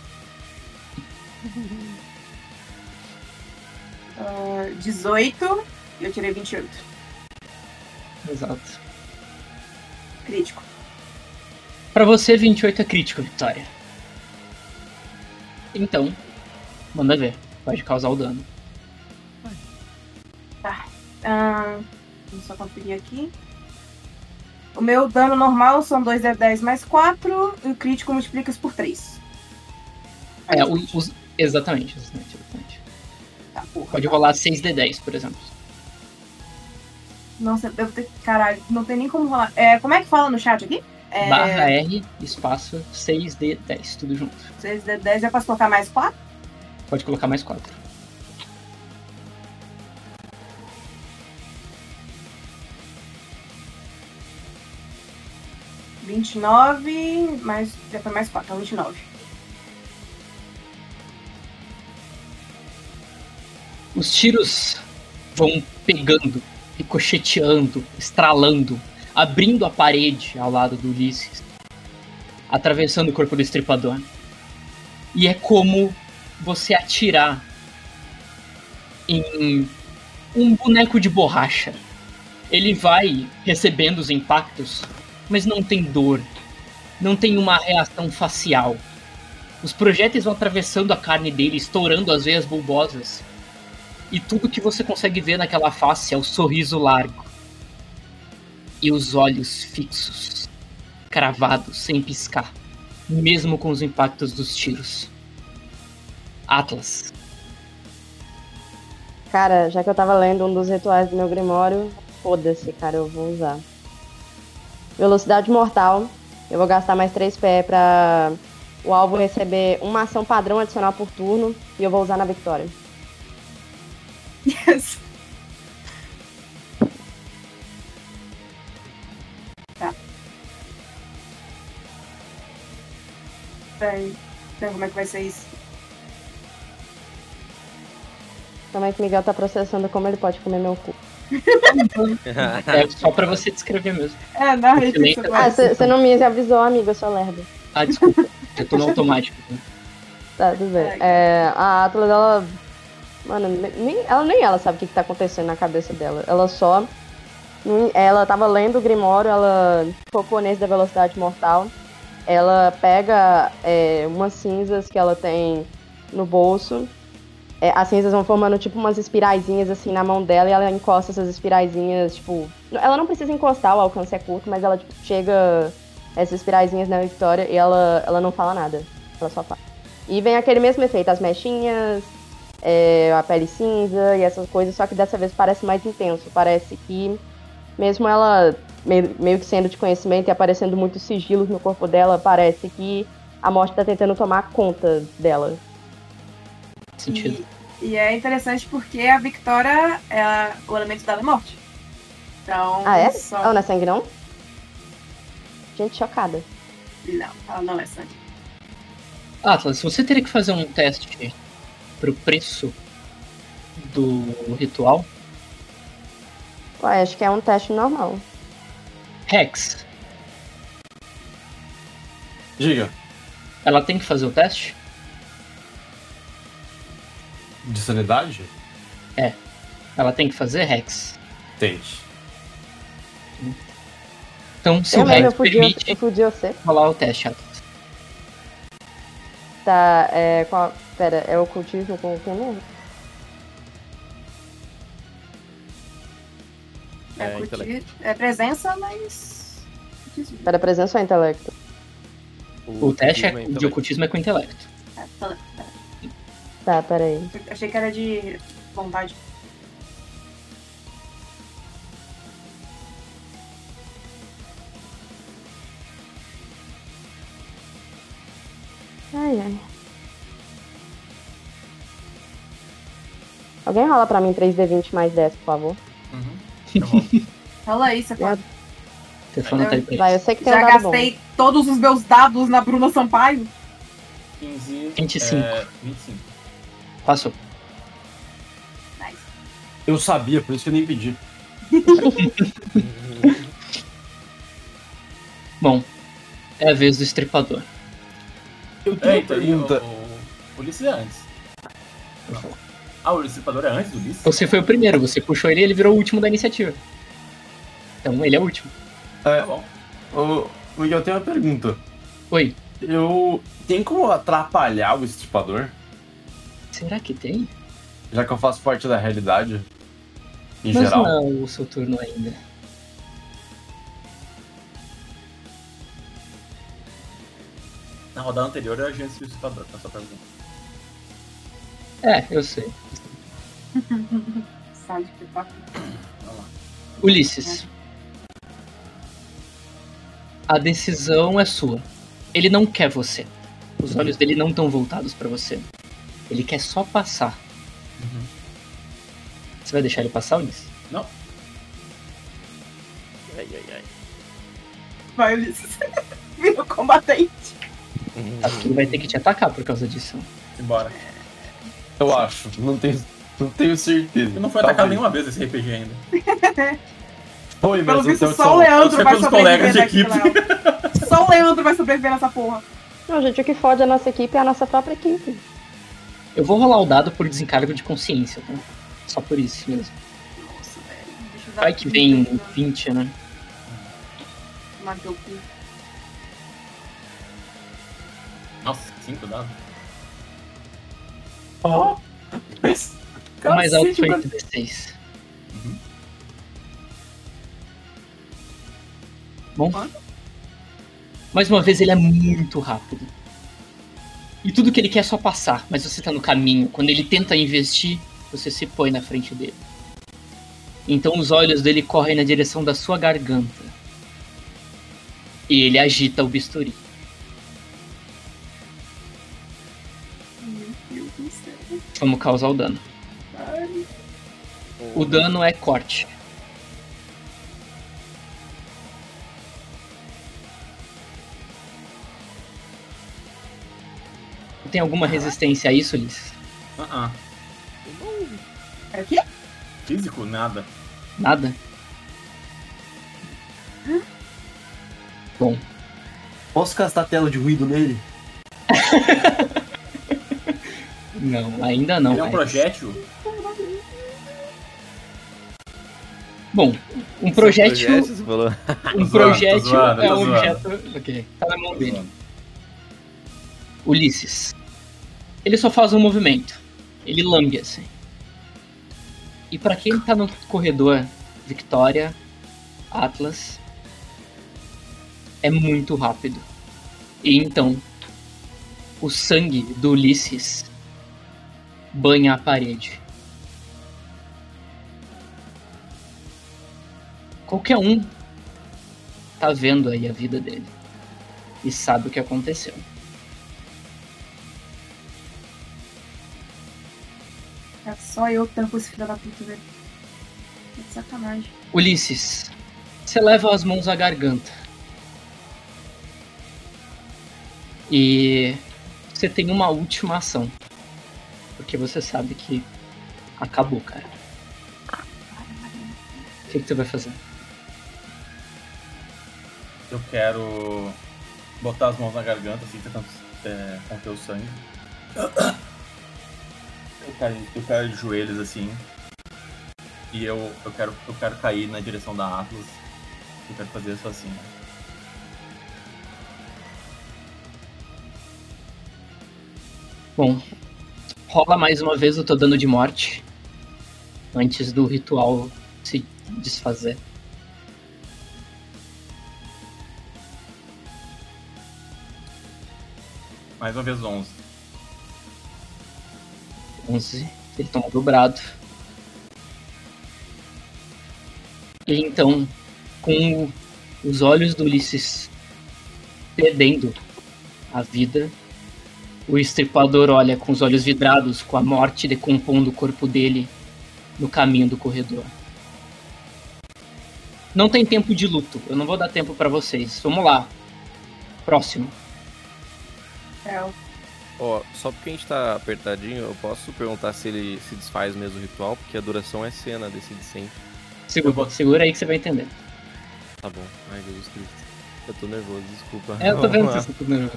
18 e eu tirei 28. Exato. Crítico. Pra você, 28 é crítico, Vitória. Então, manda ver. Pode causar o dano. Vamos só conferir aqui. O meu dano normal são 2d10 mais 4 e o crítico multiplica isso por 3. Exatamente. Tá, porra. Pode rolar 6d10, por exemplo. Nossa, eu devo ter. Caralho, não tem nem como rolar. Como é que fala no chat aqui? Barra R, espaço, 6d10, tudo junto. 6d10 é pra colocar mais 4? Pode colocar mais 4. Mais. Já foi mais 4, então 29. Os tiros vão pegando, ricocheteando, estralando, abrindo a parede ao lado do Ulisses, atravessando o corpo do estripador. E é como você atirar em um boneco de borracha. Ele vai recebendo os impactos, mas não tem dor, não tem uma reação facial. Os projéteis vão atravessando a carne dele, estourando as veias bulbosas. E tudo que você consegue ver naquela face é o sorriso largo. E os olhos fixos, cravados, sem piscar, mesmo com os impactos dos tiros. Atlas. Cara, já que eu tava lendo um dos rituais do meu grimório, foda-se, cara, eu vou usar. Velocidade mortal. Eu vou gastar mais 3 PE pra o alvo receber uma ação padrão adicional por turno. E eu vou usar na vitória. Yes. Tá. Então, como é que vai ser isso? Como é que o Miguel tá processando como ele pode comer meu cu? É só pra você descrever mesmo. Não, é Excelente. isso. Você não me avisou, amigo, eu sou lerda. Ah, desculpa. Eu tô no automático. Tá, tudo bem. A Atlas, ela... Mano, nem ela sabe o que tá acontecendo na cabeça dela. Ela só... Ela tava lendo o Grimório, ela focou nesse da velocidade mortal. Ela pega umas cinzas que ela tem no bolso. As cinzas vão formando tipo umas espiraizinhas assim na mão dela e ela encosta essas espiraizinhas, tipo... Ela não precisa encostar, o alcance é curto, mas ela tipo, chega essas espiraizinhas na Victoria e ela não fala nada. Ela só fala. E vem aquele mesmo efeito, as mechinhas, a pele cinza e essas coisas, só que dessa vez parece mais intenso. Parece que, mesmo ela meio que sendo de conhecimento e aparecendo muitos sigilos no corpo dela, parece que a morte tá tentando tomar conta dela. Sentido. E é interessante porque a Victoria, o elemento dela é morte. Então. Ah, é? Ela não é sangue, não? Gente, chocada. Não, ela não é sangue. Atlas, você teria que fazer um teste pro preço do ritual. Ué, acho que é um teste normal. Rex, Diga. ela tem que fazer o teste? De sanidade? Ela tem que fazer Rex. Tente. Então, se Eu o mesmo, Rex permite, eu fudi você. rolar o teste, Atlas. Tá, pera, é ocultismo com número? É presença, mas. Pera, presença ou intelecto? O teste ocultismo de intelecto. ocultismo é com intelecto. Tá, pera aí. Achei que era de vontade. Ai. Alguém rola pra mim 3D20 mais 10, por favor. Tá bom. Fala aí, você pode. Você falando tá aí pra Vai, eu isso. sei que tem um Já dado bom. gastei todos os meus dados na Bruna Sampaio. 15. 25. 25. Passou. Nice. Eu sabia, por isso que eu nem pedi. Bom, é a vez do estripador. Eu tenho uma Eita, e pergunta. o Ulisses é antes. Não. Ah, o Dissipador é antes do Ulisses? Você foi o primeiro, você puxou ele e ele virou o último da iniciativa. Então ele é o último. Tá bom. O Miguel, eu tenho uma pergunta. Oi, Tem como atrapalhar o Estripador? será que tem? Já que eu faço parte da realidade? Em Mas geral? não é o seu turno ainda. Na rodada anterior eu agi antes do Dissipador, tá só pergunta. É, eu sei. Sai de pipaca. Vamos lá. Ulisses. A decisão é sua. Ele não quer você. Os olhos dele não estão voltados pra você. Ele quer só passar. Você vai deixar ele passar, Ulisses? Não. Ai, ai, ai. Vai, Ulisses. Virou combatente. Acho que ele vai ter que te atacar por causa disso. Embora. Eu acho. Não tenho certeza. Eu não fui atacado nenhuma vez esse RPG ainda. Foi, Pelo mas visto, então só o eu Leandro sei vai pelos sobreviver colegas de daqui, equipe. Léo. Só o Leandro vai sobreviver nessa porra. Não, gente, o que fode a nossa equipe é a nossa própria equipe. Eu vou rolar o dado por desencargo de consciência, tá? Só por isso mesmo. Nossa, velho. Deixa eu dar Vai que vem 20, né? Tomar teu cu. Nossa, 5 dados. Ó. Mas. O mais alto cacete, foi mano. 16. Bom. Mais uma vez, ele é muito rápido. E tudo que ele quer é só passar, mas você tá no caminho. Quando ele tenta investir, você se põe na frente dele. Então os olhos dele correm na direção da sua garganta. E ele agita o bisturi. Meu Deus do céu. Vamos causar o dano. Ai. O dano é corte. Tem alguma resistência a isso, Liz? É o quê? Físico? Nada. Nada? Bom, Posso castar tela de ruído nele? não, ainda não. Ele é um mas- projétil? Bom, um projétil, Você falou. um Tô projétil zoando, é tô um zoando. objeto. Ok, tá na mão dele. Ulisses. Ele só faz um movimento. Ele lambe assim. E pra quem tá no corredor, Victoria, Atlas, é muito rápido. E então, o sangue do Ulisses banha a parede. Qualquer um tá vendo aí a vida dele e sabe o que aconteceu. É só eu que tampo esse filho da puta, velho. Que sacanagem. Ulisses, você leva as mãos à garganta. E você tem uma última ação. Porque você sabe que acabou, cara. O que você vai fazer? Eu quero botar as mãos na garganta, assim, tentando conter o sangue. Eu caio de joelhos, assim, E eu quero cair na direção da Atlas. Eu quero fazer isso assim. Bom, rola mais uma vez o teu dano de morte. Antes do ritual se desfazer. Mais uma vez 11. 11. Ele toma dobrado. E então, com os olhos do Ulisses perdendo a vida, o estripador olha com os olhos vidrados, com a morte decompondo o corpo dele no caminho do corredor. Não tem tempo de luto, eu não vou dar tempo pra vocês. Vamos lá. Próximo. Ó, só porque a gente tá apertadinho, eu posso perguntar se ele se desfaz mesmo o ritual, porque a duração é cena desse descende. Segura aí que você vai entender. Tá bom. Ai, Jesus Cristo. Eu tô nervoso, desculpa. Eu tô vendo que Vamos você tá nervoso.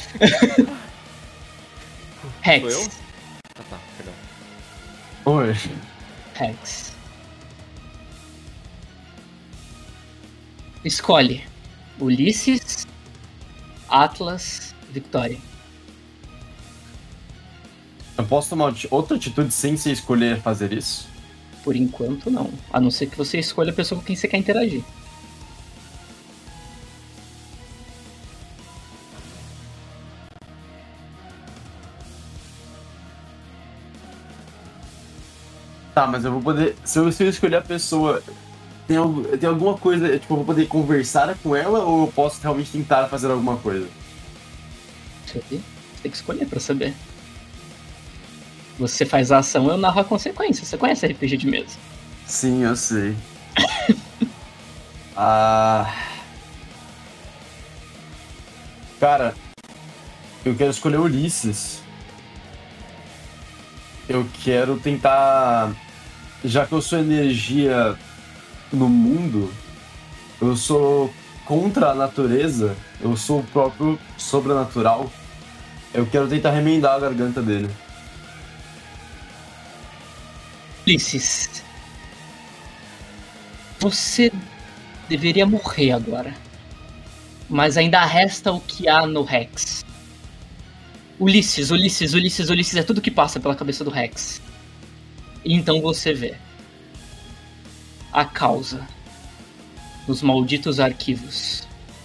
lá. Rex. Sou eu? Ah, tá, perdão. Oi. Rex. Escolhe. Ulisses, Atlas, Victoria. Eu posso tomar outra atitude sem você escolher fazer isso? Por enquanto, não. A não ser que você escolha a pessoa com quem você quer interagir. Tá, mas eu vou poder. Se eu escolher a pessoa, tem alguma coisa. Tipo, eu vou poder conversar com ela ou eu posso realmente tentar fazer alguma coisa? Deixa eu ver. Você tem que escolher pra saber. Você faz a ação, eu narro a consequência. Você conhece RPG de mesa? Sim, eu sei. Ah. Cara, eu quero escolher Ulisses. Eu quero tentar. Já que eu sou energia no mundo, eu sou contra a natureza, eu sou o próprio sobrenatural. Eu quero tentar remendar a garganta dele. Ulisses. Você deveria morrer agora. Mas ainda resta o que há no Rex. Ulisses, é tudo que passa pela cabeça do Rex. E então você vê a causa dos malditos arquivos.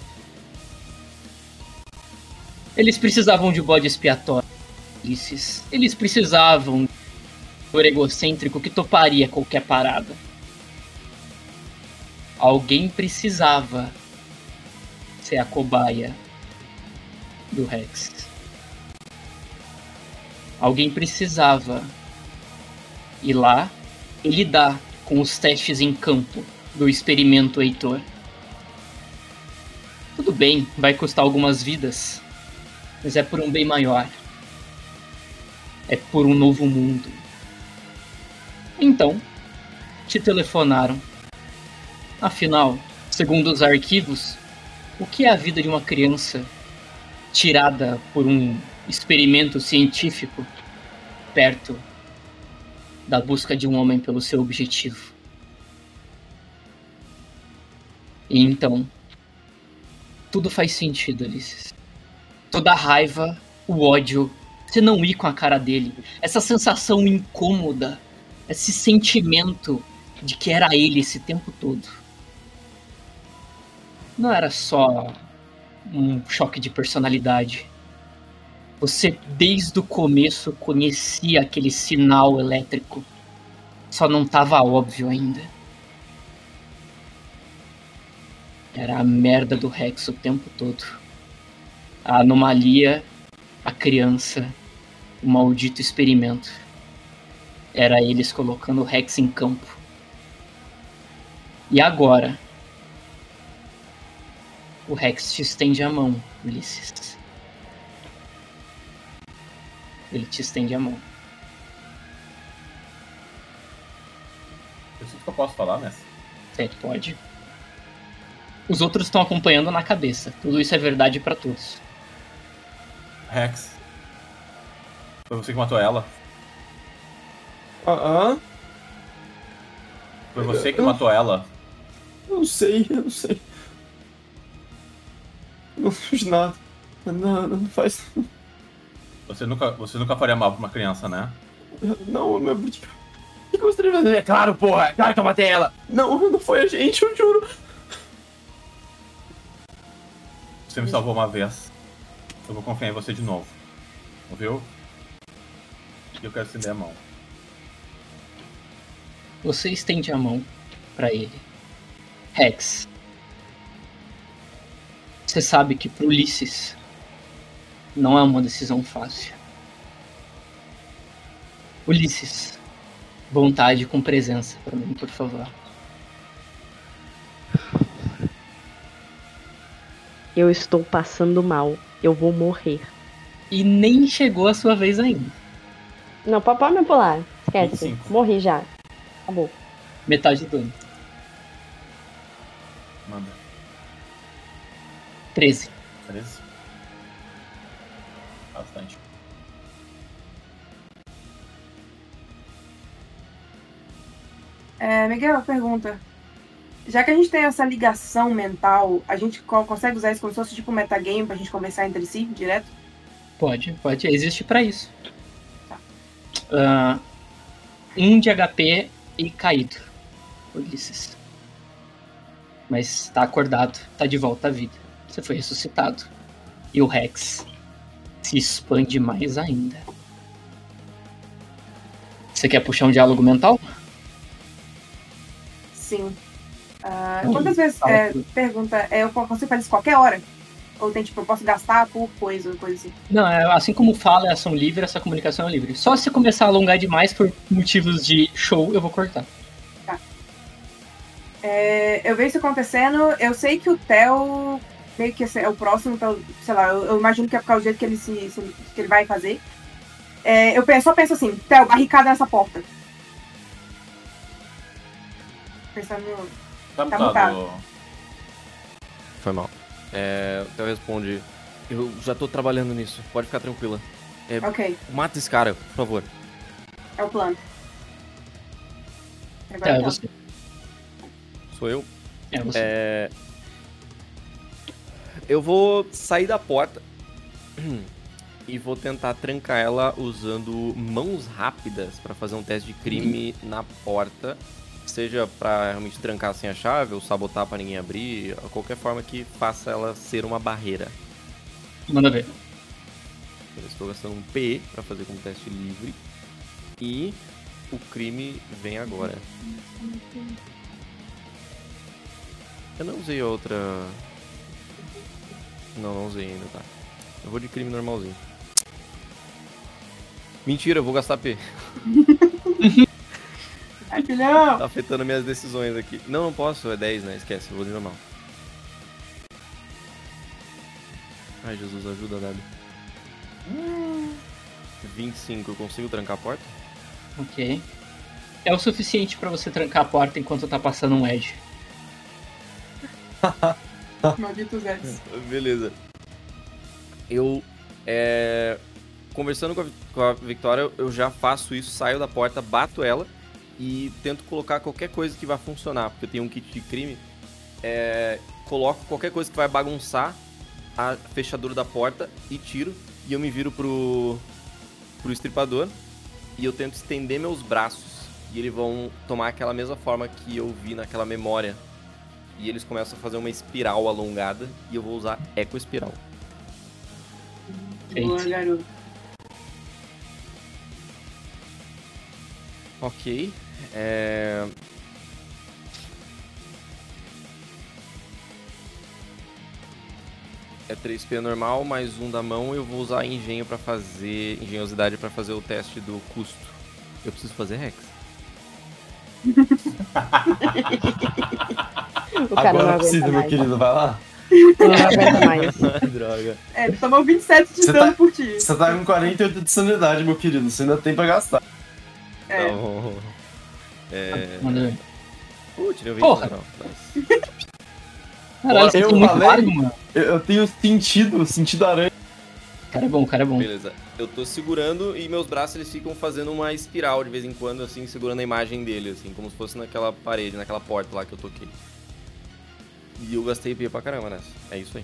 Eles precisavam de bode expiatório, Ulisses. Eles precisavam de um egocêntrico que toparia qualquer parada. Alguém precisava ser a cobaia do Rex. Alguém precisava ir lá e lidar com os testes em campo do experimento Heitor. Tudo bem, vai custar algumas vidas, mas é por um bem maior. É por um novo mundo. Então, te telefonaram. Afinal, segundo os arquivos, o que é a vida de uma criança tirada por um experimento científico perto da busca de um homem pelo seu objetivo? E então, tudo faz sentido, Ulisses. Toda a raiva, o ódio, você não ir com a cara dele, essa sensação incômoda, esse sentimento de que era ele esse tempo todo. Não era só um choque de personalidade. Você, desde o começo, conhecia aquele sinal elétrico. Só não estava óbvio ainda. Era a merda do Rex o tempo todo. A anomalia, a criança, o maldito experimento. Era eles colocando o Rex em campo. E agora, o Rex te estende a mão, Ulisses. Ele te estende a mão. Eu sinto que eu posso falar, né? Certo, pode. Os outros estão acompanhando na cabeça. Tudo isso é verdade pra todos. Rex. Foi você que matou ela. Foi você que matou ela? Eu não sei. Não fiz nada. Não faz. Você nunca faria mal pra uma criança, né? Não, meu. O que eu gostaria de fazer? É claro, porra! É claro que eu matei ela! Não foi a gente, eu juro! Você me salvou uma vez. Eu vou confiar em você de novo. Ouviu? E eu quero estender a mão. Você estende a mão pra ele. Rex. Você sabe que pro Ulisses não é uma decisão fácil. Ulisses, vontade com presença pra mim, por favor. Eu estou passando mal. Eu vou morrer. E nem chegou a sua vez ainda. Não, pode me pular. Esquece. 25. Morri já. Acabou. Metade do dano. Manda. 13. 13. Bastante. Miguel, pergunta. Já que a gente tem essa ligação mental, a gente consegue usar isso como se fosse tipo um metagame pra gente conversar entre si, direto? Pode. Existe pra isso. 1 de HP e caído. Ulisses. Mas tá acordado, tá de volta à vida. Você foi ressuscitado. E o Rex se expande mais ainda. Você quer puxar um diálogo mental? Sim. Quantas vezes, pergunta, eu consigo fazer isso qualquer hora? Ou tem, tipo, eu posso gastar por coisa assim? Não, assim como fala é ação livre, essa comunicação é livre. Só se começar a alongar demais por motivos de show, eu vou cortar. Tá. Eu vejo isso acontecendo, eu sei que o Theo meio que é o próximo, então, sei lá, eu imagino que é por causa do jeito que que ele vai fazer. Eu só penso assim, Theo, barricada nessa porta. Pensando... Tá Tá mutado. Foi mal. O Theo responde: eu já tô trabalhando nisso, pode ficar tranquila. Ok, Mata esse cara, por favor. é o plano. Agora É então. você. Sou eu. É você. Eu vou sair da porta e vou tentar trancar ela usando mãos rápidas pra fazer um teste de crime na porta. Seja pra realmente trancar sem a chave ou sabotar pra ninguém abrir, qualquer forma que faça ela ser uma barreira. Manda ver. Eu estou gastando um PE pra fazer como teste livre. E o crime vem agora. Eu não usei a outra... Não usei ainda, tá. Eu vou de crime normalzinho. Mentira, eu vou gastar P. Ai, filhão! Tá afetando minhas decisões aqui. Não posso, é 10, né? Esquece, eu vou de normal. Ai, Jesus, ajuda, Dado. 25, eu consigo trancar a porta? Ok. É o suficiente pra você trancar a porta enquanto tá passando um Edge. Malditos Eds. Beleza. Eu, conversando com a Victoria, eu já faço isso, saio da porta, bato ela e tento colocar qualquer coisa que vai funcionar, porque eu tenho um kit de crime. Coloco qualquer coisa que vai bagunçar a fechadura da porta e tiro. E eu me viro pro estripador e eu tento estender meus braços. E eles vão tomar aquela mesma forma que eu vi naquela memória. E eles começam a fazer uma espiral alongada e eu vou usar Eco Espiral. Boa, garoto. Ok. É 3P normal, mais um da mão. Eu vou usar engenhosidade pra fazer o teste do custo. Eu preciso fazer Rex. O cara não Agora aguenta precisa, meu mais. querido, vai lá. Não aguenta mais. Droga. Ele tomou 27 de Você dano tá- por ti. Você tá com 48 de sanidade, meu querido. Você ainda tem pra gastar. É. Tá bom. Manda ver. Tirei o 20 Porra. não. Nice. Caralho, você Eu tá muito falei. largo, mano. Eu tenho sentido aranha. O cara é bom. Beleza. Eu tô segurando e meus braços eles ficam fazendo uma espiral de vez em quando, assim, segurando a imagem dele, assim, como se fosse naquela parede, naquela porta lá que eu toquei. E eu gastei EP pra caramba nessa. É isso aí.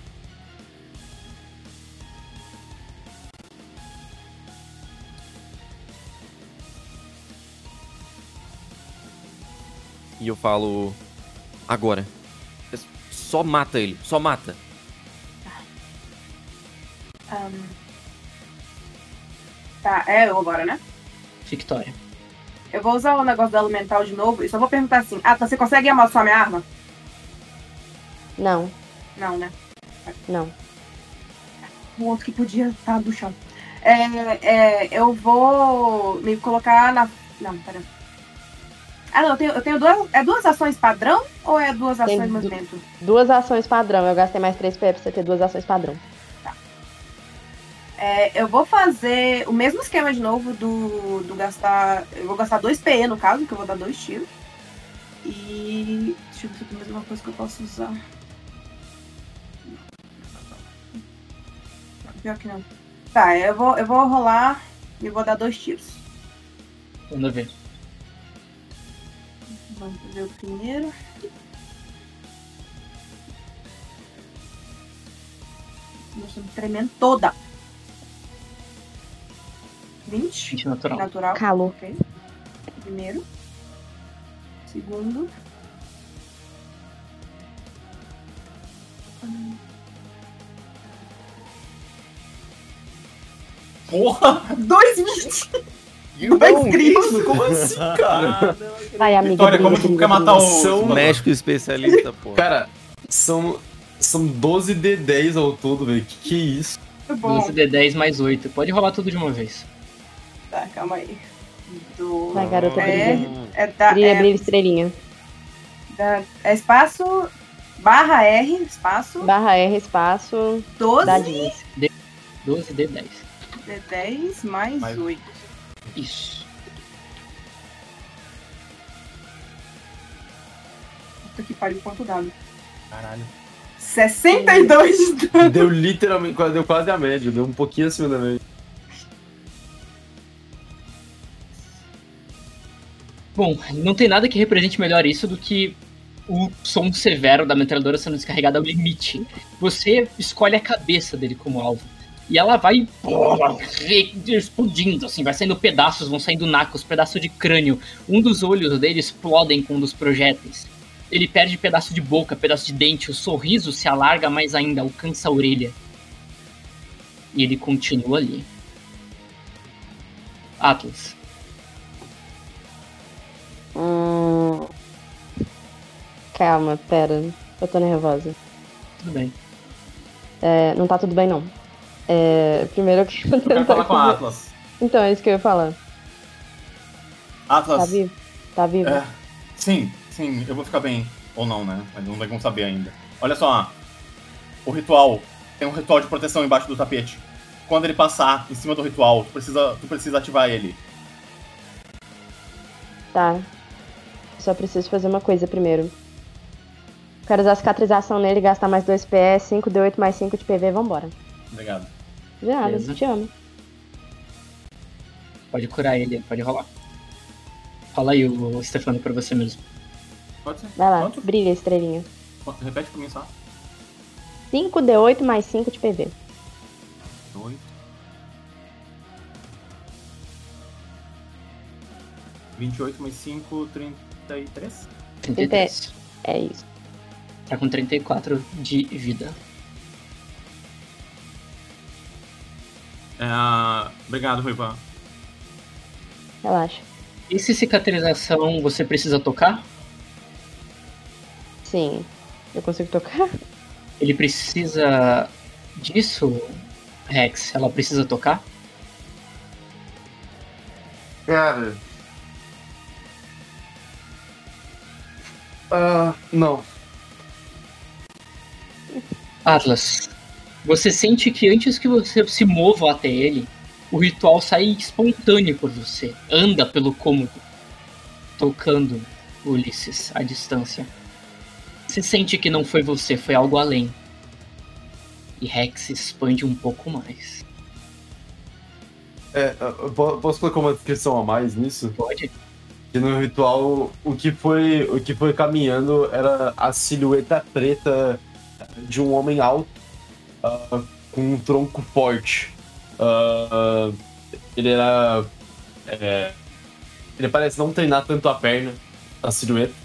E eu falo... Agora. Só mata ele. Só mata. Tá, eu agora, né? Victoria. Eu vou usar o negócio do elemental de novo e só vou perguntar assim: você consegue amaldiçoar minha arma? Não, Não, né? não. O outro que podia estar do chão. Eu vou me colocar na. Não, pera. Não, eu tenho duas. É duas ações padrão ou é duas Tem ações movimento? 2 ações padrão. Eu gastei mais 3 PE pra você ter 2 ações padrão. Eu vou fazer o mesmo esquema de novo do gastar. Eu vou gastar 2 PE no caso, que eu vou dar 2 tiros. E. Deixa eu ver se tem mais uma coisa que eu posso usar. Pior que não. Tá, eu vou rolar e vou dar 2 tiros. Manda ver. Vamos fazer o primeiro. Nossa, eu tô tremendo toda. 20. 20 natural. Natural. Calor. Ok. Primeiro. Segundo. Porra! 2,20. Irmão, Cristo. Como assim, cara? Vai, amiga. Vitória, como brilha, tu quer brilha, matar brilha. o... México especialista, pô. Cara, são 12 D10 ao todo, velho. Que é isso? Muito bom. 12d10 mais 8. Pode rolar tudo de uma vez. Tá, calma aí. Vai, garota, brilha. Brilha, Brilha, estrelinha. É espaço barra R, espaço Barra R, espaço, 12 dadinhos. 12d10. D10 mais 8. Isso. Puta que pariu, quanto dado? Caralho. 62 de dano. Deu literalmente, deu quase a média, deu um pouquinho acima da média. Bom, não tem nada que represente melhor isso do que o som severo da metralhadora sendo descarregada ao limite. Você escolhe a cabeça dele como alvo. E ela vai explodindo, assim, vai saindo pedaços, vão saindo nacos, pedaço de crânio. Um dos olhos dele explodem com um dos projéteis. Ele perde pedaço de boca, pedaço de dente, o sorriso se alarga mais ainda, alcança a orelha. E ele continua ali. Atlas. Calma, pera. Eu tô nervosa. Tudo bem. Não tá tudo bem, não. Primeiro eu quero Eu quero falar com a Atlas. Então, é isso que eu ia falar. Atlas. Tá vivo? Tá vivo? Sim, eu vou ficar bem. Ou não, né? Mas não tem como saber ainda. Olha só. O ritual. Tem um ritual de proteção embaixo do tapete. Quando ele passar em cima do ritual, tu precisa ativar ele. Tá. Só preciso fazer uma coisa primeiro. Quero usar a cicatrização nele, gastar mais 2 PE, 5d8 mais 5 de PV, vambora. Obrigado. De nada, Beleza. te amo. Pode curar ele, pode rolar. Fala aí, o Stefano, pra você mesmo. Pode ser. Vai lá, Quanto? brilha, estrelinha. Repete pra mim só. 5d8 mais 5 de PV. 8. 28 mais 5, 33? 33. É isso. Tá com 34 de vida. Obrigado, Ruivan. Relaxa. Esse cicatrização você precisa tocar? Sim. Eu consigo tocar? Ele precisa disso, Rex? Ela precisa tocar? Cara. Não. Atlas, você sente que antes que você se mova até ele, o ritual sai espontâneo por você. Anda pelo cômodo, tocando Ulisses à distância. Você sente que não foi você, foi algo além. E Rex se expande um pouco mais. Posso colocar uma descrição a mais nisso? Pode? Que no ritual, o que foi caminhando era a silhueta preta de um homem alto, com um tronco forte. Ele era... ele parece não treinar tanto a perna, a silhueta.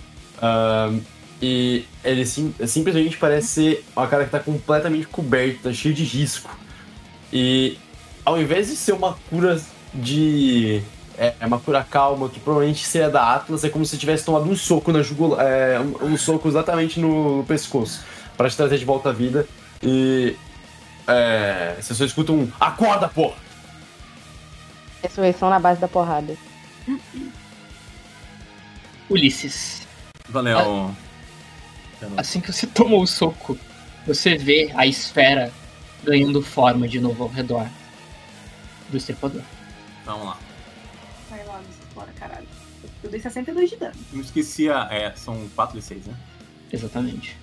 E ele simplesmente parece ser uma cara que tá completamente coberta, cheio de risco. E ao invés de ser uma cura uma cura calma, que provavelmente seria da Atlas, é como se tivesse tomado um soco na jugular, um soco exatamente no pescoço, para te trazer de volta à vida. E você só escuta um acorda, porra! Ressurreição na base da porrada. Ulisses, Valeu. assim que você tomou o soco, você vê a esfera ganhando forma de novo ao redor do estripador. Vamos lá. Vai lá, não se explora, caralho. Eu dei 62 de dano. Eu me esqueci, são 4 e 6, né? Exatamente.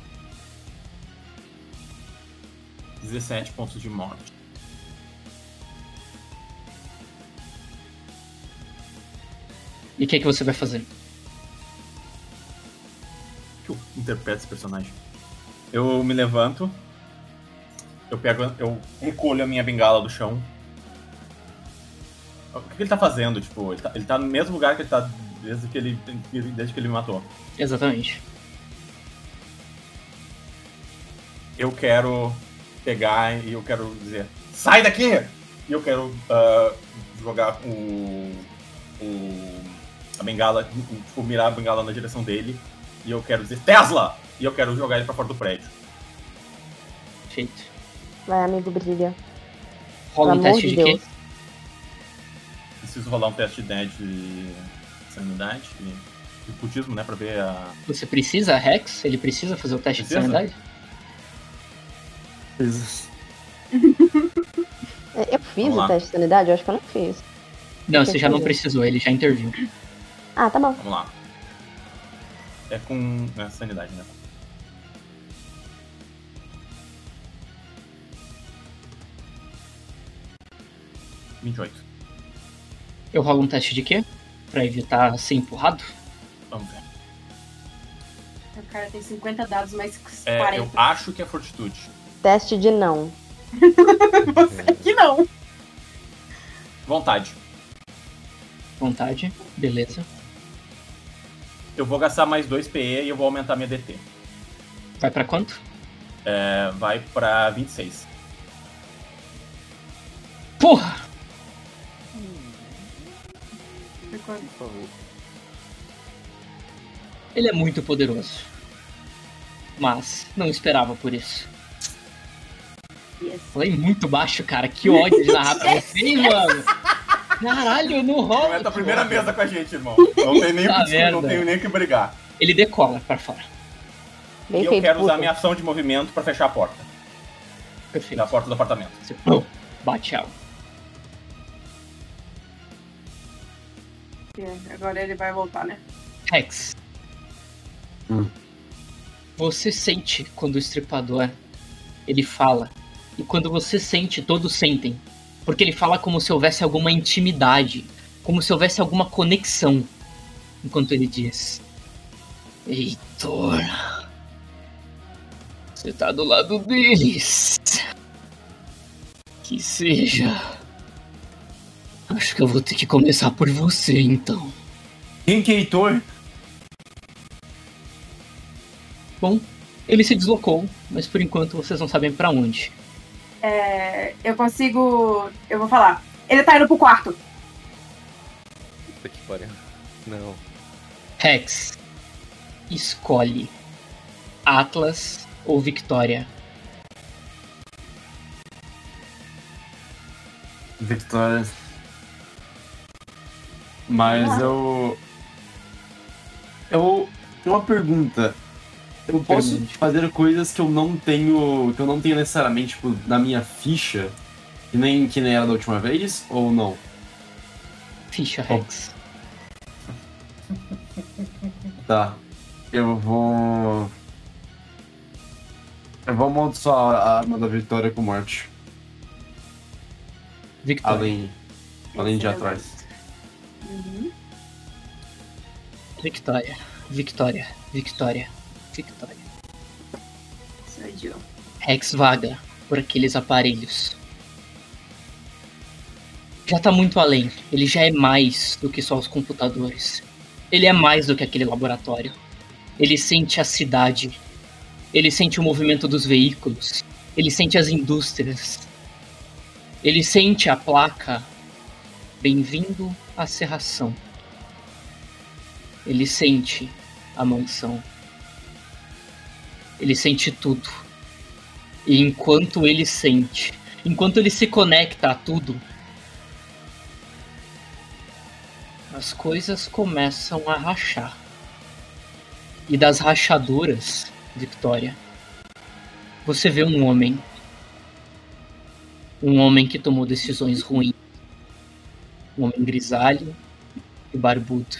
17 pontos de morte. E o que você vai fazer? Que eu interpreto esse personagem. Eu me levanto. Eu recolho a minha bengala do chão. O que ele tá fazendo? Tipo, ele tá no mesmo lugar que ele tá desde que ele me matou. Exatamente. Eu quero pegar e eu quero dizer, sai daqui! E eu quero jogar a bengala, tipo, mirar a bengala na direção dele. E eu quero dizer, Tesla! E eu quero jogar ele pra fora do prédio. Feito. Vai, amigo, brilha. Rola um Pelo amor teste de de quê? Deus. Preciso rolar um teste de sanidade e ocultismo, né, pra ver a... Você precisa, Rex? Ele precisa fazer o teste Precisa? de sanidade? Eu fiz Vamos lá. o teste de sanidade? Eu acho que eu não fiz. Não, você já não fazer. precisou, ele já interviu. Ah, tá bom. Vamos lá. É com sanidade, né? $28. Eu rolo um teste de quê? Pra evitar ser empurrado? Vamos ver. O cara tem 50 dados, mais Eu 40. acho que é fortitude. Teste de não. Você que não. Vontade. Vontade, beleza. Eu vou gastar mais 2 PE e eu vou aumentar minha DT. Vai pra quanto? Vai pra 26. Porra! Ele é muito poderoso. Mas não esperava por isso. Yes. Falei muito baixo, cara. Que ódio de narrar pra vocês, mano. Caralho, eu não rolo. Aumenta a primeira mesa com a gente, irmão. Não tem nem Tá o que discutir, não merda. tenho nem o que brigar. Ele decola pra fora. Bem E eu feito, quero usar puta. minha ação de movimento pra fechar a porta. Perfeito. Da porta do apartamento. Você bate ela. Agora ele vai voltar, né? Rex. Você sente quando o estripador ele fala. E quando você sente, todos sentem. Porque ele fala como se houvesse alguma intimidade. Como se houvesse alguma conexão. Enquanto ele diz: Heitor, você tá do lado deles. Que seja. Acho que eu vou ter que começar por você, então. Quem que é Heitor? Bom, ele se deslocou, mas por enquanto vocês não sabem pra onde. Eu consigo. Eu vou falar. Ele tá indo pro quarto. Puta que pariu. Não. Rex, escolhe Atlas ou Victoria. Victoria. Mas eu uma pergunta. Eu posso Pergunte. fazer coisas que eu não tenho necessariamente tipo, na minha ficha, que nem era da última vez, ou não? Ficha, Rex. Tá. Eu vou amaldiçoar a arma da Vitória com morte. Victoria. Além de atrás. Uhum. Victoria. Victoria. Victoria. Victoria. Sou eu. Rex vaga por aqueles aparelhos. Já tá muito além. Ele já é mais do que só os computadores. Ele é mais do que aquele laboratório. Ele sente a cidade. Ele sente o movimento dos veículos. Ele sente as indústrias. Ele sente a placa. Bem-vindo à Serração. Ele sente a mansão. Ele sente tudo. E enquanto ele sente, enquanto ele se conecta a tudo, as coisas começam a rachar. E das rachaduras, Victoria, você vê um homem. Um homem que tomou decisões ruins. Um homem grisalho e barbudo.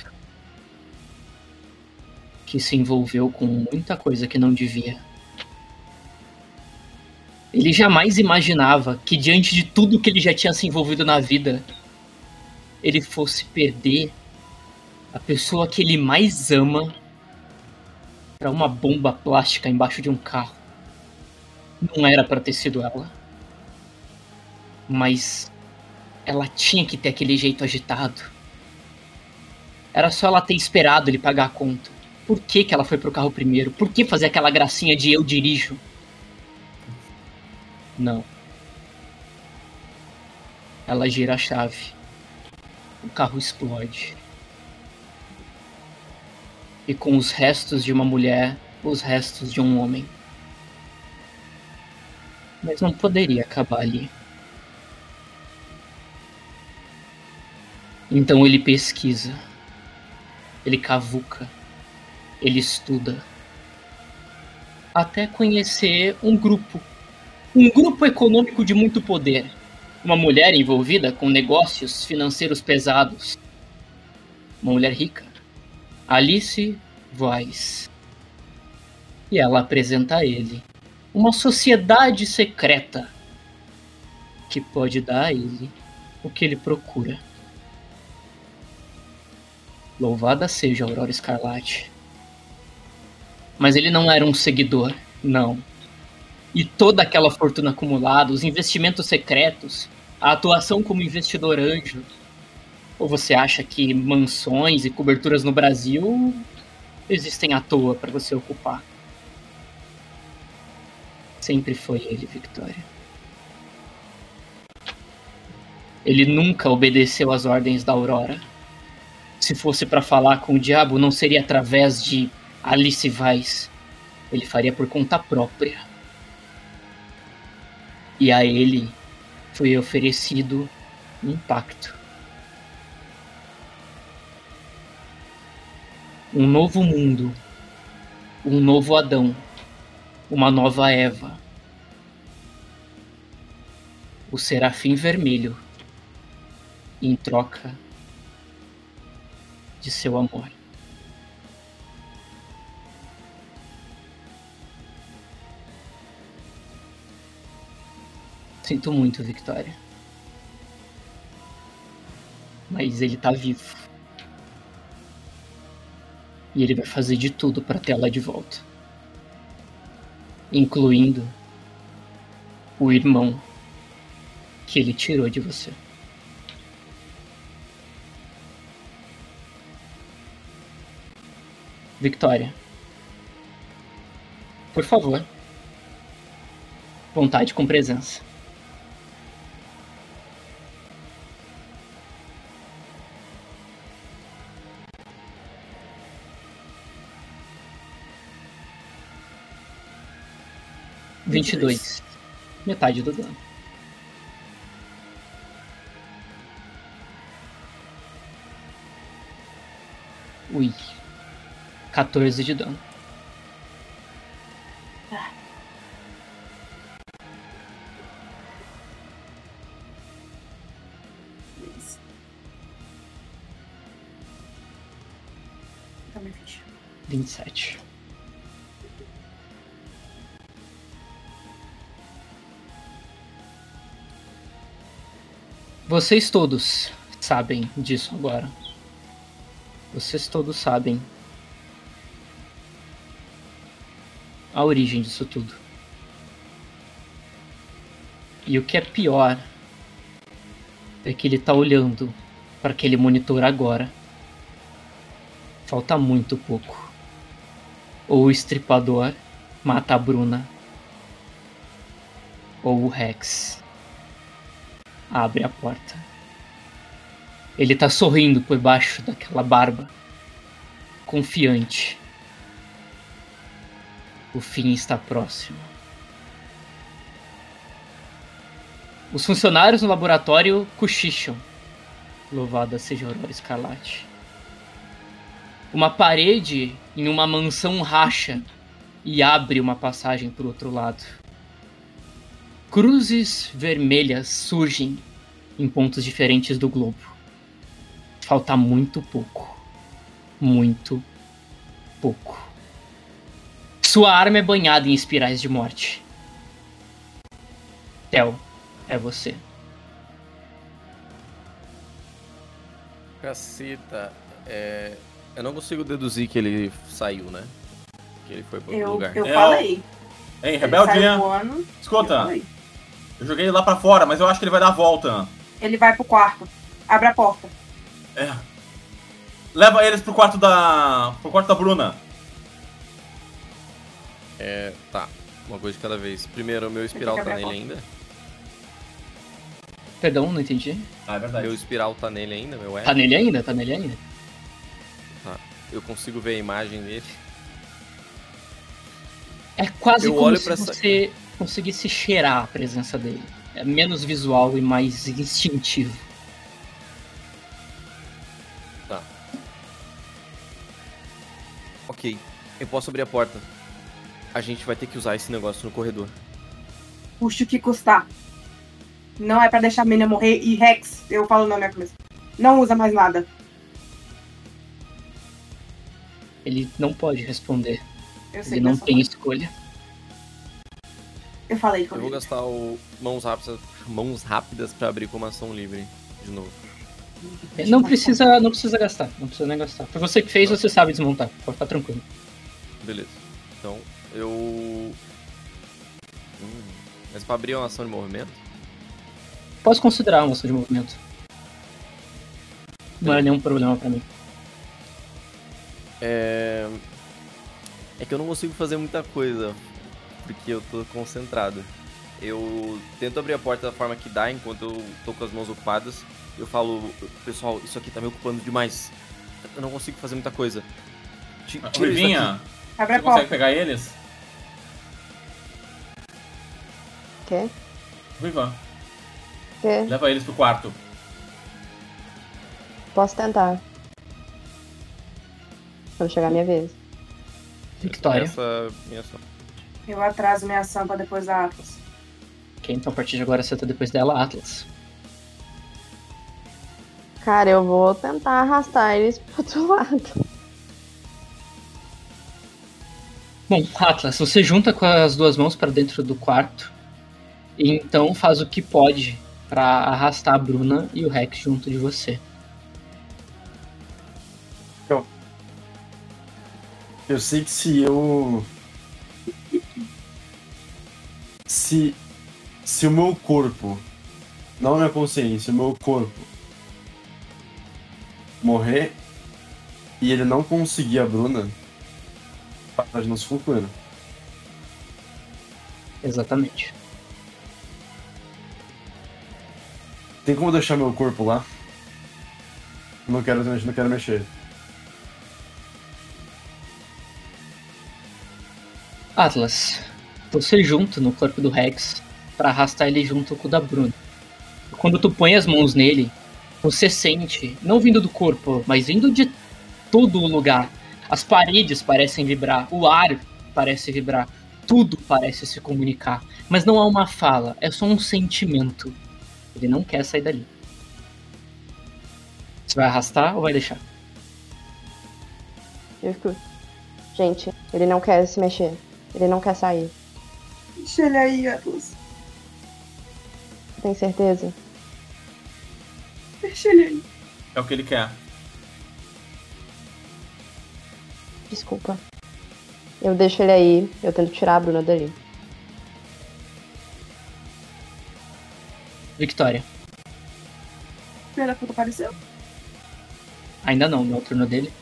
Que se envolveu com muita coisa que não devia. Ele jamais imaginava que, diante de tudo que ele já tinha se envolvido na vida, ele fosse perder a pessoa que ele mais ama para uma bomba plástica embaixo de um carro. Não era para ter sido ela. Mas ela tinha que ter aquele jeito agitado. Era só ela ter esperado ele pagar a conta. Por que ela foi pro carro primeiro? Por que fazer aquela gracinha de eu dirijo? Não. Ela gira a chave. O carro explode. E com os restos de uma mulher, os restos de um homem. Mas não poderia acabar ali. Então ele pesquisa. Ele cavuca. Ele estuda. Até conhecer um grupo. Um grupo econômico de muito poder. Uma mulher envolvida com negócios financeiros pesados. Uma mulher rica. Alice Weiss. E ela apresenta a ele uma sociedade secreta que pode dar a ele o que ele procura. Louvada seja a Aurora Escarlate. Mas ele não era um seguidor, não. E toda aquela fortuna acumulada, os investimentos secretos, a atuação como investidor anjo. Ou você acha que mansões e coberturas no Brasil existem à toa para você ocupar? Sempre foi ele, Victoria. Ele nunca obedeceu às ordens da Aurora. Se fosse para falar com o diabo, não seria através de Alice Weiss. Ele faria por conta própria. E a ele foi oferecido um pacto. Um novo mundo. Um novo Adão. Uma nova Eva. O Serafim Vermelho. Em troca de seu amor. Sinto muito, Victoria. Mas ele tá vivo. E ele vai fazer de tudo para ter ela de volta. Incluindo o irmão que ele tirou de você. Victoria. Por favor. Vontade com presença. Vinte 22. Metade do dano. Ui. 14 de dano. Beleza. Tá minha ficha. 27. Vocês todos sabem disso agora. Vocês todos sabem a origem disso tudo. E o que é pior é que ele tá olhando para aquele monitor agora. Falta muito pouco. Ou o Estripador mata a Bruna, ou o Rex abre a porta. Ele tá sorrindo por baixo daquela barba, confiante. O fim está próximo. Os funcionários no laboratório cochicham. Louvada seja a Aurora Escarlate. Uma parede em uma mansão racha e abre uma passagem para o outro lado. Cruzes vermelhas surgem em pontos diferentes do globo. Falta muito pouco. Muito pouco. Sua arma é banhada em espirais de morte. Tel, é você. Caceta. Eu não consigo deduzir que ele saiu, né? Que ele foi para outro lugar. Eu falei. Hein, Ele Rebelde? saiu voando, Escuta, eu falei. eu joguei ele lá pra fora, mas eu acho que ele vai dar a volta. Ele vai pro quarto. Abre a porta. Leva eles pro quarto da Bruna. Tá. Uma coisa de cada vez. Primeiro, o meu espiral Tem que tá abrir a nele ainda. Perdão, não entendi. Ah, é verdade. Meu espiral tá nele ainda, meu Tá nele ainda? Tá nele ainda? Tá. Eu consigo ver a imagem dele. É quase Eu como olho se pra essa- você conseguisse cheirar a presença dele. É menos visual e mais instintivo. Tá. Ok. Eu posso abrir a porta. A gente vai ter que usar esse negócio no corredor. Custe o que custar. Não é pra deixar a menina morrer. E Rex, eu falo na minha cabeça. Não usa mais nada. Ele não pode responder. Eu sei Ele que não é só tem falar. escolha. Eu falei com Eu vou ele. gastar o mãos rápidas pra abrir com uma ação livre de novo. Não precisa gastar. Não precisa nem gastar. Foi você que fez, você sabe desmontar. Pode ficar tranquilo. Beleza. Então, eu... Mas pra abrir é uma ação de movimento? Posso considerar uma ação de movimento. Não é nenhum problema pra mim. É que eu não consigo fazer muita coisa, porque eu tô concentrado. Eu tento abrir a porta da forma que dá, enquanto eu tô com as mãos ocupadas. Eu falo, pessoal, isso aqui tá me ocupando demais. Eu não consigo fazer muita coisa. Tira isso daqui. Rivinha, Abre a você consegue porta. pegar eles? Quê? Rivan, Quê? leva eles pro quarto. Posso tentar. Quando chegar a minha vez. Victória. Essa é a minha ação. Eu atraso minha ação pra depois da Atlas. Ok, então a partir de agora você tá depois dela, Atlas. Cara, eu vou tentar arrastar eles pro outro lado. Bom, Atlas, você junta com as duas mãos pra dentro do quarto e então faz o que pode pra arrastar a Bruna e o Rex junto de você. Eu sei que se eu. Se o meu corpo, não a minha consciência, o meu corpo morrer e ele não conseguir a Bruna, a passagem não se conclui. Exatamente. Tem como deixar meu corpo lá? Não quero mexer. Atlas, você junto no corpo do Rex pra arrastar ele junto com o da Bruna. Quando tu põe as mãos nele, você sente, não vindo do corpo, mas vindo de todo o lugar. As paredes parecem vibrar, o ar parece vibrar, tudo parece se comunicar. Mas não há uma fala, é só um sentimento. Ele não quer sair dali. Você vai arrastar ou vai deixar? Eu fico. Gente, ele não quer se mexer. Ele não quer sair. Deixa ele aí, Atlas. Tem certeza? Deixa ele aí. É o que ele quer. Desculpa. Eu deixo ele aí, eu tento tirar a Bruna dali. Victoria. Filha da puta apareceu. Ainda não é o turno dele.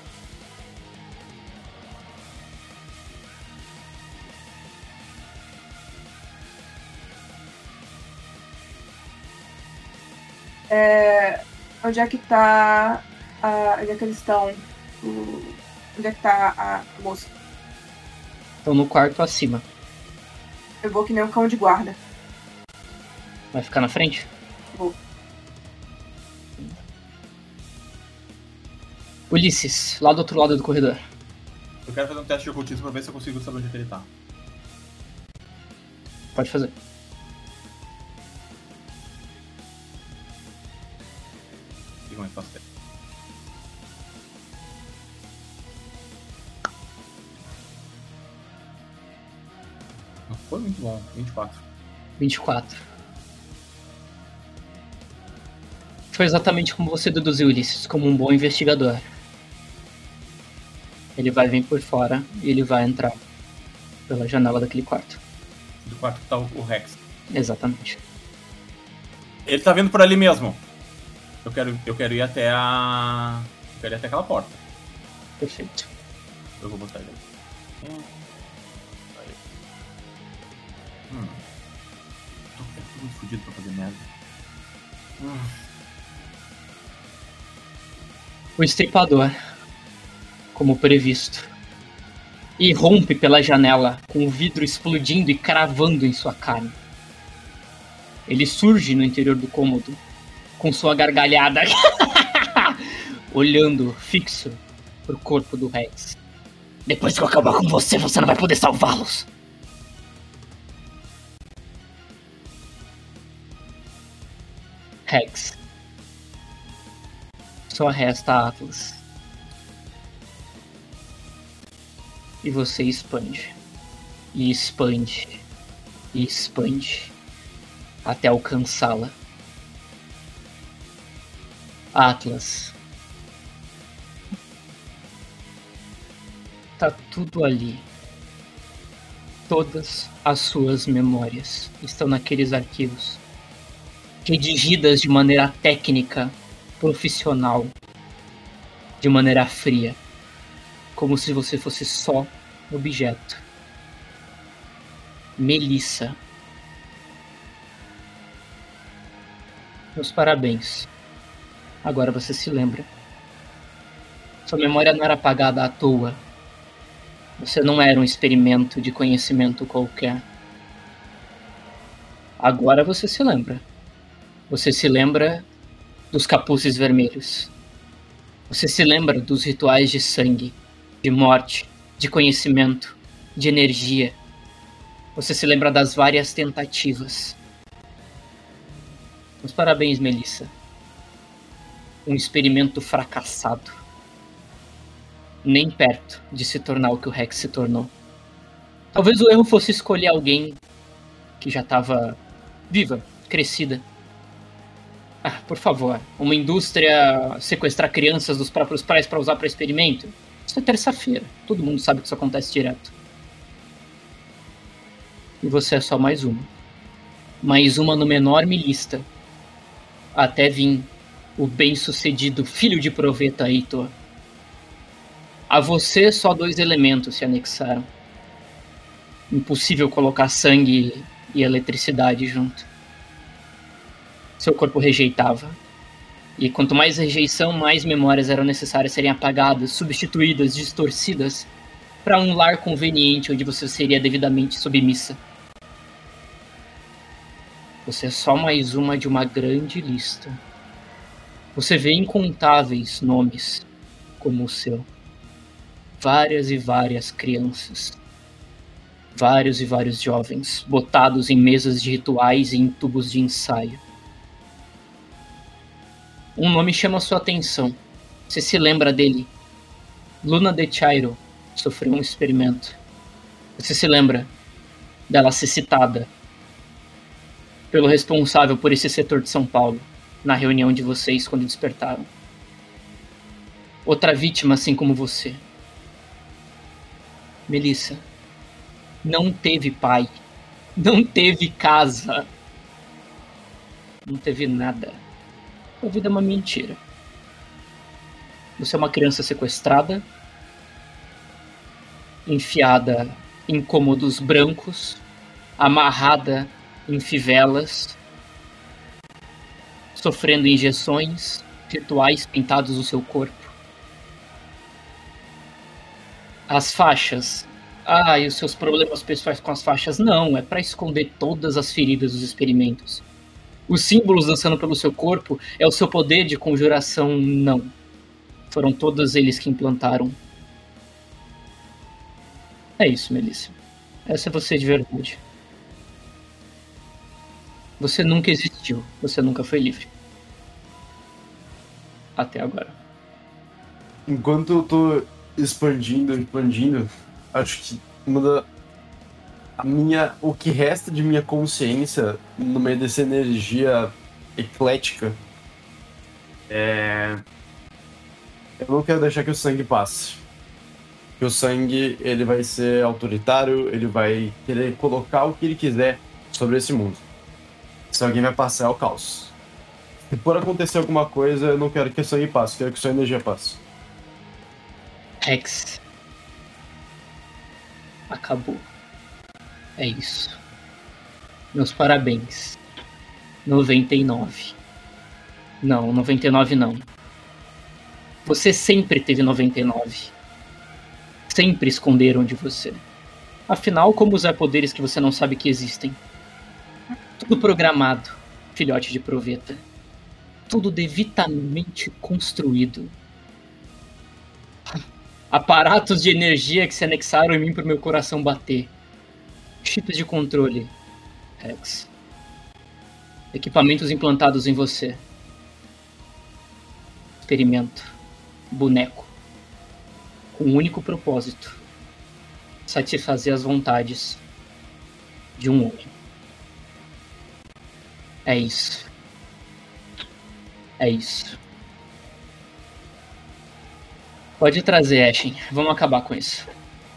Onde é que tá. Onde é que eles estão? Onde é que tá a moça? Estão no quarto acima. Eu vou que nem um cão de guarda. Vai ficar na frente? Vou. Ulisses, lá do outro lado do corredor. Eu quero fazer um teste de ocultismo pra ver se eu consigo saber onde é que ele tá. Pode fazer. E como é que faço teste? Não foi muito bom. 24. 24. Foi exatamente como você deduziu, Ulisses, como um bom investigador. Ele vai vir por fora e ele vai entrar pela janela daquele quarto. Do quarto que tá o Rex. Exatamente. Ele tá vindo por ali mesmo. Eu quero ir até a... Eu quero ir até aquela porta. Perfeito. Eu vou botar ele aqui. Aí. Tô muito fodido pra fazer merda. O estripador, como previsto, irrompe pela janela com o vidro explodindo e cravando em sua carne. Ele surge no interior do cômodo com sua gargalhada, olhando fixo pro corpo do Rex. Depois que eu acabar com você, você não vai poder salvá-los. Rex. Só resta Atlas. E você expande. E expande. E expande. Até alcançá-la. Atlas. Tá tudo ali. Todas as suas memórias estão naqueles arquivos. Redigidas de maneira técnica, profissional, de maneira fria, como se você fosse só objeto. Melissa. Meus parabéns. Agora você se lembra. Sua memória não era apagada à toa. Você não era um experimento de conhecimento qualquer. Agora você se lembra. Você se lembra dos capuzes vermelhos. Você se lembra dos rituais de sangue, de morte, de conhecimento, de energia. Você se lembra das várias tentativas. Meus parabéns, Melissa. Um experimento fracassado. Nem perto de se tornar o que o Rex se tornou. Talvez o erro fosse escolher alguém que já estava viva, crescida. Por favor, uma indústria sequestrar crianças dos próprios pais para usar para experimento? Isso é terça-feira. Todo mundo sabe que isso acontece direto. E você é só mais uma. Mais uma numa enorme lista. Até vir o bem-sucedido filho de Proveta Heitor. A você só 2 elementos se anexaram. Impossível colocar sangue e eletricidade junto. Seu corpo rejeitava. E quanto mais rejeição, mais memórias eram necessárias serem apagadas, substituídas, distorcidas, para um lar conveniente onde você seria devidamente submissa. Você é só mais uma de uma grande lista. Você vê incontáveis nomes como o seu. Várias e várias crianças. Vários e vários jovens, botados em mesas de rituais e em tubos de ensaio. Um nome chama sua atenção. Você se lembra dele. Luna de Chairo sofreu um experimento. Você se lembra dela ser citada pelo responsável por esse setor de São Paulo. na reunião de vocês quando despertaram. Outra vítima assim como você. Melissa não teve pai, não teve casa, não teve nada. A vida é uma mentira. Você é uma criança sequestrada, enfiada em cômodos brancos, amarrada em fivelas, sofrendo injeções, rituais pintados no seu corpo. As faixas. E os seus problemas pessoais com as faixas? Não, é para esconder todas as feridas dos experimentos. Os símbolos dançando pelo seu corpo é o seu poder de conjuração? Não. Foram todos eles que implantaram. É isso, Melissa. Essa é você de verdade. Você nunca existiu. Você nunca foi livre. Até agora. Enquanto eu tô expandindo, acho que o que resta de minha consciência no meio dessa energia eclética eu não quero deixar que o sangue passe. Que o sangue, ele vai ser autoritário, ele vai querer colocar o que ele quiser sobre esse mundo. Se alguém vai passar, é o caos. Se por acontecer alguma coisa, eu não quero que o sangue passe, eu quero que sua energia passe. Rex. Acabou. É isso. Meus parabéns. 99. Não, 99 não. Você sempre teve 99. Sempre esconderam de você. Afinal, como usar poderes que você não sabe que existem? Tudo programado, filhote de proveta. Tudo devidamente construído. Aparatos de energia que se anexaram em mim para o meu coração bater. Chips de controle, Rex. Equipamentos implantados em você. Experimento. Boneco. Com um único propósito. Satisfazer as vontades de um homem. É isso. É isso. Pode trazer, Ashen. Vamos acabar com isso.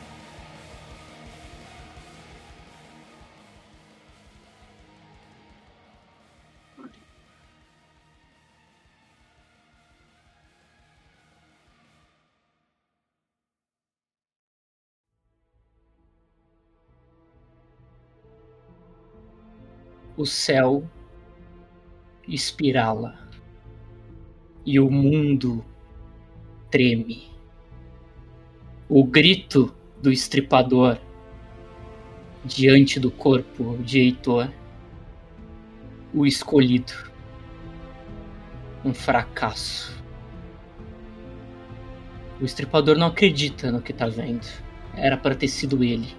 O céu espirala e o mundo treme. O grito do estripador diante do corpo de Heitor. O escolhido. Um fracasso. O estripador não acredita no que tá vendo. Era para ter sido ele.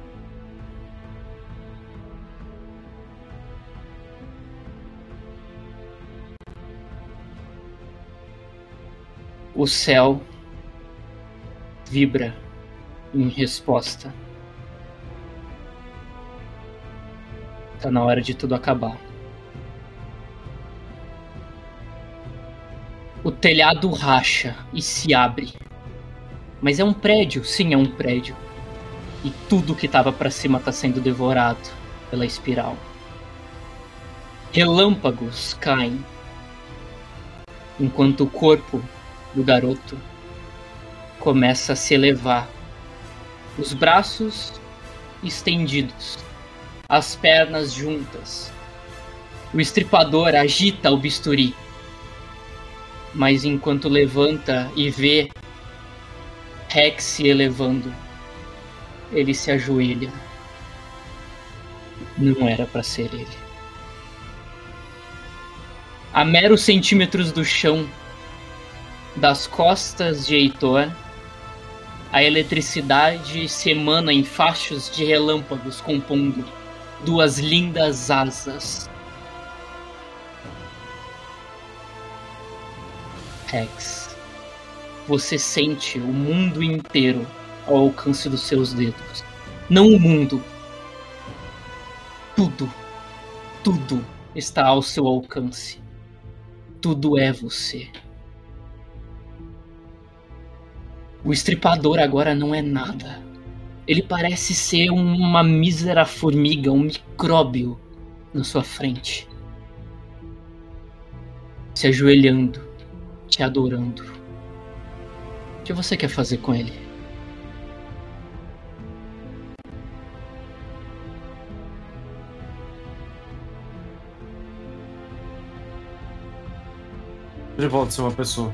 O céu vibra em resposta. Tá na hora de tudo acabar. O telhado racha e se abre. Mas é um prédio, sim, é um prédio. E tudo que tava pra cima tá sendo devorado pela espiral. Relâmpagos caem. Enquanto o corpo do garoto começa a se elevar, os braços estendidos, as pernas juntas. O estripador agita o bisturi, mas enquanto levanta e vê Rex se elevando, ele se ajoelha. Não era para ser ele. A meros centímetros do chão, das costas de Heitor, a eletricidade se emana em fachos de relâmpagos, compondo duas lindas asas. Rex, você sente o mundo inteiro ao alcance dos seus dedos. Não o mundo. Tudo está ao seu alcance. tudo é você. O estripador agora não é nada. Ele parece ser uma mísera formiga, um micróbio na sua frente. Se ajoelhando, te adorando. O que você quer fazer com ele? Ele volta a ser uma pessoa.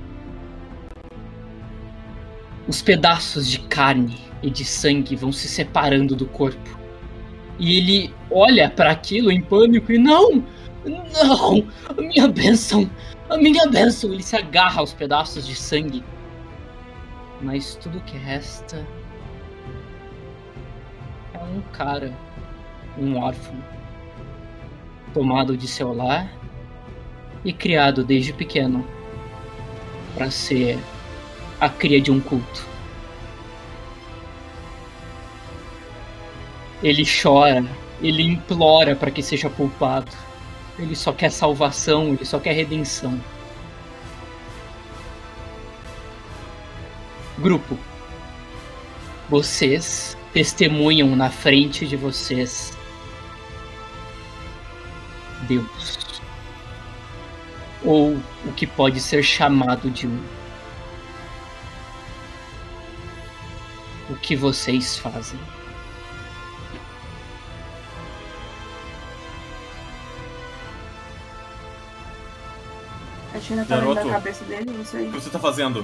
Os pedaços de carne e de sangue vão se separando do corpo. E ele olha para aquilo em pânico e não! A minha bênção! Ele se agarra aos pedaços de sangue. Mas tudo que resta é um cara, um órfão, tomado de seu lar e criado desde pequeno para ser a cria de um culto. Ele chora, ele implora para que seja poupado. Ele só quer salvação, ele só quer redenção. Grupo, vocês testemunham na frente de vocês Deus. Ou o que pode ser chamado de um. O que vocês fazem? A Tina tá Garoto, dentro da cabeça dele, não sei. O que você tá fazendo?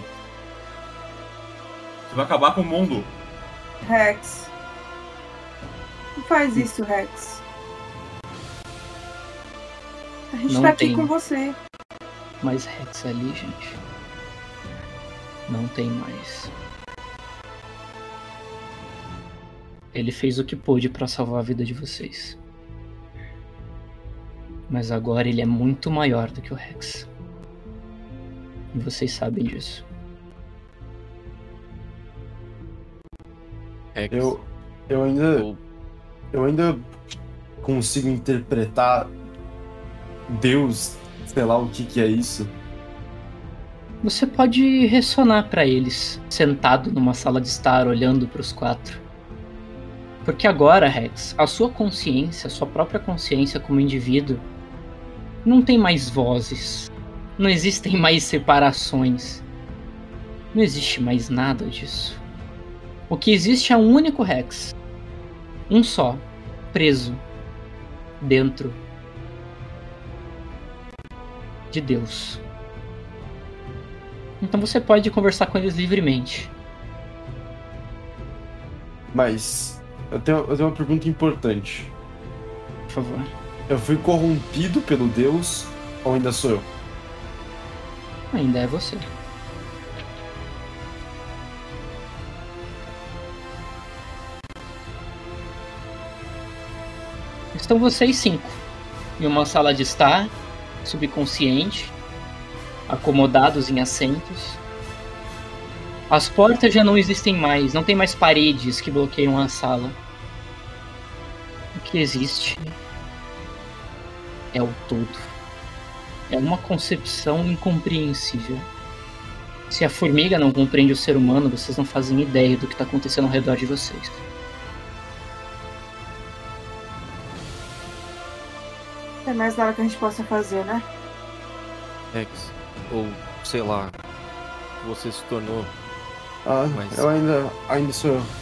Você vai acabar com o mundo. Rex. Não faz isso, Rex. A gente Não tá aqui tem. com você. Mas Rex ali, gente, não tem mais. Ele fez o que pôde pra salvar a vida de vocês. Mas agora ele é muito maior do que o Rex. E vocês sabem disso. Rex, Eu ainda consigo interpretar Deus, sei lá o que é isso. Você pode ressonar pra eles, sentado numa sala de estar, olhando pros quatro. Porque agora, Rex, a sua consciência, a sua própria consciência como indivíduo, não tem mais vozes. Não existem mais separações. Não existe mais nada disso. O que existe é um único Rex. Um só, preso, dentro de Deus. Então você pode conversar com eles livremente. Mas eu tenho uma pergunta importante. Por favor. Eu fui corrompido pelo Deus ou ainda sou eu? Ainda é você. Estão vocês 5 em uma sala de estar, subconsciente, acomodados em assentos. As portas já não existem mais, não tem mais paredes que bloqueiam a sala. O que existe é o todo. É uma concepção incompreensível. Se a formiga não compreende o ser humano, vocês não fazem ideia do que está acontecendo ao redor de vocês. Não tem mais nada que a gente possa fazer, né? Rex, ou sei lá, você se tornou. Ah, Mas- eu ainda sou eu.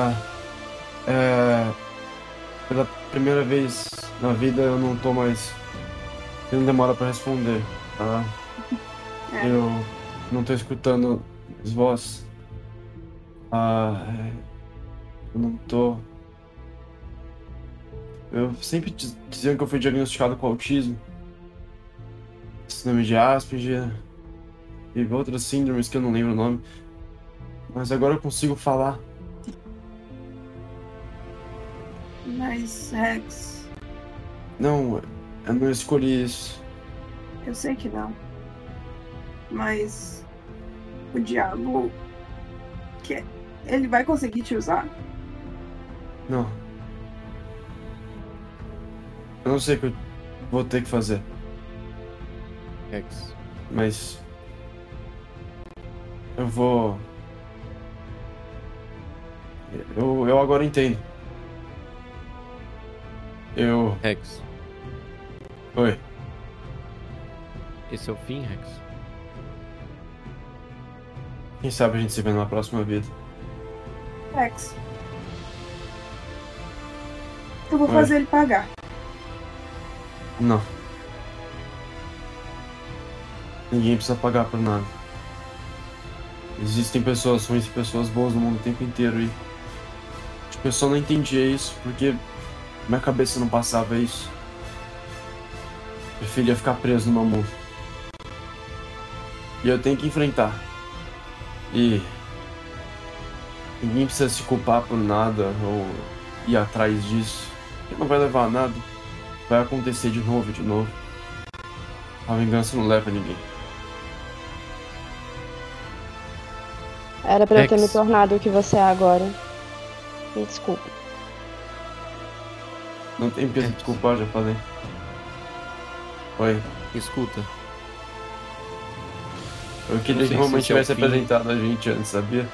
Pela primeira vez na vida eu não tô mais. Não demora pra responder. É. Eu não tô escutando as vozes. Eu não tô. Eu sempre diziam que eu fui diagnosticado com autismo, síndrome de Asperger e outras síndromes que eu não lembro o nome. Mas agora eu consigo falar. Mas, Rex, Não, eu não escolhi isso. eu sei que não. Mas o diabo ele vai conseguir te usar? Não. Eu não sei o que eu vou ter que fazer. Rex. Mas... eu vou... Eu agora entendo. Rex, Oi. esse é o fim, Rex? Quem sabe a gente se vê numa próxima vida. Rex. Eu vou Oi. fazer ele pagar. Não. Ninguém precisa pagar por nada. Existem pessoas ruins e pessoas boas no mundo o tempo inteiro e... tipo, eu só não entendia isso porque minha cabeça não passava isso. Preferia ficar preso no meu mundo. E eu tenho que enfrentar. E... ninguém precisa se culpar por nada ou ir atrás disso. Porque não vai levar a nada. Vai acontecer de novo e de novo. A vingança não leva ninguém. Era pra eu ter me Rex. tornado o que você é agora. Me desculpa. Não tem porque se desculpar, já falei. Oi. Escuta, Eu não queria sei que se mamãe esse é o tivesse fim. apresentado a gente antes, sabia?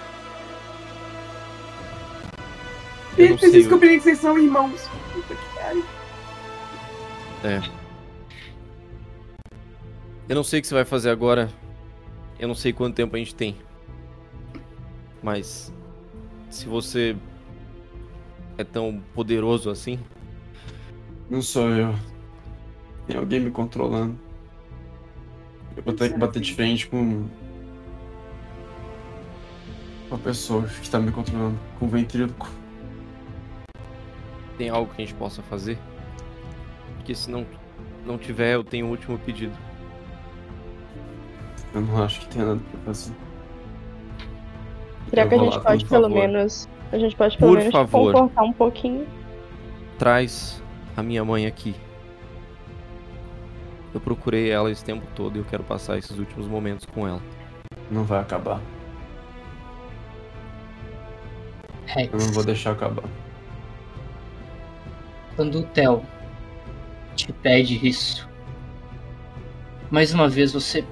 eu não Vocês sei. descobrirem que vocês são irmãos. Puta que pariu. Eu não sei o que você vai fazer agora. Eu não sei quanto tempo a gente tem. Mas se você é tão poderoso assim, Não sou eu. Tem alguém me controlando. Eu vou ter que bater de frente com uma pessoa que tá me controlando. Com o ventríloco. tem algo que a gente possa fazer? Porque se não tiver, eu tenho um último pedido. Eu não acho que tem nada pra fazer. Será Eu que a vou gente lá, pode por pelo favor. menos. A gente pode pelo Por menos favor. comportar um pouquinho. Traz a minha mãe aqui. Eu procurei ela esse tempo todo e eu quero passar esses últimos momentos com ela. Não vai acabar. Rex, Eu não vou deixar acabar. quando o Theo te pede isso, mais uma vez você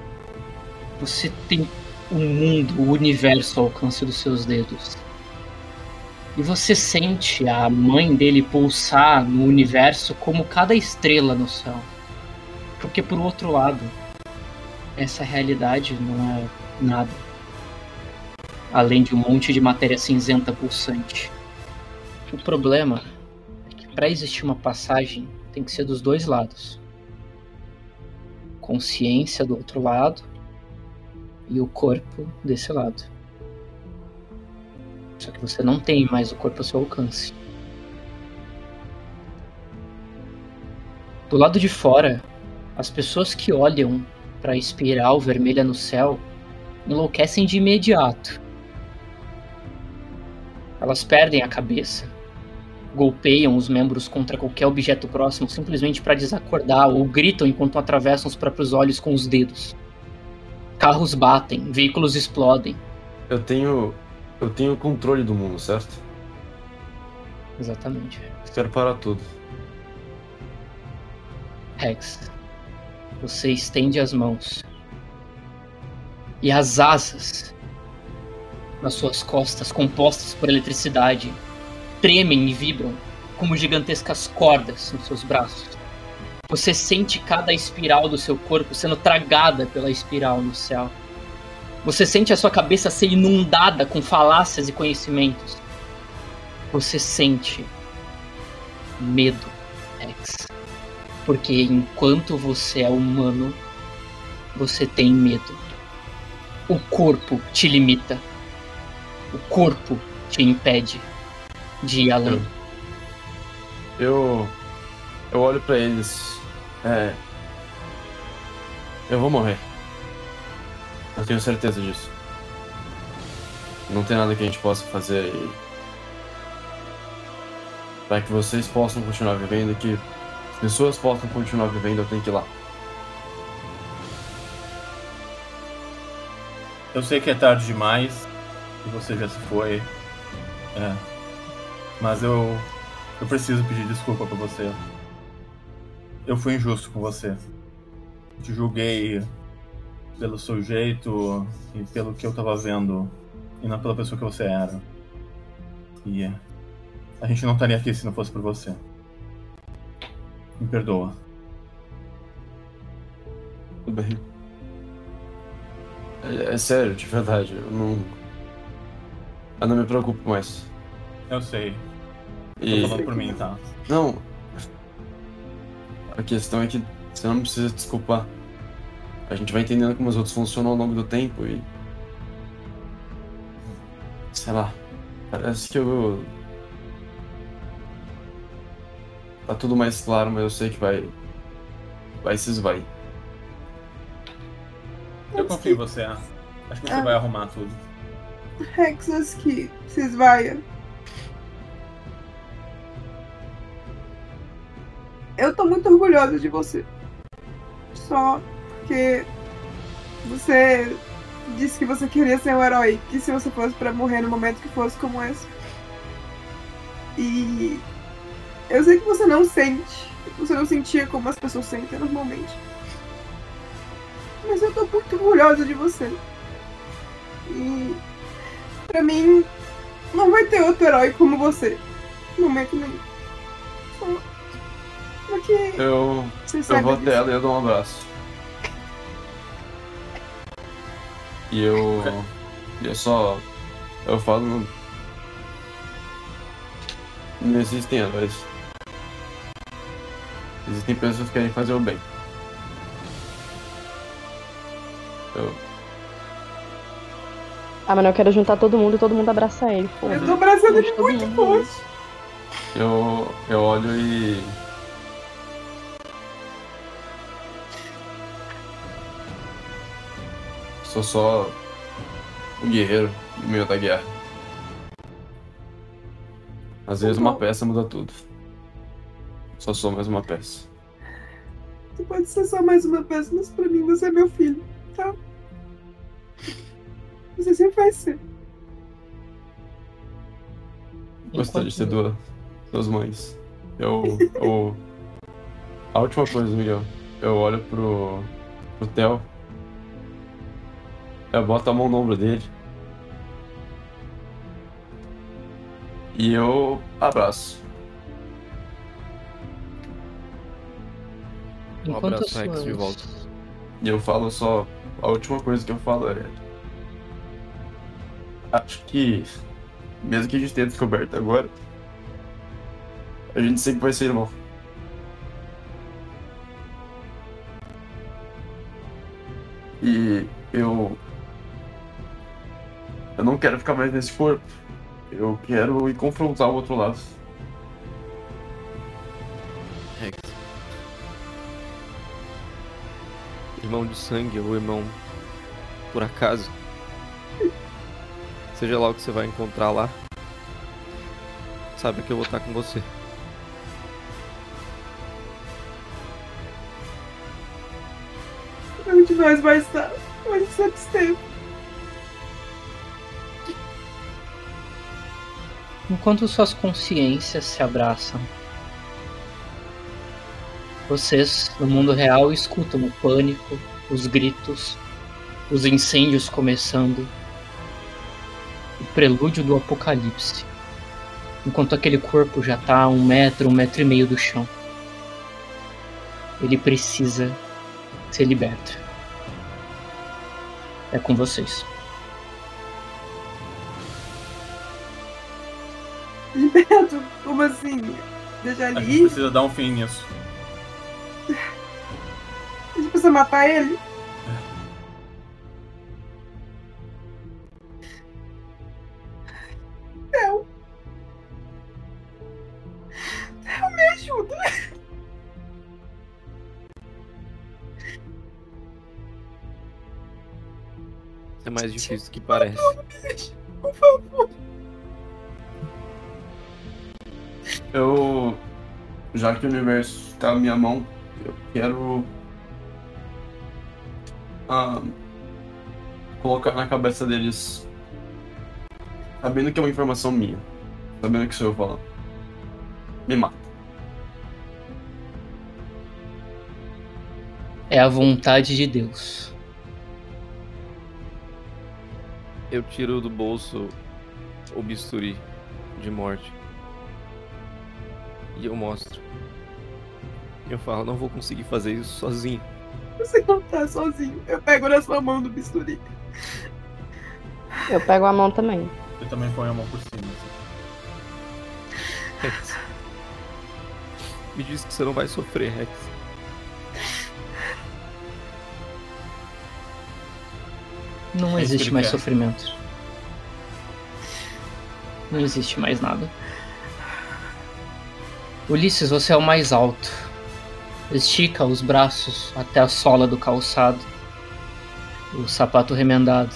tem o mundo, o universo ao alcance dos seus dedos. E você sente a mãe dele pulsar no universo como cada estrela no céu. Porque por outro lado, essa realidade não é nada. Além de um monte de matéria cinzenta pulsante. O problema é que para existir uma passagem tem que ser dos dois lados. Consciência do outro lado e o corpo desse lado. Só que você não tem mais o corpo ao seu alcance. Do lado de fora, as pessoas que olham para a espiral vermelha no céu enlouquecem de imediato. Elas perdem a cabeça, golpeiam os membros contra qualquer objeto próximo simplesmente para desacordar ou gritam enquanto atravessam os próprios olhos com os dedos. Carros batem, veículos explodem. Eu tenho o controle do mundo, certo? Exatamente. Quero parar tudo. Rex, você estende as mãos e as asas nas suas costas, compostas por eletricidade, tremem e vibram como gigantescas cordas nos seus braços. Você sente cada espiral do seu corpo sendo tragada pela espiral no céu. Você sente a sua cabeça ser inundada com falácias e conhecimentos. Você sente medo, Rex. Porque enquanto você é humano, você tem medo. O corpo te limita. O corpo te impede de ir além. Eu olho pra eles. Eu vou morrer. Eu tenho certeza disso. Não tem nada que a gente possa fazer e... para que vocês possam continuar vivendo, que as pessoas possam continuar vivendo, eu tenho que ir lá. Eu sei que é tarde demais, que você já se foi. Mas eu preciso pedir desculpa pra você. Eu fui injusto com você. Te julguei pelo seu jeito e pelo que eu tava vendo, e não pela pessoa que você era. E a gente não estaria aqui se não fosse por você. Me perdoa. Tudo bem. É sério, de verdade. Eu não me preocupo mais. Eu sei. Eu E... tô falando por mim, tá? Não. A questão é que você não precisa desculpar. A gente vai entendendo como os outros funcionam ao longo do tempo e... Sei lá. Parece que eu... Tá tudo mais claro, mas eu sei que vai se esvair. Eu confio em você. Acho que você vai arrumar tudo. Rex, antes que se esvaia. Eu tô muito orgulhosa de você. Só porque você disse que você queria ser um herói. Que se você fosse pra morrer no momento que fosse como esse. E eu sei que você não sente. Você não sentia como as pessoas sentem normalmente. Mas eu tô muito orgulhosa de você. E pra mim, não vai ter outro herói como você. No momento nenhum. Só porque Eu vou até ela e eu dou um abraço. E eu falo... Não existem heróis. Existem pessoas que querem fazer o bem. Mas eu quero juntar todo mundo e todo mundo abraçar ele. Eu tô abraçando ele muito forte. Eu olho e... Sou só um guerreiro no meio da guerra. Às vezes uma peça muda tudo. Só sou mais uma peça. Você pode ser só mais uma peça, mas pra mim você é meu filho, tá? Você sempre vai ser. Gostaria de ter duas mães. A última coisa, Miguel. Eu olho pro Theo. Eu boto a mão no ombro dele. E eu abraço. Um abraço, Rex, de volta. E eu falo só... A última coisa que eu falo é... Acho que... Mesmo que a gente tenha descoberto agora... A gente sempre vai ser irmão. E eu não quero ficar mais nesse corpo. Eu quero ir confrontar o outro lado. Rex. Irmão de sangue ou irmão por acaso. Seja lá o que você vai encontrar lá. Sabe que eu vou estar com você. Nenhum de nós vai estar. A gente sempre esteve. Enquanto suas consciências se abraçam, vocês, no mundo real, escutam o pânico, os gritos, os incêndios começando, o prelúdio do apocalipse, enquanto aquele corpo já está a 1 metro, 1,5 metros do chão. Ele precisa ser liberto. É com vocês. Liberto? Como assim? Deixa A ele gente ir? precisa dar um fim nisso. A gente precisa matar ele? Theo, me ajuda. É mais difícil do que parece. Por favor. Já que o universo está na minha mão, eu quero colocar na cabeça deles, sabendo que é uma informação minha, sabendo que sou eu falando. Me mata. É a vontade de Deus. Eu tiro do bolso o bisturi de morte. E eu mostro. Eu falo, não vou conseguir fazer isso sozinho. Você não tá sozinho. Eu pego na sua mão do bisturi. Eu pego a mão também. Eu também ponho a mão por cima. Assim. Rex. Me diz que você não vai sofrer, Rex. Não É isso que existe ele mais quer. sofrimento. Não existe mais nada. Ulisses, você é o mais alto. Estica os braços até a sola do calçado. O sapato remendado.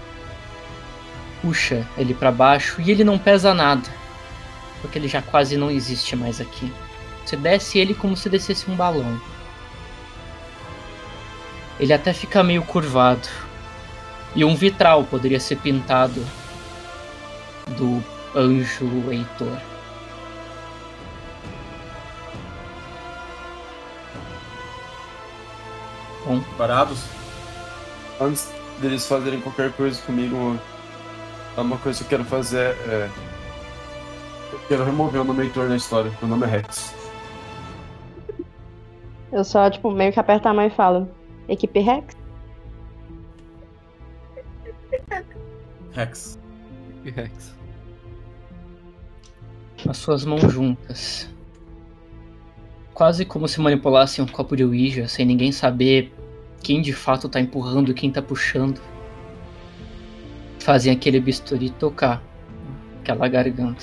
Puxa ele para baixo e ele não pesa nada. Porque ele já quase não existe mais aqui. Você desce ele como se descesse um balão. Ele até fica meio curvado. E um vitral poderia ser pintado do anjo Heitor. Bom, Parados? Antes deles fazerem qualquer coisa comigo, uma coisa que eu quero fazer é. Eu quero remover o nome Heitor na história. Meu nome é Rex. Eu só, tipo, meio que aperto a mão e falo: Equipe Rex? Rex. E Rex. as suas mãos juntas. Quase como se manipulassem um copo de Ouija, sem ninguém saber quem de fato tá empurrando e quem tá puxando. Fazem aquele bisturi tocar aquela garganta.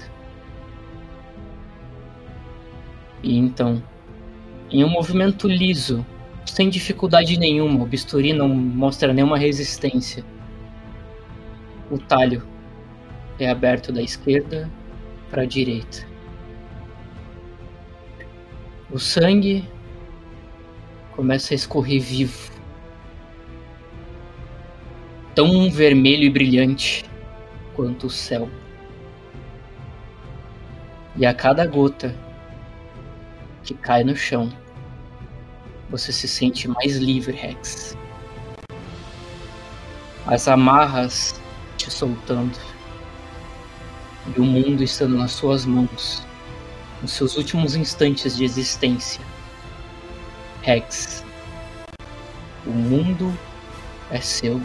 E então, em um movimento liso, sem dificuldade nenhuma, o bisturi não mostra nenhuma resistência. O talho é aberto da esquerda para a direita. O sangue começa a escorrer vivo, tão vermelho e brilhante quanto o céu. E a cada gota que cai no chão, você se sente mais livre, Rex. As amarras te soltando e o mundo estando nas suas mãos, nos seus últimos instantes de existência. Rex, o mundo é seu.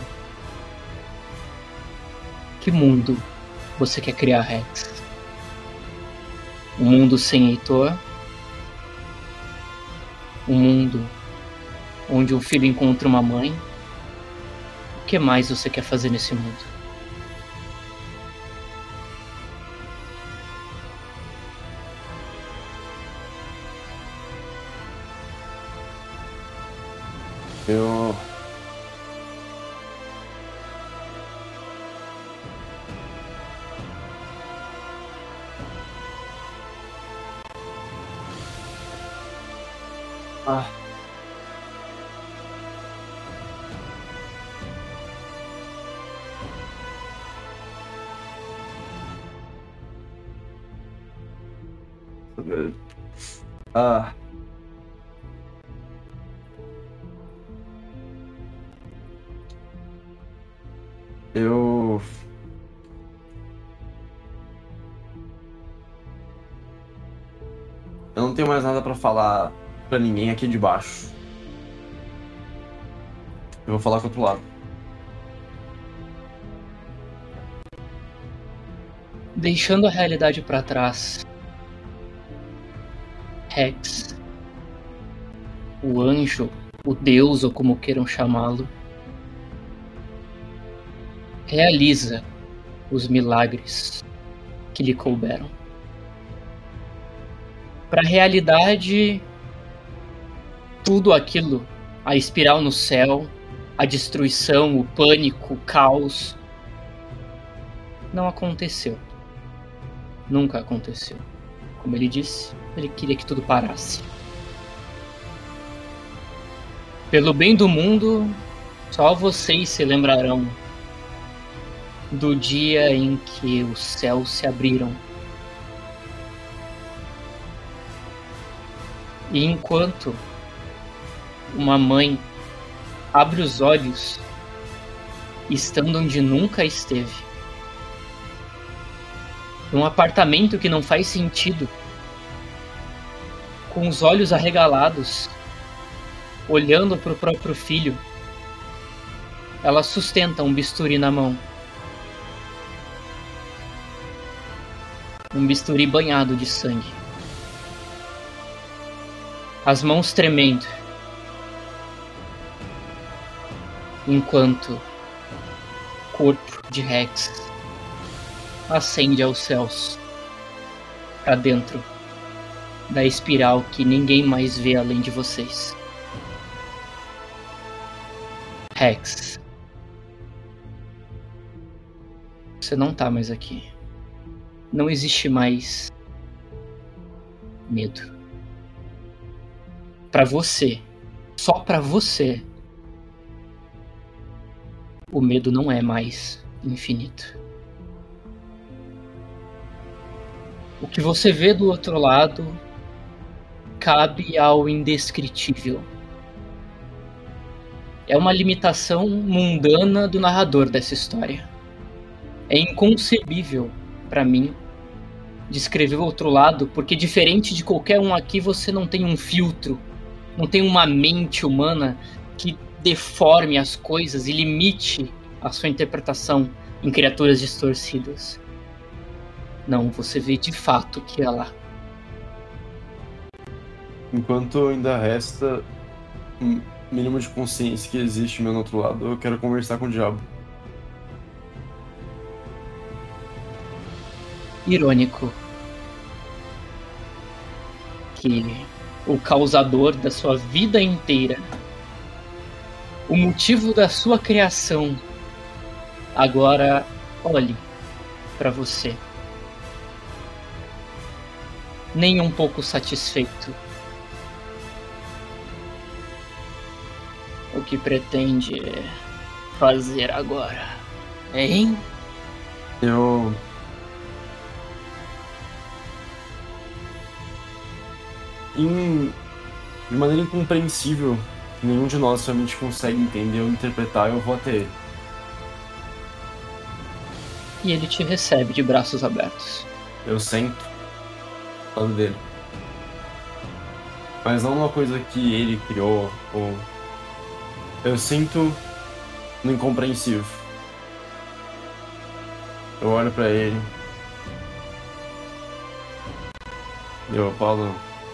Que mundo você quer criar, Rex? Um mundo sem Heitor? Um mundo onde um filho encontra uma mãe? O que mais você quer fazer nesse mundo? Eu. Ah. Ah. Eu não tenho mais nada pra falar pra ninguém aqui de baixo. Eu vou falar com o outro lado. Deixando a realidade para trás, Rex, o anjo, o deus ou como queiram chamá-lo, realiza os milagres que lhe couberam. Para a realidade, tudo aquilo, a espiral no céu, a destruição, o pânico, o caos, não aconteceu. Nunca aconteceu. Como ele disse, ele queria que tudo parasse. Pelo bem do mundo, só vocês se lembrarão do dia em que os céus se abriram. E enquanto uma mãe abre os olhos, estando onde nunca esteve. Num apartamento que não faz sentido, com os olhos arregalados, olhando para o próprio filho, ela sustenta um bisturi na mão. Um bisturi banhado de sangue. As mãos tremendo, enquanto o corpo de Rex ascende aos céus, pra dentro da espiral que ninguém mais vê além de vocês. Rex, você não tá mais aqui. Não existe mais medo. Pra você, só pra você, o medo não é mais infinito. O que você vê do outro lado cabe ao indescritível. É uma limitação mundana do narrador dessa história. É inconcebível para mim descrever o outro lado, porque diferente de qualquer um aqui, você não tem um filtro, não tem uma mente humana que deforme as coisas e limite a sua interpretação em criaturas distorcidas. Não, você vê de fato que é lá. Enquanto ainda resta um mínimo de consciência que existe meu outro lado, eu quero conversar com o diabo. Irônico que o causador da sua vida inteira, o motivo da sua criação, agora olhe para você, nem um pouco satisfeito. O que pretende fazer agora, hein? De maneira incompreensível, que nenhum de nós realmente consegue entender ou interpretar, eu vou até ele. E ele te recebe de braços abertos. Eu sento ao lado dele. Mas não uma coisa que ele criou, ou... Eu sinto no incompreensível. Eu olho pra ele. E eu falo...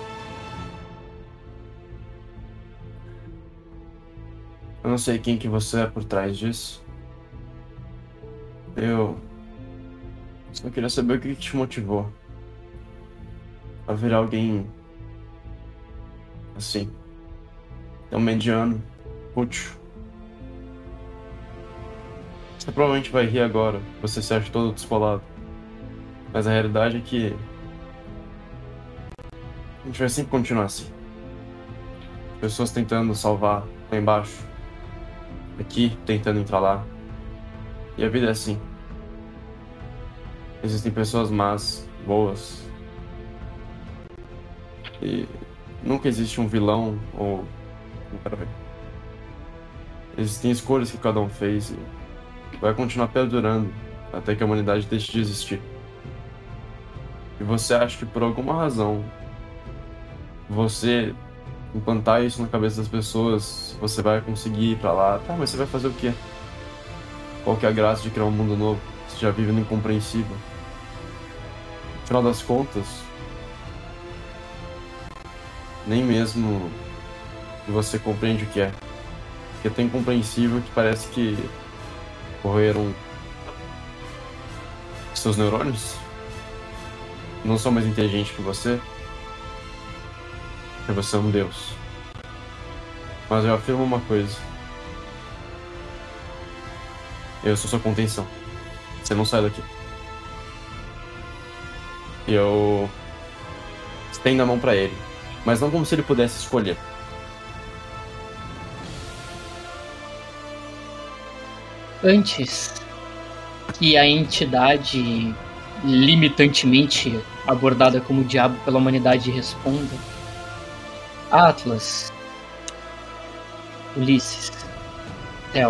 Eu não sei quem que você é por trás disso. Eu só queria saber o que te motivou a virar alguém assim, tão mediano, útil. Você provavelmente vai rir agora, você se acha todo descolado. Mas a realidade é que a gente vai sempre continuar assim. Pessoas tentando salvar lá embaixo, aqui tentando entrar lá. E a vida é assim. Existem pessoas más, boas. E nunca existe um vilão ou um cara bem. Existem escolhas que cada um fez e vai continuar perdurando até que a humanidade deixe de existir. E você acha que por alguma razão você implantar isso na cabeça das pessoas, você vai conseguir ir pra lá. Tá, mas você vai fazer o quê? Qual que é a graça de criar um mundo novo? Você já vive no incompreensível. No final das contas, nem mesmo você compreende o que é. Porque é tão incompreensível que parece que correram seus neurônios. Não sou mais inteligente que você. Porque você é um deus. Mas eu afirmo uma coisa. Eu sou sua contenção. Você não sai daqui. Eu estendo a mão pra ele. Mas não como se ele pudesse escolher. Antes que a entidade limitantemente abordada como diabo pela humanidade responda, Atlas, Ulisses, Tel.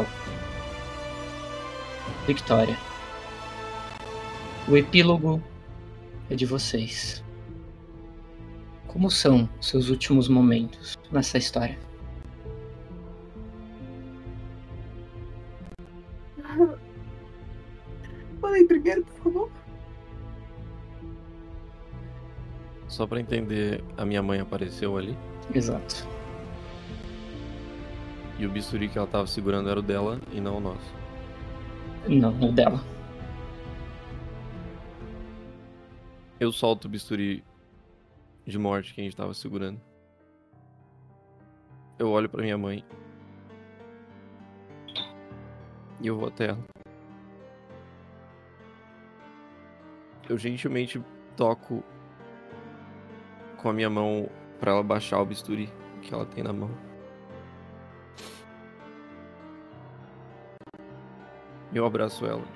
Victoria. O epílogo é de vocês. Como são seus últimos momentos nessa história? Falei primeiro, por favor. Só pra entender, a minha mãe apareceu ali Exato. e o bisturi que ela tava segurando era o dela e não o nosso. Não, o dela. Eu solto o bisturi de morte que a gente tava segurando. Eu olho pra minha mãe. E eu vou até ela. Eu gentilmente toco com a minha mão pra ela baixar o bisturi que ela tem na mão. E eu abraço ela.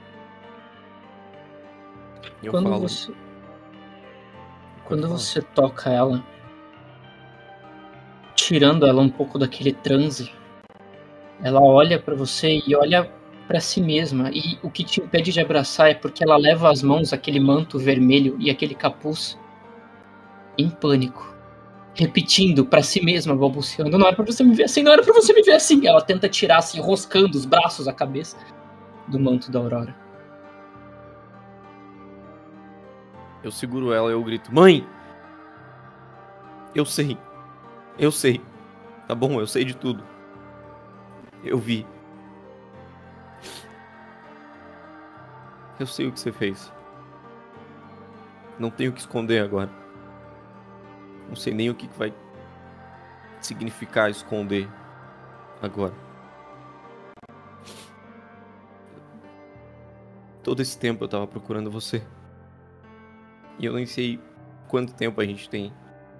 E eu falo... Quando você toca ela, tirando ela um pouco daquele transe, ela olha pra você e olha pra si mesma. E o que te impede de abraçar é porque ela leva as mãos, aquele manto vermelho e aquele capuz, em pânico, repetindo pra si mesma, balbuciando: não era pra você me ver assim, não era pra você me ver assim. Ela tenta tirar, assim, enroscando os braços, a cabeça do manto da Aurora. Eu seguro ela e eu grito: mãe! Eu sei. Eu sei. Tá bom, eu sei de tudo. Eu vi. Eu sei o que você fez. Não tenho o que esconder agora. Não sei nem o que vai significar esconder agora. Todo esse tempo eu tava procurando você. E eu nem sei quanto tempo a gente tem.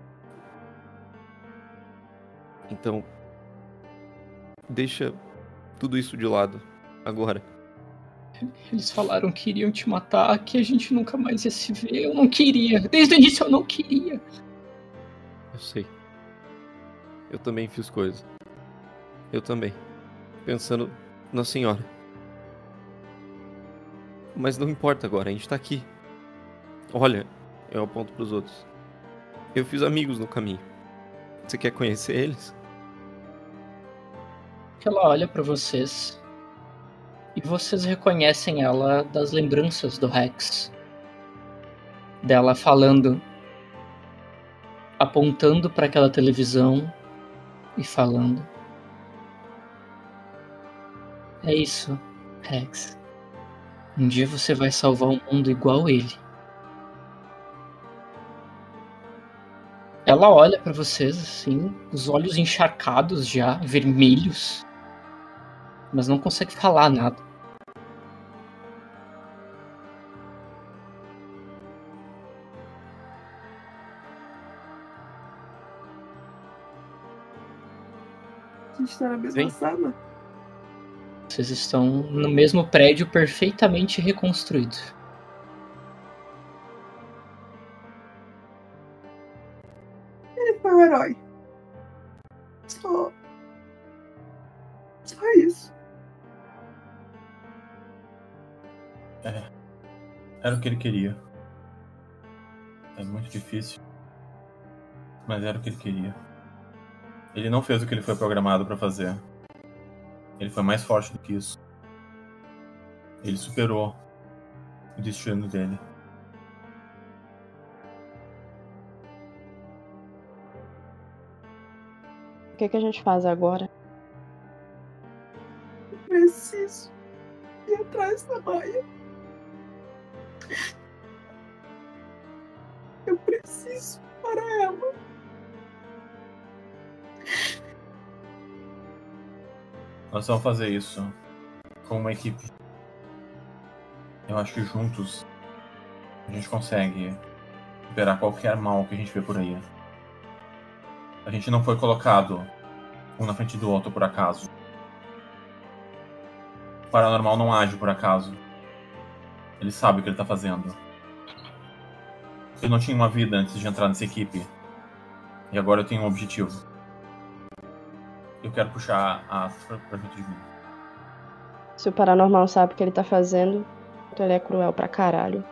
Então, deixa tudo isso de lado agora. Eles falaram que iriam te matar, que a gente nunca mais ia se ver. Eu não queria. Desde o início eu não queria. Eu sei. Eu também fiz coisas. Eu também. Pensando na senhora. Mas não importa agora, a gente tá aqui. Olha, eu aponto pros outros. Eu fiz amigos no caminho. Você quer conhecer eles? Ela olha pra vocês e vocês reconhecem ela das lembranças do Rex. Dela falando, apontando pra aquela televisão e falando: é isso, Rex. Um dia você vai salvar o mundo igual ele. Ela olha pra vocês assim, os olhos encharcados já, vermelhos, mas não consegue falar nada. A gente tá na mesma Vem. sala. Vocês estão no mesmo prédio perfeitamente reconstruído. Ele foi um herói. Só isso. Era o que ele queria. É muito difícil. Mas era o que ele queria. Ele não fez o que ele foi programado pra fazer. Ele foi mais forte do que isso. Ele superou o destino dele. O que a gente faz agora? Eu preciso ir atrás da Maia. Eu preciso para ela. Nós vamos fazer isso como uma equipe. Eu acho que juntos a gente consegue superar qualquer mal que a gente vê por aí. A gente não foi colocado um na frente do outro por acaso. O paranormal não age por acaso. Ele sabe o que ele tá fazendo. Eu não tinha uma vida antes de entrar nessa equipe. E agora eu tenho um objetivo. Eu quero puxar a Astra pra junto de mim. Se o paranormal sabe o que ele tá fazendo, então ele é cruel pra caralho.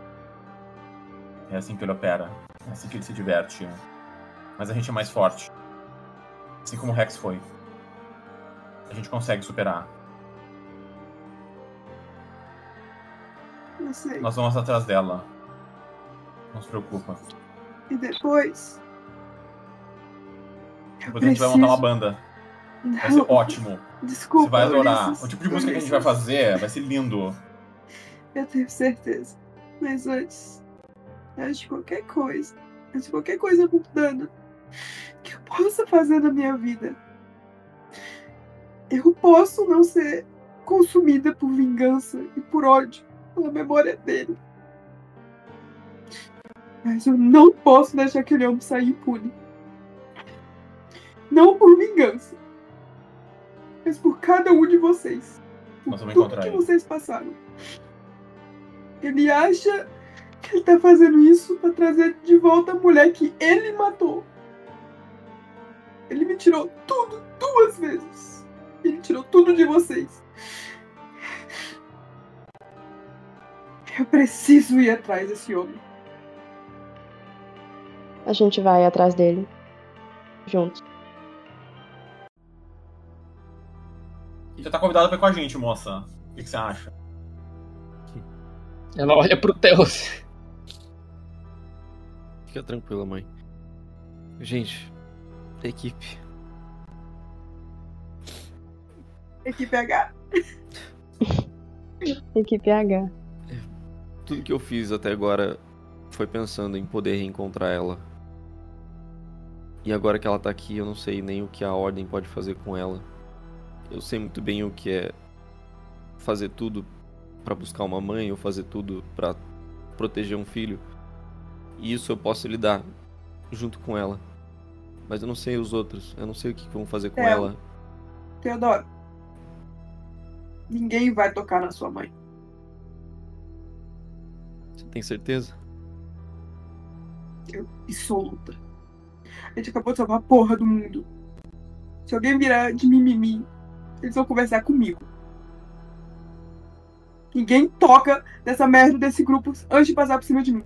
É assim que ele opera. É assim que ele se diverte. Mas a gente é mais forte. Assim como o Rex foi. A gente consegue superar. Eu sei. Nós vamos atrás dela. Não se preocupa. E depois. Depois a gente vai montar uma banda. Vai ser ótimo. Desculpa, Você vai adorar. Ulisses. O tipo de música que a gente vai fazer vai ser lindo. Eu tenho certeza. Mas antes de qualquer coisa mundana que eu possa fazer na minha vida, eu posso não ser consumida por vingança e por ódio pela memória dele. Mas eu não posso deixar aquele homem sair impune. Não por vingança, mas por cada um de vocês. Por Nós vamos tudo encontrar que ele. vocês passaram. Ele acha que ele tá fazendo isso pra trazer de volta a mulher que ele matou. Ele me tirou tudo 2 vezes. Ele tirou tudo de vocês. Eu preciso ir atrás desse homem. A gente vai atrás dele. Juntos. Você tá convidada pra ir com a gente, moça. O que você acha? Ela olha pro Theos. Fica tranquila, mãe. Gente, equipe. Equipe H. Equipe H. Tudo que eu fiz até agora foi pensando em poder reencontrar ela. E agora que ela tá aqui, eu não sei nem o que a Ordem pode fazer com ela. Eu sei muito bem o que é fazer tudo pra buscar uma mãe ou fazer tudo pra proteger um filho. E isso eu posso lidar junto com ela. Mas eu não sei os outros. Eu não sei o que vão fazer com ela. Teodoro. Ninguém vai tocar na sua mãe. Você tem certeza? Eu absoluta. A gente acabou de salvar a porra do mundo. Se alguém virar de mimimi, eles vão conversar comigo. Ninguém toca nessa merda desse grupo antes de passar por cima de mim.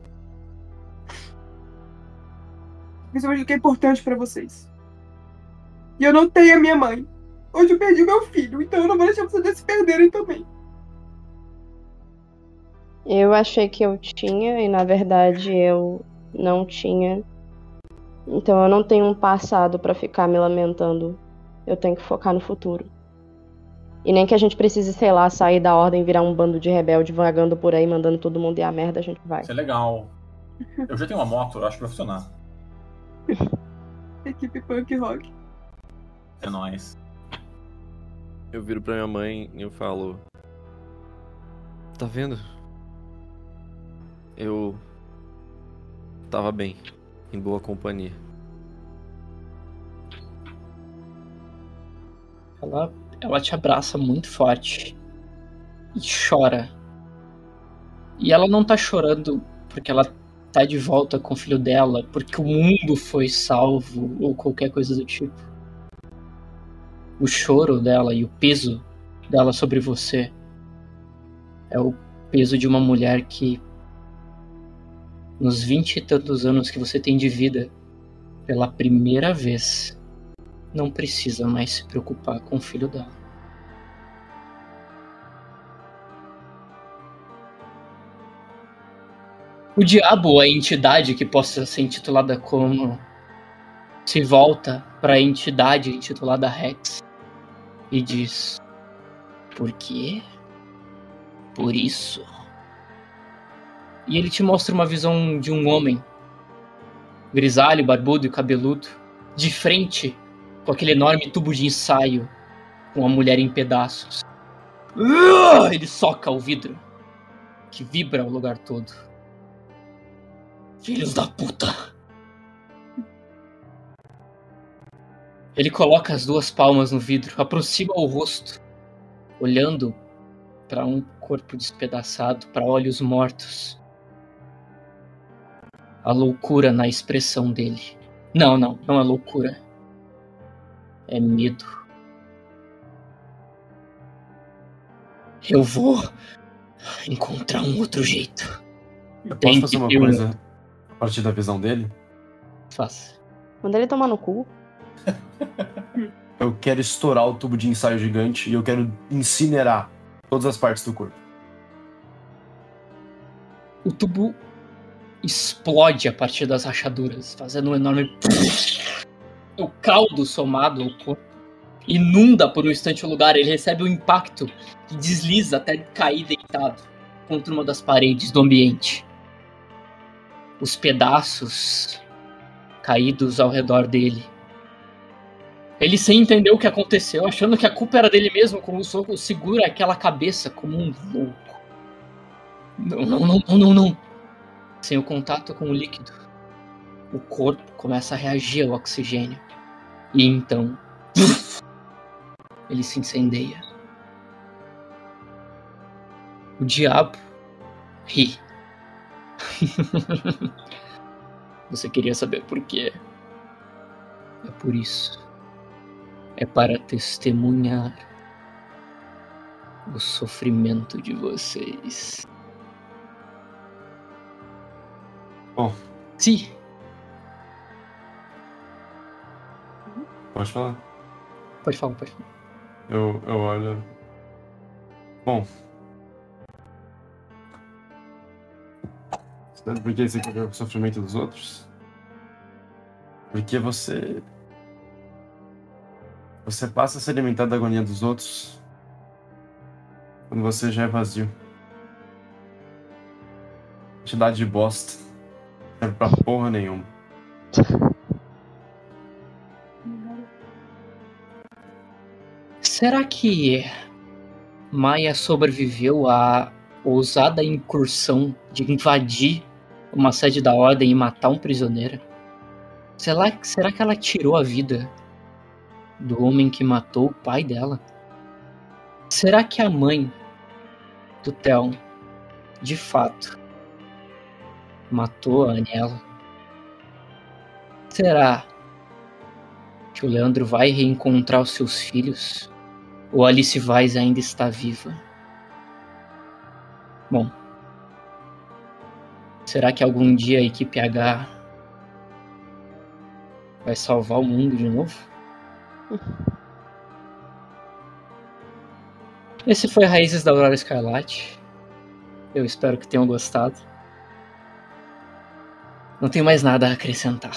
Principalmente o que é importante pra vocês. E eu não tenho a minha mãe. Hoje eu perdi meu filho, então eu não vou deixar vocês se perderem também. Eu achei que eu tinha e na verdade eu não tinha. Então eu não tenho um passado pra ficar me lamentando. Eu tenho que focar no futuro. E nem que a gente precise, sei lá, sair da ordem, virar um bando de rebelde vagando por aí, mandando todo mundo ir a merda, a gente vai. Isso é legal. Eu já tenho uma moto, eu acho que vai funcionar. Equipe punk rock. É nóis. Eu viro pra minha mãe e eu falo... Tá vendo? Eu... tava bem. Em boa companhia. Ela te abraça muito forte e chora. E ela não tá chorando porque ela tá de volta com o filho dela, porque o mundo foi salvo ou qualquer coisa do tipo. O choro dela e o peso dela sobre você é o peso de uma mulher que, nos 20 e tantos anos que você tem de vida, pela primeira vez, não precisa mais se preocupar com o filho dela. O diabo, ou a entidade que possa ser intitulada como, se volta para a entidade intitulada Rex e diz: por quê? Por isso. E ele te mostra uma visão de um homem grisalho, barbudo e cabeludo, de frente com aquele enorme tubo de ensaio, com a mulher em pedaços. Ele soca o vidro, que vibra o lugar todo. Filhos da puta! Ele coloca as 2 palmas no vidro, aproxima o rosto, olhando para um corpo despedaçado, para olhos mortos. A loucura na expressão dele. Não é loucura. É medo. Eu vou encontrar um outro jeito. Eu Tem posso fazer que uma ter coisa a partir da visão dele? Faça. Manda ele tomar no cu. Eu quero estourar o tubo de ensaio gigante e eu quero incinerar todas as partes do corpo. O tubo explode a partir das rachaduras, fazendo um enorme... O caldo somado ao corpo inunda por um instante o lugar. Ele recebe um impacto que desliza até cair deitado contra uma das paredes do ambiente. Os pedaços caídos ao redor dele. Ele, sem entender o que aconteceu, achando que a culpa era dele mesmo, como o soco segura aquela cabeça como um louco. Não. Sem o contato com o líquido, o corpo começa a reagir ao oxigênio. E então, ele se incendeia. O diabo ri. Você queria saber por quê? É por isso. É para testemunhar o sofrimento de vocês. Bom. Sim. Pode falar? Pode falar. Eu olho... Bom... Sabe por que você quer ver o sofrimento dos outros? Porque você passa a se alimentar da agonia dos outros quando você já é vazio. Quantidade de bosta. Não serve pra porra nenhuma. Será que Maia sobreviveu à ousada incursão de invadir uma sede da Ordem e matar um prisioneiro? Será que ela tirou a vida do homem que matou o pai dela? Será que a mãe do Theon, de fato, matou a Aniela? Será que o Leandro vai reencontrar os seus filhos? Ou Alice Vaz ainda está viva? Bom, será que algum dia a equipe H vai salvar o mundo de novo? Esse foi Raízes da Aurora Escarlate. Eu espero que tenham gostado. Não tenho mais nada a acrescentar.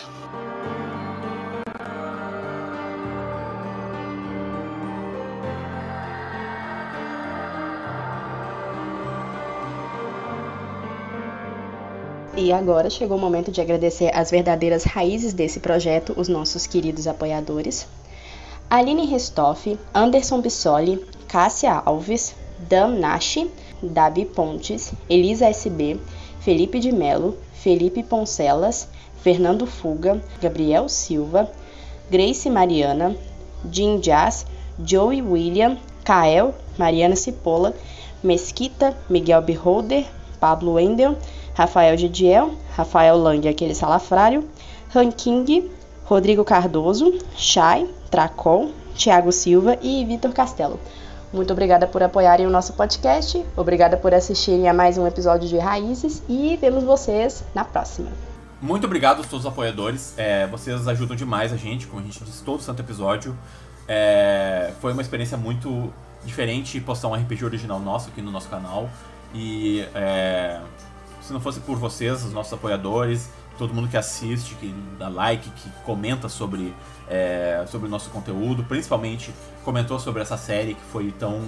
E agora chegou o momento de agradecer as verdadeiras raízes desse projeto, os nossos queridos apoiadores. Aline Restoff, Anderson Bissoli, Cássia Alves, Dan Nashi, Davi Pontes, Elisa SB, Felipe de Melo, Felipe Poncelas, Fernando Fuga, Gabriel Silva, Grace Mariana, Jim Jazz, Joey William, Kael, Mariana Cipolla, Mesquita, Miguel Beholder, Pablo Wendel, Rafael Gidiel, Rafael Lang, aquele salafrário, Ranking, Rodrigo Cardoso, Chay, Tracol, Thiago Silva e Vitor Castelo. Muito obrigada por apoiarem o nosso podcast, obrigada por assistirem a mais um episódio de Raízes e vemos vocês na próxima. Muito obrigado a todos os apoiadores, vocês ajudam demais a gente, como a gente disse todo santo episódio. Foi uma experiência muito diferente postar um RPG original nosso aqui no nosso canal e se não fosse por vocês, os nossos apoiadores, todo mundo que assiste, que dá like, que comenta sobre o nosso conteúdo, principalmente comentou sobre essa série que foi tão...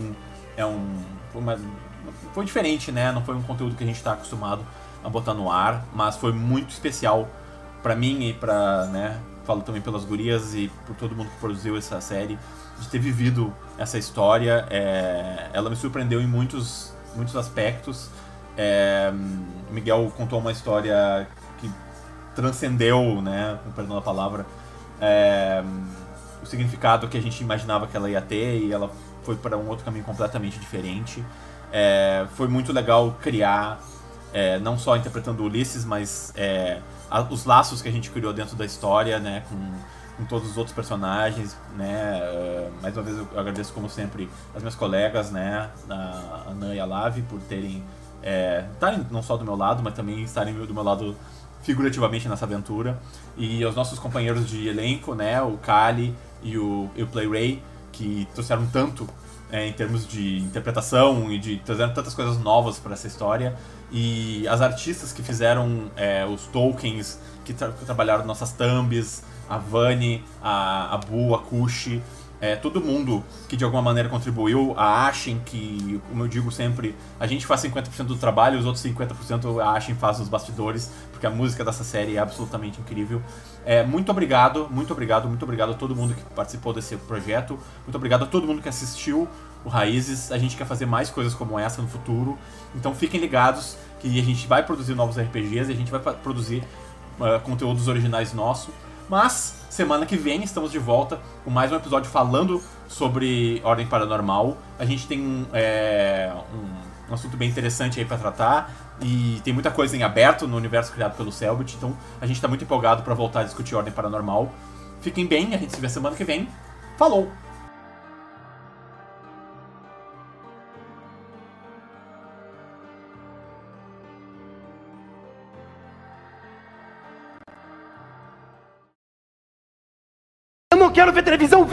Foi diferente, né? Não foi um conteúdo que a gente está acostumado a botar no ar, mas foi muito especial pra mim e pra, né, falo também pelas gurias e por todo mundo que produziu essa série, de ter vivido essa história. Ela me surpreendeu em muitos aspectos. Miguel contou uma história que transcendeu, né, com perdão da palavra, o significado que a gente imaginava que ela ia ter, e ela foi para um outro caminho completamente diferente. Foi muito legal criar, não só interpretando Ulisses, mas os laços que a gente criou dentro da história, né, com todos os outros personagens, né? Mais uma vez eu agradeço, como sempre, as minhas colegas, né? A Ana e a Lavi, por terem estarem não só do meu lado, mas também estarem do meu lado figurativamente nessa aventura. E aos nossos companheiros de elenco, né? O Kali e o Play Ray, que trouxeram tanto em termos de interpretação e de trazendo tantas coisas novas para essa história. E as artistas que fizeram os tokens, que trabalharam nossas thumbs, a Vani, a Bu, a Kushi, todo mundo que de alguma maneira contribuiu, a Ashen, que, como eu digo sempre, a gente faz 50% do trabalho, os outros 50% a Ashen faz nos bastidores, porque a música dessa série é absolutamente incrível. Muito obrigado a todo mundo que participou desse projeto, muito obrigado a todo mundo que assistiu o Raízes. A gente quer fazer mais coisas como essa no futuro, então fiquem ligados que a gente vai produzir novos RPGs e a gente vai produzir conteúdos originais nossos. Mas, semana que vem, estamos de volta com mais um episódio falando sobre Ordem Paranormal. A gente tem um assunto bem interessante aí pra tratar e tem muita coisa em aberto no universo criado pelo Selbit, então a gente tá muito empolgado pra voltar a discutir Ordem Paranormal. Fiquem bem, a gente se vê semana que vem. Falou! Eu não quero ver televisão